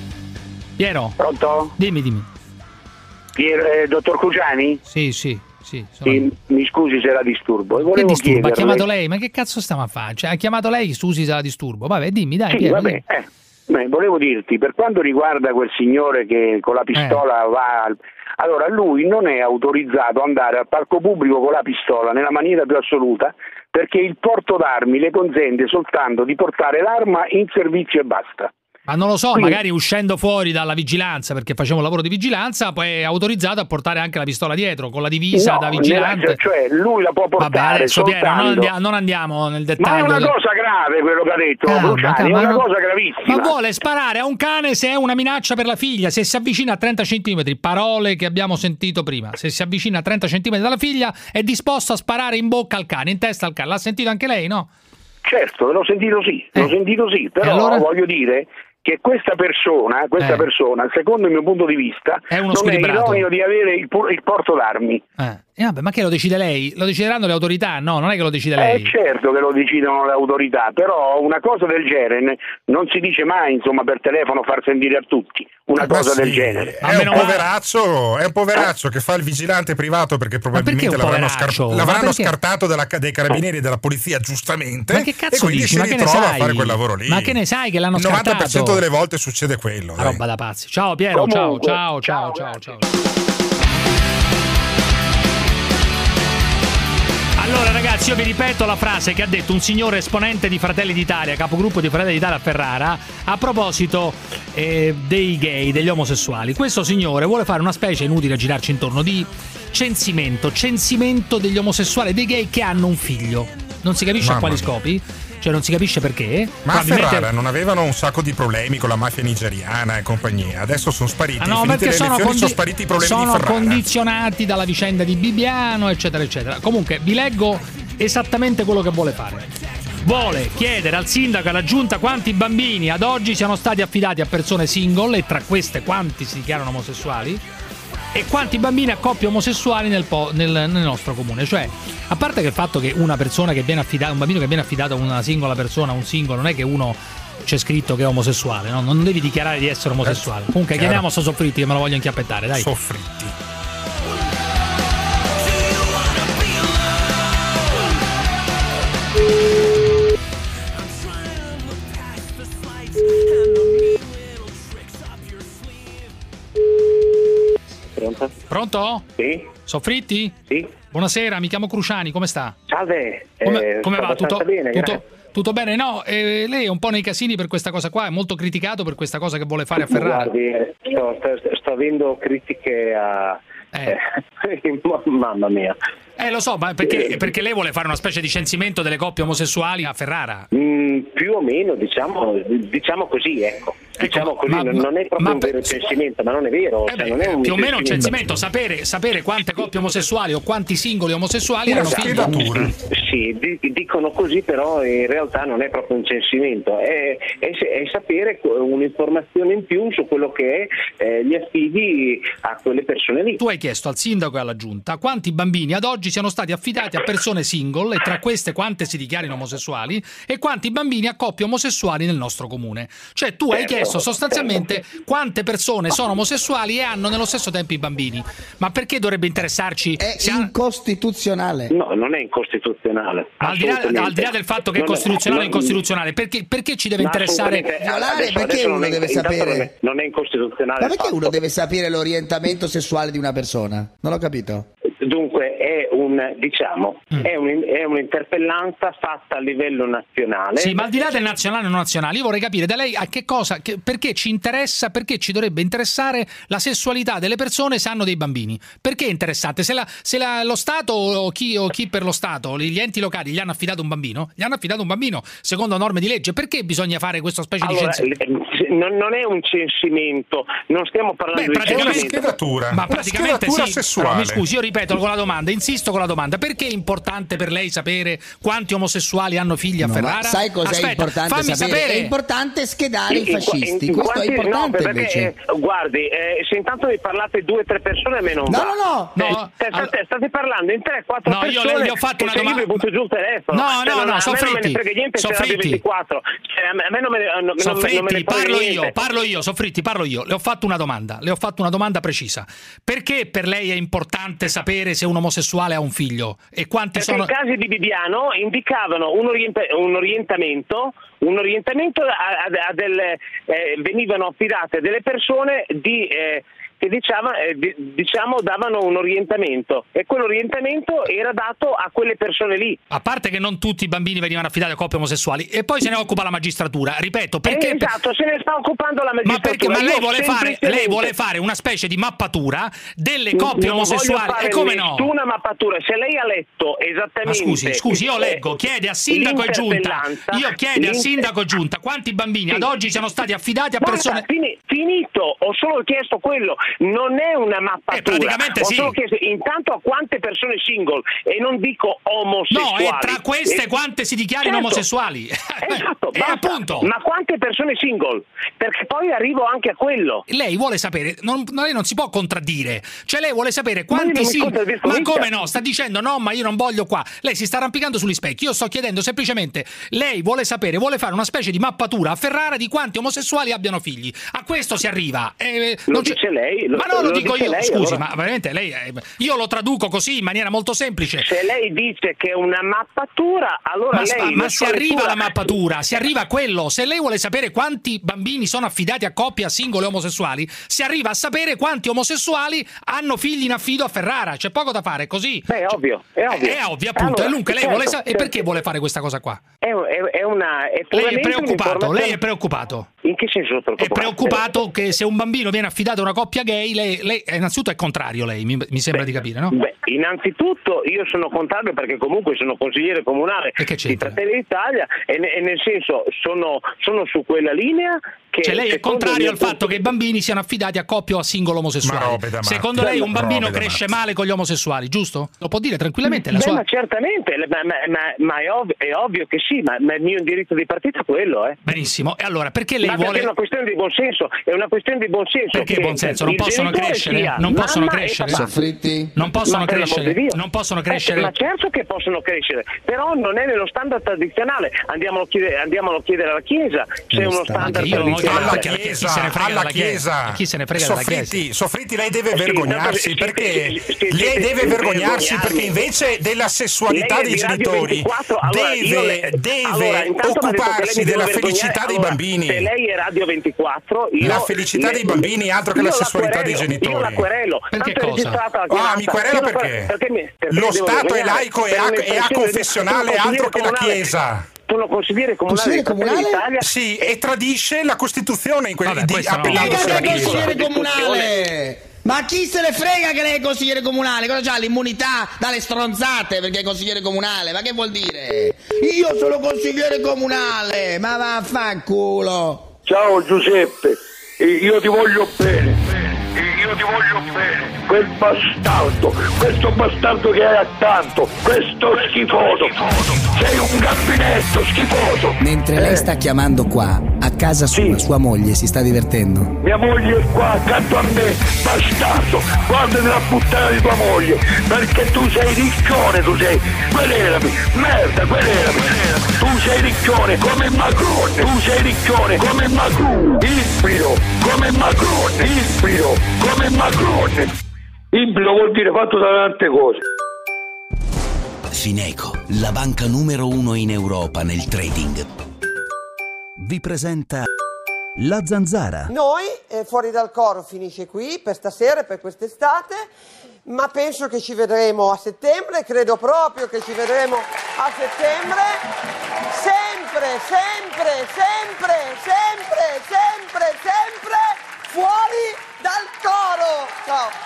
Piero? Pronto? Dimmi, dimmi. Piero, eh, dottor Cruciani? Sì, sì, sì. sì mi scusi se la disturbo. E che disturbo? Chiederle... Ha chiamato lei? Ma che cazzo stiamo a fare? Cioè, ha chiamato lei, scusi se la disturbo. Vabbè, dimmi, dai. Sì, Piero, vabbè, dimmi. Eh. Beh, volevo dirti, per quanto riguarda quel signore che con la pistola eh. va al... Allora, lui non è autorizzato ad andare al parco pubblico con la pistola nella maniera più assoluta, perché il porto d'armi le consente soltanto di portare l'arma in servizio e basta. Ma non lo so, Quindi, magari uscendo fuori dalla vigilanza, perché facciamo un lavoro di vigilanza, poi è autorizzato a portare anche la pistola dietro, con la divisa no, da vigilante. Nella, cioè, lui la può portare. Vabbè, adesso soltanto... Piero, non, andiamo, non andiamo nel dettaglio. Ma è una cosa grave quello che ha detto calma, Cruciani, calma, è una no. cosa gravissima. Ma vuole sparare a un cane se è una minaccia per la figlia, se si avvicina a trenta centimetri, parole che abbiamo sentito prima, se si avvicina a trenta centimetri dalla figlia è disposto a sparare in bocca al cane, in testa al cane. L'ha sentito anche lei, no? Certo, l'ho sentito sì, eh. l'ho sentito sì, però allora? voglio dire... che questa persona, questa eh. persona, secondo il mio punto di vista, è uno non è idoneo di avere il, il porto d'armi. Eh. Eh vabbè, ma che lo decide lei? Lo decideranno le autorità? No, non è che lo decide lei. Eh certo che lo decidono le autorità, però una cosa del genere non si dice mai, insomma, per telefono far sentire a tutti una ma cosa sì, del genere. È un poveraccio, è un poveraccio eh? che fa il vigilante privato perché probabilmente perché l'avranno, scar- l'avranno scartato della, dei carabinieri e della polizia, giustamente. Ma che cazzo e quindi dici? si ma che ne ritrova sai? a fare quel lavoro lì. Ma che ne sai che l'hanno il novanta per cento scartato? cento delle volte succede quello. Una roba da pazzi. Ciao Piero, Comunque, ciao, ciao, ciao, ciao, ciao. Allora ragazzi, io vi ripeto la frase che ha detto un signore esponente di Fratelli d'Italia, capogruppo di Fratelli d'Italia a Ferrara, a proposito eh, dei gay, degli omosessuali. Questo signore vuole fare una specie, inutile girarci intorno, di censimento, censimento degli omosessuali, dei gay che hanno un figlio. Non si capisce Mamma a quali mia. scopi. Cioè non si capisce perché. Ma a Ferrara non avevano un sacco di problemi con la mafia nigeriana e compagnia. Adesso sono spariti. Ah no, Finite perché le sono, elezioni condi- sono spariti i problemi sono di Ferrara. condizionati dalla vicenda di Bibbiano, eccetera, eccetera. Comunque, vi leggo esattamente quello che vuole fare. Vuole chiedere al sindaco e alla giunta quanti bambini ad oggi siano stati affidati a persone single e tra queste quanti si dichiarano omosessuali e quanti bambini a coppie omosessuali nel, po- nel, nel nostro comune. Cioè, a parte che il fatto che una persona che viene affidata, un bambino che viene affidato a una singola persona, un singolo, non è che uno c'è scritto che è omosessuale, no? Non devi dichiarare di essere omosessuale. Comunque chiediamo a sto Soffritti che me lo voglio inchiappettare, dai. Soffritti. Pronto? Pronto? Sì. Soffritti? Sì. Buonasera, mi chiamo Cruciani, come sta? Salve. Come, eh, come sto va? Tutto abbastanza bene, tutto, grazie. tutto bene? No, eh, lei è un po' nei casini per questa cosa qua, è molto criticato per questa cosa che vuole fare a Ferrara. Guardi, eh, sto, sto, sto avendo critiche a... Eh. Eh, mamma mia. Eh, lo so, ma perché, perché lei vuole fare una specie di censimento delle coppie omosessuali a Ferrara? Mm, più o meno, diciamo, diciamo così, ecco. Diciamo così, ma- non non è proprio ma un per- vero censimento, ma non è vero. Eh cioè, beh, non è un più o meno un censimento, sapere, sapere quante coppie omosessuali o quanti singoli omosessuali hanno figli. Sì, di- dicono così, però in realtà non è proprio un censimento, è, è, è sapere un'informazione in più su quello che è eh, gli affidi a quelle persone lì. Tu hai chiesto al sindaco e alla giunta quanti bambini ad oggi siano stati affidati a persone single e tra queste quante si dichiarino omosessuali e quanti bambini a coppie omosessuali nel nostro comune. Cioè tu hai Certo, chiesto sostanzialmente quante persone sono omosessuali e hanno nello stesso tempo i bambini. Ma perché dovrebbe interessarci? È se ha- incostituzionale. No, non è incostituzionale. al, di là, assolutamente. al di là del fatto che è Non costituzionale o non- incostituzionale, perché, perché ci deve no, interessare? assolutamente. Violare, Adesso- perché adesso uno non è- deve intanto sapere? Non è, non è incostituzionale. Ma il perché fatto. uno deve sapere l'orientamento sessuale di una persona? Non ho capito. Dunque è un diciamo Mm. è, un, è un'interpellanza fatta a livello nazionale. Sì, ma al di là del nazionale o non nazionale, io vorrei capire da lei a che cosa, che- perché ci interessa, perché ci dovrebbe interessare la sessualità delle persone se hanno dei bambini. Perché è interessante? Se, la, se la- lo Stato o chi, o chi per lo Stato, gli enti locali gli hanno affidato un bambino, gli hanno affidato un bambino secondo norme di legge, perché bisogna fare questa specie Allora, di censimento? eh, non, non è un censimento, non stiamo parlando Beh, di praticamente- censimento. Ma praticamente sì. Però, mi scusi, io ripeto con la domanda, insisto con la domanda, perché è importante per lei sapere quanti omosessuali hanno figli a No, Ferrara? ma sai cos'è Aspetta, importante fammi sapere? sapere. È importante schedare In- i fascisti. in- in Questo è quanti- importante no, perché, invece. eh, guardi, eh, se intanto vi parlate due o tre persone a me non No, va. no, no. Eh, No, state, allora- state parlando in tre quattro No, io persone le- le ho fatto che una se io domanda- vi butto giù il telefono. No, Cioè, no, non- no, a me non me Soffritti, ne frega niente se Soffritti. Radio ventiquattro. Cioè, a me- a me non me ne, non, non me- non me Soffritti, ne frega parlo niente. io, parlo io, Soffritti, parlo io. Le ho fatto una domanda, le ho fatto una domanda precisa. Perché per lei è importante sapere se un omosessuale ha un figlio? E quanti Perché sono... i casi di Bibbiano indicavano un, orienta- un orientamento, un orientamento a, a- a delle, eh, venivano affidate delle persone di, eh, che diciamo, eh, di- diciamo davano un orientamento e quell'orientamento era dato a quelle persone lì. A parte che non tutti i bambini venivano affidati a coppie omosessuali e poi se ne occupa la magistratura, ripeto, perché... Eh, esatto, se ne sta occupando la Ma perché? magistratura. Ma lei Io vuole, fare, semplicemente- lei vuole fare una specie di mappatura delle coppie non omosessuali voglio fare e come no? nessuna mappatura. Se lei ha letto esattamente... Ma scusi, scusi, io leggo, chiede a sindaco e giunta, l'interpellanza- io chiedo a l'in- sindaco e giunta quanti bambini Sì. ad oggi siano stati affidati a Guarda, persone... fini- finito, ho solo chiesto quello, non è una mappatura. Eh, praticamente ho sì. solo chiesto intanto a quante persone single e non dico omosessuali. No, e tra queste Eh, quante si dichiarino certo. omosessuali? Esatto, E basta. appunto. Ma quante persone single? Perché poi arrivo anche a quello. Lei vuole sapere, non, lei non si può contraddire, cioè lei vuole sapere quanti non mi sì, contraddisco ma mica. come no? Sta dicendo no, ma io non voglio qua. Lei si sta arrampicando sugli specchi. Io sto chiedendo semplicemente, lei vuole sapere, vuole fare una specie di mappatura a Ferrara di quanti omosessuali abbiano figli. A questo si arriva. Eh, Lo non c'è- dice lei, sì, lo, ma no, lo, lo dico io, lei, scusi, allora. ma veramente lei, io lo traduco così in maniera molto semplice. Se lei dice che è una mappatura, allora ma, lei... Ma si arriva lettura... alla mappatura, si arriva a quello. Se lei vuole sapere quanti bambini sono affidati a coppie, a singole omosessuali, si arriva a sapere quanti omosessuali hanno figli in affido a Ferrara. C'è poco da fare, così. Beh, è ovvio, è ovvio. È, è ovvio, appunto. Allora, e dunque lei certo, vuole sa- certo. E perché vuole fare questa cosa qua? È, è, è una... È lei è preoccupato, lei è preoccupato. In che senso preoccupato? È preoccupato che se un bambino viene affidato a una coppia gay, lei, lei innanzitutto è contrario, lei mi, mi sembra beh, di capire, no? Beh, innanzitutto io sono contrario perché comunque sono consigliere comunale di Fratelli d'Italia e, e nel senso sono, sono su quella linea che... Cioè lei è contrario al fatto che i bambini siano affidati a coppie o a singolo omosessuali. Secondo lei un bambino cresce male con gli omosessuali, giusto? Lo può dire tranquillamente? La Beh, sua... ma certamente, ma, ma, ma, ma è, ovvio, è ovvio che sì, ma, ma il mio indirizzo di partito è quello. Eh. Benissimo, e allora perché lei ma vuole... Perché è una questione di buonsenso, è una questione di buonsenso. Perché buonsenso? Non possono crescere? Sia, non possono mamma crescere? Soffritti? Non possono ma crescere? Non possono crescere? Eh, ma certo che possono crescere, però non è nello standard tradizionale. Andiamolo a chiedere, andiamolo a chiedere alla Chiesa se è uno standard io non tradizionale. Alla Chiesa, chi se ne frega alla della Chiesa. Chi se ne frega Soffritti, della Chiesa? Soffritti, lei deve Eh sì, vergognarsi sì, perché sì, sì, sì, lei sì, deve sì, vergognarsi vergognarmi. perché invece della sessualità Lei è dei di Radio genitori ventiquattro, allora deve, io le- deve allora, intanto mi ha detto che lei occuparsi mi deve della vergognare. felicità dei Allora, bambini. Se lei è Radio ventiquattro, io La felicità le- dei bambini, altro che io la la sessualità querelo, dei genitori. Io la querelo. Perché Tanto è cosa? registrata la Ah, chiamata. mi querela Io la perché? querelo- perché mi- perché Lo mi devo Stato è vergognare? laico e Per a- un e espressione- aconfessionale, sono altro che la consigliere Chiesa. Sono consigliere comunale Consigliere di Fratelli comunale? d'Italia. Sì, e tradisce la Costituzione in quelli Vabbè, di questo no. appellandosi alla Mica che è Chiesa. consigliere comunale! Ma chi se ne frega che lei è consigliere comunale? Cosa c'ha? L'immunità dalle stronzate perché è consigliere comunale? Ma che vuol dire? Io sono consigliere comunale! Ma vaffanculo! Ciao Giuseppe, io ti voglio bene. Io ti voglio bene. Quel bastardo, questo bastardo che hai accanto, questo schifoso. Sei un gabinetto schifoso. Mentre lei sta chiamando qua, a casa sua, sua moglie si sta divertendo. Mia moglie è qua accanto a me, bastardo. Guardati la puttana di tua moglie, perché tu sei riccione, tu sei. Querelami, merda, querelami. Tu sei riccione come Macron, tu sei riccione come Macron. Impido come Macron, impido come Macron. Impido vuol dire fatto da tante cose. Fineco, la banca numero uno in Europa nel trading, vi presenta La Zanzara. Noi, eh, Fuori dal Coro finisce qui per stasera e per quest'estate, ma penso che ci vedremo a settembre, credo proprio che ci vedremo a settembre, sempre, sempre, sempre, sempre, sempre, sempre fuori dal coro. Ciao.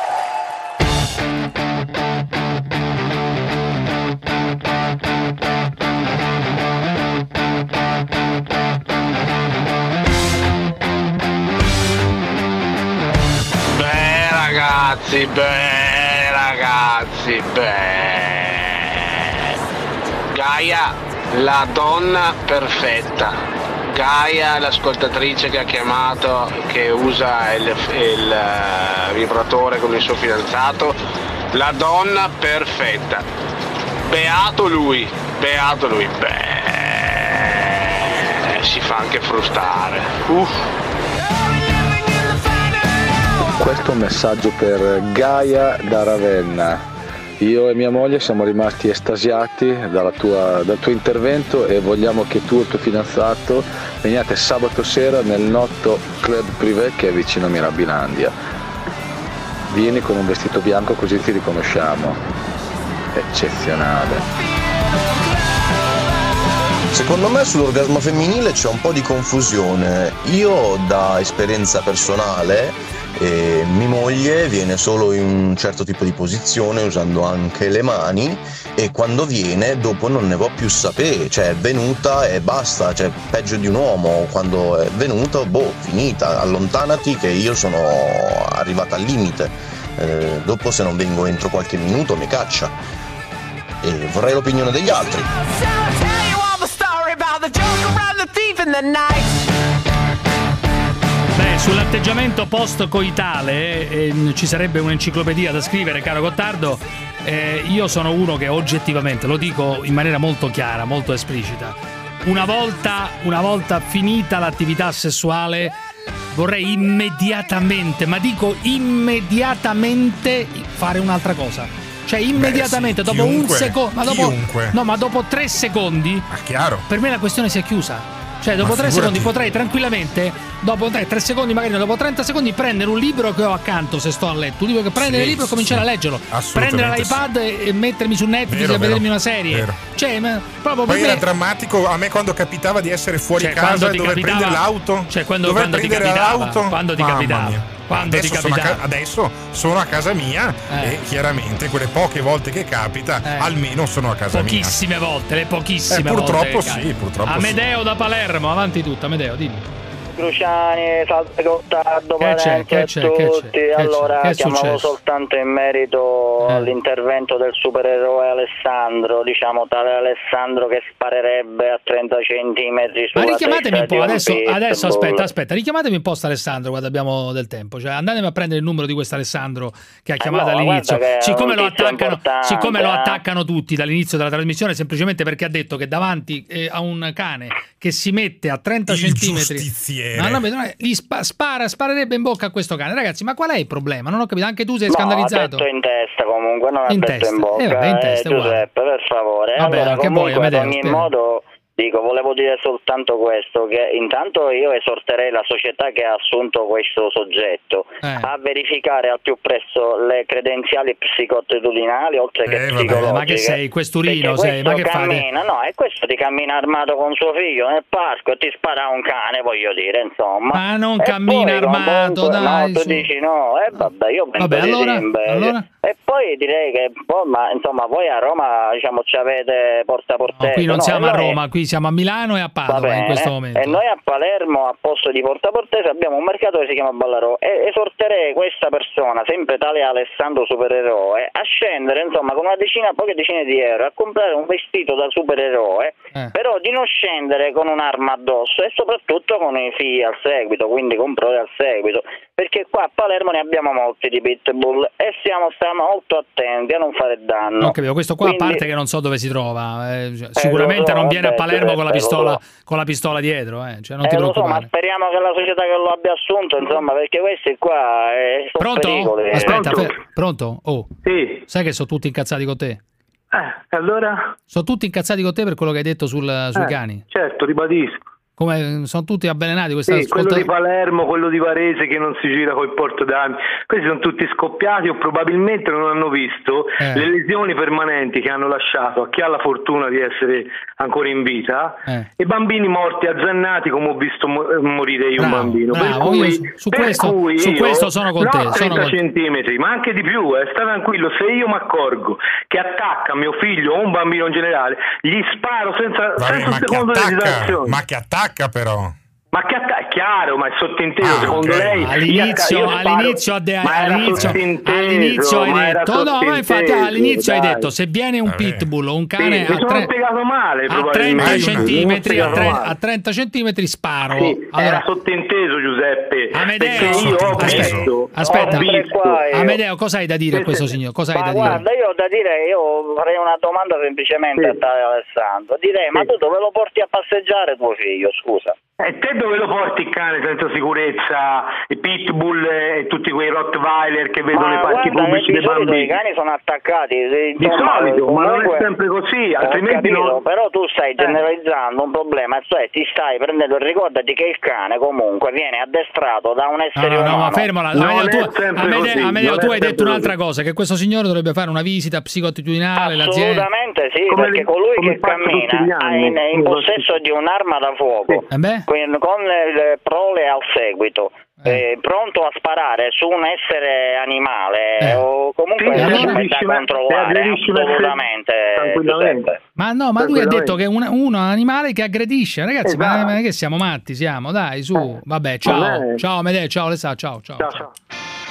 Beh ragazzi, beh ragazzi, beh. Gaia, la donna perfetta. Gaia, l'ascoltatrice che ha chiamato, che usa il, il uh, vibratore con il suo fidanzato. La donna perfetta. Beato lui, beato lui, beh. Si fa anche frustare. Uff. Questo è un messaggio per Gaia da Ravenna. Io e mia moglie siamo rimasti estasiati dalla tua, dal tuo intervento e vogliamo che tu e il tuo fidanzato veniate sabato sera nel noto club privé che è vicino a Mirabilandia. Vieni con un vestito bianco così ti riconosciamo. Eccezionale. Secondo me sull'orgasmo femminile c'è un po' di confusione. Io da esperienza personale, eh, mia moglie viene solo in un certo tipo di posizione usando anche le mani e quando viene dopo non ne può più sapere, cioè è venuta e basta, cioè peggio di un uomo, quando è venuta, boh, finita, allontanati che io sono arrivata al limite, eh, dopo se non vengo entro qualche minuto mi caccia e vorrei l'opinione degli altri. Beh, sull'atteggiamento post-coitale eh, ci sarebbe un'enciclopedia da scrivere, caro Gottardo. Eh, io sono uno che oggettivamente, lo dico in maniera molto chiara, molto esplicita, una volta, una volta finita l'attività sessuale vorrei immediatamente, ma dico immediatamente fare un'altra cosa. Cioè immediatamente, Beh, sì, dopo chiunque, un secondo, ma dopo no, ma dopo tre secondi, ah, chiaro. Per me la questione si è chiusa. Cioè dopo tre secondi potrei tranquillamente, dopo tre secondi, magari dopo trenta secondi, prendere un libro che ho accanto se sto a letto, un libro che prendere sì, il libro sì, e cominciare sì. a leggerlo, prendere l'iPad sì. e mettermi su Netflix vero, e vedermi vero, una serie. Vero. Cioè, ma, proprio Poi per era me... drammatico a me quando capitava di essere fuori cioè, casa e dover capitava, prendere l'auto. Cioè quando, dover quando prendere ti capitava, l'auto. Quando ti Mamma capitava. Mia. Quando adesso, ti sono capitava. ca- adesso sono a casa mia eh. e chiaramente quelle poche volte che capita eh. almeno sono a casa pochissime mia. volte, le pochissime eh, purtroppo volte sì, purtroppo Amedeo sì. da Palermo, avanti tutto, Amedeo, dimmi. Cruciani, Salve Gottardo, Valente a tutti. Che allora che chiamavo soltanto in merito eh. all'intervento del supereroe Alessandro, diciamo tale Alessandro che sparerebbe a trenta centimetri sulla Ma richiamatemi un po', adesso, adesso aspetta, aspetta, richiamatemi un po' sto Alessandro quando abbiamo del tempo, cioè andatemi a prendere il numero di questo Alessandro che ha chiamato eh no, all'inizio, siccome, lo attaccano, siccome lo attaccano tutti dall'inizio della trasmissione semplicemente perché ha detto che davanti eh, a un cane che si mette a trenta centimetri No, no, no, gli spa- spara, sparerebbe in bocca a questo cane. Ragazzi, ma qual è il problema? Non ho capito, anche tu sei no, scandalizzato. Ha detto in testa comunque, non ha in detto testa. in bocca. Eh, vabbè, in testa, eh, Giuseppe, per favore. Vabbè, allora, anche comunque, voi, Amedeo, ad ogni spero. modo, dico, volevo dire soltanto questo, che intanto io esorterei la società che ha assunto questo soggetto eh. a verificare al più presto le credenziali psicotitudinali oltre che eh, psicologiche. Vabbè, ma che sei, questurino sei, ma che cammina, fate? no, e questo ti cammina armato con suo figlio nel parco e ti spara un cane, voglio dire, insomma. Ma non e cammina poi, armato, comunque, dai. No, tu su. dici no, e eh, vabbè, io penso vabbè, di allora, sì, allora? E poi direi che, boh, ma insomma, voi a Roma, diciamo, ci avete porta a porta. No, qui non no? siamo e a noi... Roma, qui siamo a Milano e a Padova bene, in questo momento. E noi a Palermo, a posto di Porta Portese, abbiamo un mercato che si chiama Ballarò e esorterei questa persona, sempre tale Alessandro supereroe, a scendere insomma con una decina, poche decine di euro a comprare un vestito da supereroe, eh. però di non scendere con un'arma addosso e soprattutto con i figli al seguito, quindi con prole al seguito, perché qua a Palermo ne abbiamo molti di pitbull e siamo, stiamo molto attenti a non fare danno. Ho capito, questo qua quindi, a parte che non so dove si trova, eh, cioè, sicuramente eh, so, non viene vabbè, a Palermo con la pistola so. con la pistola dietro, eh, cioè non eh, ti lo so, preoccupare. ma speriamo che la società che lo abbia assunto, insomma, perché questi qua eh, sono Pronto? pericoli. Aspetta, Pronto? Fer- pronto? Oh. Sì. Sai che sono tutti incazzati con te? Eh, allora? Sono tutti incazzati con te per quello che hai detto sul, sui eh, cani? Certo, ribadisco. Come sono tutti avvelenati questa sì, quello di Palermo, quello di Varese che non si gira col porto d'armi, questi sono tutti scoppiati o probabilmente non hanno visto eh. le lesioni permanenti che hanno lasciato a chi ha la fortuna di essere ancora in vita eh. e bambini morti azzannati come ho visto morire io bravo, un bambino bravo, per cui, io su, per questo, cui su io, questo sono con no, te trenta sono con centimetri ma anche di più, eh, sta tranquillo, se io mi accorgo che attacca mio figlio o un bambino in generale gli sparo senza, Vabbè, senza un secondo di esitazione. Ma che attacca però Ma che è chiaro, ma è sottinteso, ah, secondo okay. lei all'inizio, sparo, all'inizio, de, all'inizio, all'inizio hai detto no, ma infatti all'inizio dai. hai detto se viene un pitbull o un cane sì, a, tre, male, a trenta centimetri a, tre, a trenta centimetri sparo sì, allora, era sottinteso Giuseppe Amedeo, io ho aspetta, visto, aspetta. ho visto. Amedeo, cosa hai da dire a questo signore? Cosa hai da dire? Guarda, io ho da dire, io farei una domanda semplicemente sì. a tale Alessandro, direi sì. ma tu dove lo porti a passeggiare tuo figlio, scusa? E te dove lo porti il cane senza sicurezza, i pitbull e tutti quei rottweiler che vedono nei parchi pubblici dei bambini? I cani sono attaccati, insomma, di solito, comunque, ma non è sempre così, altrimenti capito, non... Però tu stai generalizzando eh. un problema, cioè ti stai prendendo, ricordati che il cane comunque viene addestrato da un essere no, no, umano. No, ma fermola, Amedeo, tu, Amedeo, Amedeo, tu hai detto un'altra cosa, che questo signore dovrebbe fare una visita psicotitudinale, assolutamente sì, come perché colui che cammina è in, in possesso di un'arma da fuoco. Eh beh? Con le prole al seguito eh. Eh, pronto a sparare su un essere animale eh. o comunque sì, allora, è da controllare assolutamente, assolutamente. Ma no, ma lui ha detto che è un, uno animale che aggredisce, ragazzi, esatto. ma, ma che siamo matti siamo, dai, su, vabbè, ciao, ciao Amedeo, ciao Alessà, ciao, ciao, ciao, ciao.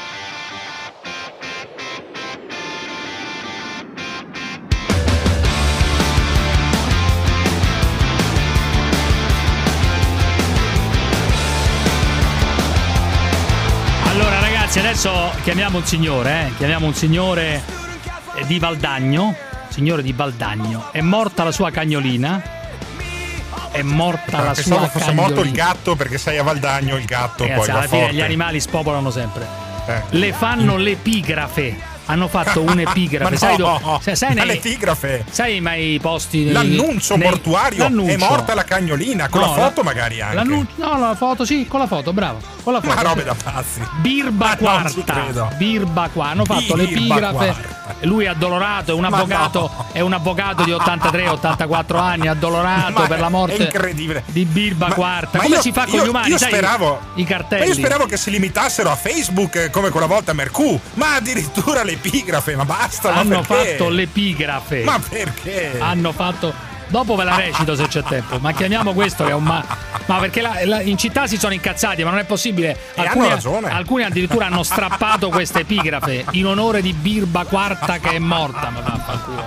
Allora ragazzi, adesso chiamiamo un signore, eh? chiamiamo un signore di Valdagno, signore di Valdagno, è morta la sua cagnolina è morta ah, la sua cagnolina. Fosse morto il gatto, perché sei a Valdagno, il gatto eh, poi alla va fine forte. Gli animali spopolano sempre. Eh. Le fanno l'epigrafe. Hanno fatto un'epigrafe, no, sai, do, sai, sai ma nei, l'epigrafe. Sai mai i posti nei, l'annuncio nei, mortuario l'annuncio. È morta la cagnolina con no, la foto la, magari anche. No, la foto sì, con la foto, bravo. Con la foto. Ma robe da pazzi. Birba quarta. Birba qua, hanno fatto Birba l'epigrafe. Quarta. Lui è addolorato, è un avvocato, no. è un avvocato di ottantatré ottantaquattro anni, addolorato ma per la morte incredibile. di Birba ma, quarta. Ma come io, si fa con io, gli umani? Io sai, speravo i cartelli. Io speravo che si limitassero a Facebook come quella volta a Mercù, ma addirittura l'epigrafe, ma basta. Hanno ma fatto l'epigrafe. Ma perché? Hanno fatto. Dopo ve la recito se c'è tempo, ma chiamiamo questo che è un ma. Ma perché la, la, in città si sono incazzati, ma non è possibile. Alcuni, alcuni addirittura hanno strappato queste epigrafe in onore di Birba quarta che è morta. Ma vaffanculo.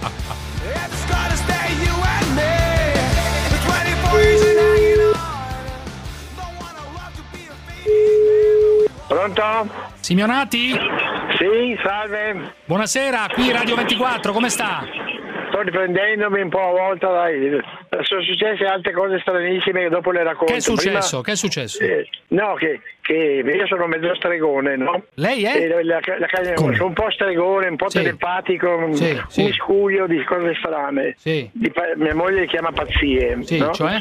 Pronto? Simeonati? Sì, salve. Buonasera, qui Radio ventiquattro, come sta? Sto riprendendomi un po' a volta, dai. Sono successe altre cose stranissime che dopo le racconto. Che è successo? Prima, che è successo? Eh, no, che, che io sono mezzo stregone, no? Lei è? La, la, la, sono un po' stregone, un po' sì. telepatico, sì, un sì. miscuglio di cose strane. Sì. Di, mia moglie li chiama pazzie, sì, no? Cioè?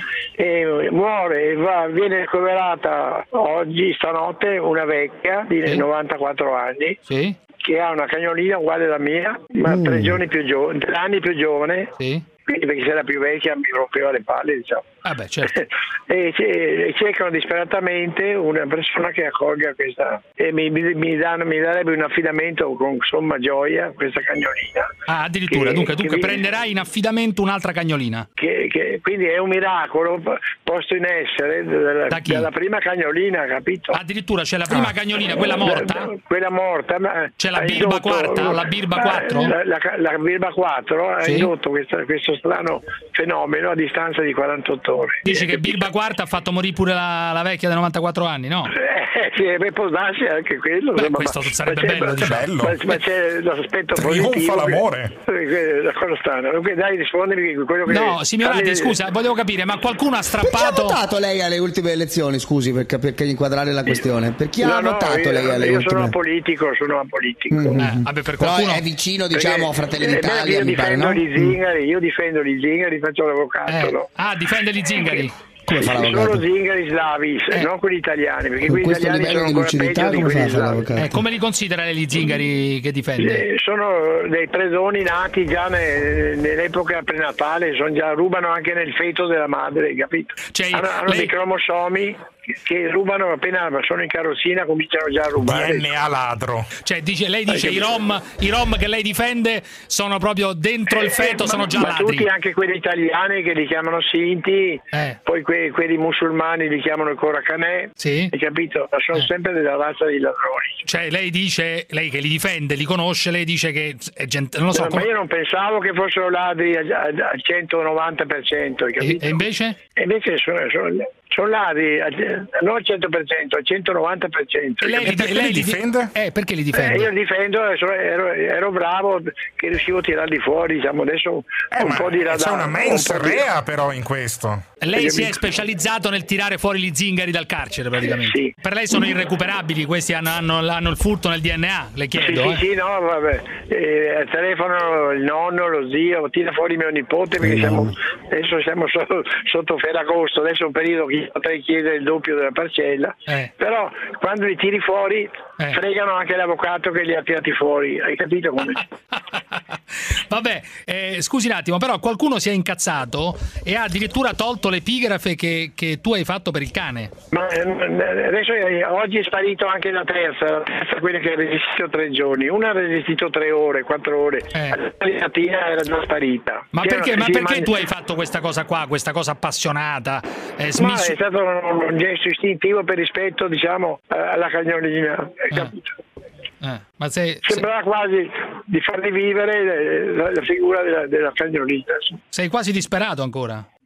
E muore e va, viene ricoverata oggi, stanotte, una vecchia di sì. novantaquattro anni. Sì. Che ha una cagnolina uguale alla mia, ma mm. tre giorni più giovane, tre anni più giovane. Sì. Quindi perché se era più vecchia mi rompeva le palle, diciamo. Ah beh, certo. e, e cercano disperatamente una persona che accolga questa e mi, mi, mi, danno, mi darebbe un affidamento con somma gioia questa cagnolina. Ah, addirittura, che, dunque, dunque che prenderai in affidamento un'altra cagnolina. Che, che, quindi è un miracolo posto in essere della, da chi? della prima cagnolina, capito? Addirittura c'è la prima ah. cagnolina, quella morta? Quella morta. Ma c'è la birba indotto, quarta, la birba quattro? La, la, la birba quattro sì. ha indotto questo, questo strano fenomeno a distanza di quarantotto ore. Dici che Birba quarta ha fatto morire pure la, la vecchia dei novantaquattro anni, no? Eh, sì, può darsi anche quello. Beh, insomma, questo ma, sarebbe ma bello, c'è, diciamo. ma, ma c'è l'aspetto Trionfa positivo. l'amore. Che, la cosa strana. Dunque, dai, rispondimi quello che... No, Simeonati, alle... scusa, volevo capire, ma qualcuno ha strappato... Per chi ha votato lei alle ultime elezioni, scusi, per, per, per inquadrare la questione? Per chi no, ha no, votato io, lei alle io ultime? Io sono apolitico, sono apolitico. Mm-hmm. Eh, vabbè, per qualcuno... Però è vicino, diciamo, a Fratelli eh, d'Italia, io mi pare, no? Gli zingari, io difendo gli zingari, faccio l'avvocato, eh. no? Ah, difende gli zingari. Come fa l'avvocato? Sono zingari slavi, eh. non quelli italiani, perché con quelli italiani sono ancora peggio di quelli slavi. Eh, come li considera lei gli zingari che difende? Eh, sono dei predoni nati già ne, nell'epoca prenatale, sono già, rubano anche nel feto della madre, capito? Cioè, hanno hanno lei... dei cromosomi che rubano appena sono in carrozzina, cominciano già a rubare. D N A ladro. Cioè dice, lei dice i rom, i rom che lei difende sono proprio dentro il feto, eh, sono ma, già ma ladri. Tutti, anche quelli italiani che li chiamano Sinti, eh. poi que, quelli musulmani li chiamano Coracanè, sì. hai capito? Ma sono eh. sempre della razza dei ladroni. Cioè lei dice, lei che li difende, li conosce, lei dice che è gente, non lo so. No, come... Ma io non pensavo che fossero ladri al centonovanta per cento, hai capito? E, e invece? E invece sono, sono, sono ladri non al cento per cento, al centonovanta per cento. E lei, li, lei li difende? Eh, perché li difende? Eh, io li difendo, ero, ero bravo che riuscivo a tirarli fuori, diciamo, adesso eh, un po' di radar. C'è una mens un rea di... però in questo. Lei si è specializzato nel tirare fuori gli zingari dal carcere praticamente. Sì. Per lei sono irrecuperabili, questi hanno, hanno, hanno il furto nel D N A, le chiedo. Sì, eh. sì, sì, no, vabbè. Eh, telefono il nonno, lo zio, tira fuori mio nipote perché siamo, adesso siamo sotto, sotto Ferragosto, adesso è un periodo che potrei chiedere il doppio della parcella, eh. però quando li tiri fuori eh. fregano anche l'avvocato che li ha tirati fuori, hai capito come? Vabbè, eh, scusi un attimo, però qualcuno si è incazzato e ha addirittura tolto l'epigrafe che, che tu hai fatto per il cane. Ma adesso oggi è sparito anche la terza, la terza quella che ha resistito tre giorni, una ha resistito tre ore, quattro ore, eh. la mattina era già sparita. Ma perché, C'era, ma perché mangi... tu hai fatto questa cosa qua, questa cosa appassionata? Eh, Ma è stato un, un gesto istintivo per rispetto, diciamo, alla cagnolina, hai eh. capito? Eh, ma sei, Sembrava sei... quasi di far rivivere la, la figura della, della cagnolina. Sei quasi disperato ancora?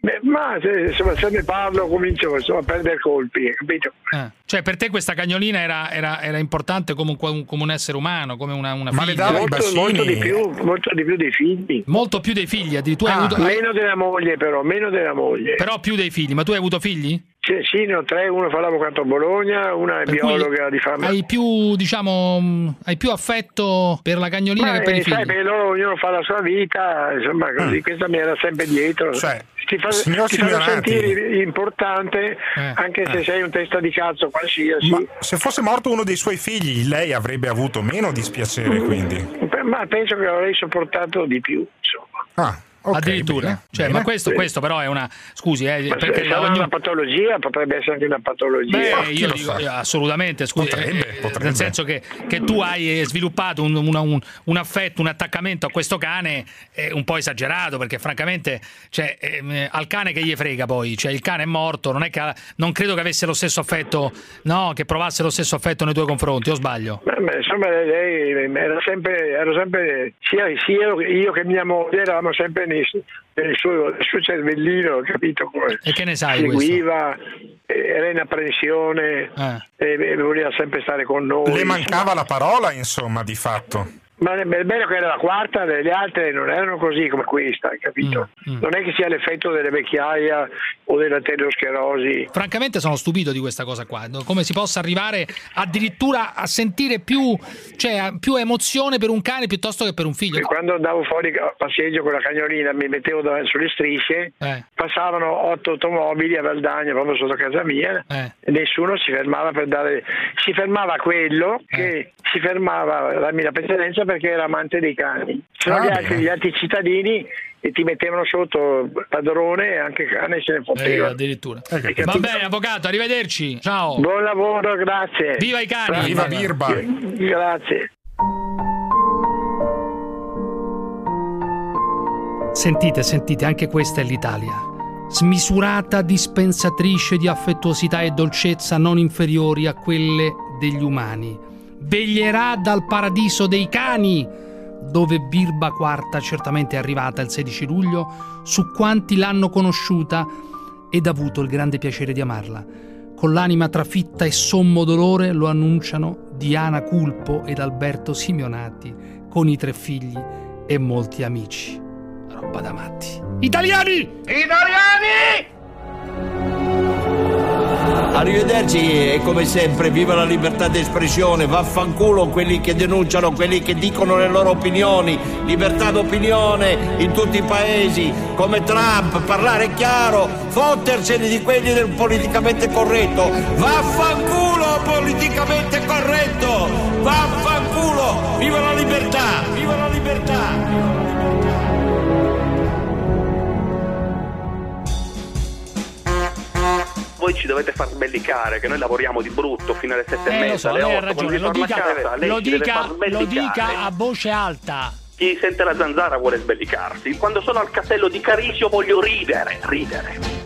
Ma se, se, se ne parlo comincio insomma, a perdere colpi, capito? Eh. Cioè per te questa cagnolina era, era, era importante come un, come un essere umano, come una, una Ma figlia? le molto, molto di più, molto di più dei figli. Molto più dei figli, addirittura. Ah, hai avuto, meno della moglie però, meno della moglie. Però più dei figli, ma tu hai avuto figli? Sì, sì, ne ho tre, uno fa l'avvocato a Bologna, una è per biologa di farmacia. Hai più, diciamo, hai più affetto per la cagnolina Ma, che per eh, i figli? Sai, per loro ognuno fa la sua vita, insomma, così, mm. questa mi era sempre dietro. Cioè, ti fa, signor ti fa Signorati, sentire importante, eh, anche se eh. sei un testa di cazzo qualsiasi. Ma se fosse morto uno dei suoi figli, lei avrebbe avuto meno dispiacere, quindi? Ma penso che l'avrei sopportato di più, insomma. Ah. Okay, addirittura, bene, cioè, bene. ma questo, questo però è una scusi, eh, ma perché se sarà ogni... una patologia, potrebbe essere anche una patologia. Beh, io dico, assolutamente, scusi, potrebbe, eh, potrebbe. nel senso che, che tu hai sviluppato un, una, un, un affetto, un attaccamento a questo cane è un po' esagerato, perché francamente, cioè, eh, al cane che gli frega poi, cioè il cane è morto, non è che non credo che avesse lo stesso affetto, no, che provasse lo stesso affetto nei tuoi confronti, o sbaglio? Beh, insomma, lei era sempre, ero sempre sia, sia io che mia moglie eravamo sempre nei nel suo, nel suo cervellino, capito come e che ne sai seguiva, era in apprensione eh. e voleva sempre stare con noi. Le mancava la parola, insomma, di fatto. Ma è bello che era la quarta, le altre non erano così come questa, capito? Mm, mm. Non è che sia l'effetto delle vecchiaia o dell'arterioschlerosi. Francamente sono stupito di questa cosa qua, come si possa arrivare addirittura a sentire più, cioè, più emozione per un cane piuttosto che per un figlio. E quando andavo fuori a passeggio con la cagnolina, mi mettevo davanti sulle strisce, eh. passavano otto automobili a Valdagna, proprio sotto casa mia, eh. e nessuno si fermava per dare... Si fermava quello che eh. si fermava a darmi la precedenza perché era amante dei cani. Se no ah, gli, altri, gli altri cittadini e ti mettevano sotto padrone e anche cane se ne fotteva. Eh, addirittura. Eh, Va bene, avvocato, arrivederci. Ciao. Buon lavoro, grazie. Viva i cani. Viva Birba. Grazie. Sentite, sentite, anche questa è l'Italia. Smisurata dispensatrice di affettuosità e dolcezza non inferiori a quelle degli umani. Veglierà dal paradiso dei cani, dove Birba quarta certamente è arrivata il sedici luglio, su quanti l'hanno conosciuta ed avuto il grande piacere di amarla. Con l'anima trafitta e sommo dolore lo annunciano Diana Culpo ed Alberto Simeonati, con i tre figli e molti amici. Roba da matti. Italiani! Italiani! Arrivederci e come sempre viva la libertà di espressione, vaffanculo quelli che denunciano, quelli che dicono le loro opinioni, libertà d'opinione in tutti i paesi, come Trump, parlare chiaro, fottersene di quelli del politicamente corretto, vaffanculo politicamente corretto, vaffanculo, viva la libertà, viva la libertà. Voi ci dovete far sbellicare che noi lavoriamo di brutto fino alle sette eh, e mezza, so, alle lei ha otto, ragione, lo dica, casa, lo, dica, lo dica a voce alta. Chi sente la zanzara vuole sbellicarsi. Quando sono al castello di Carisio voglio ridere, ridere.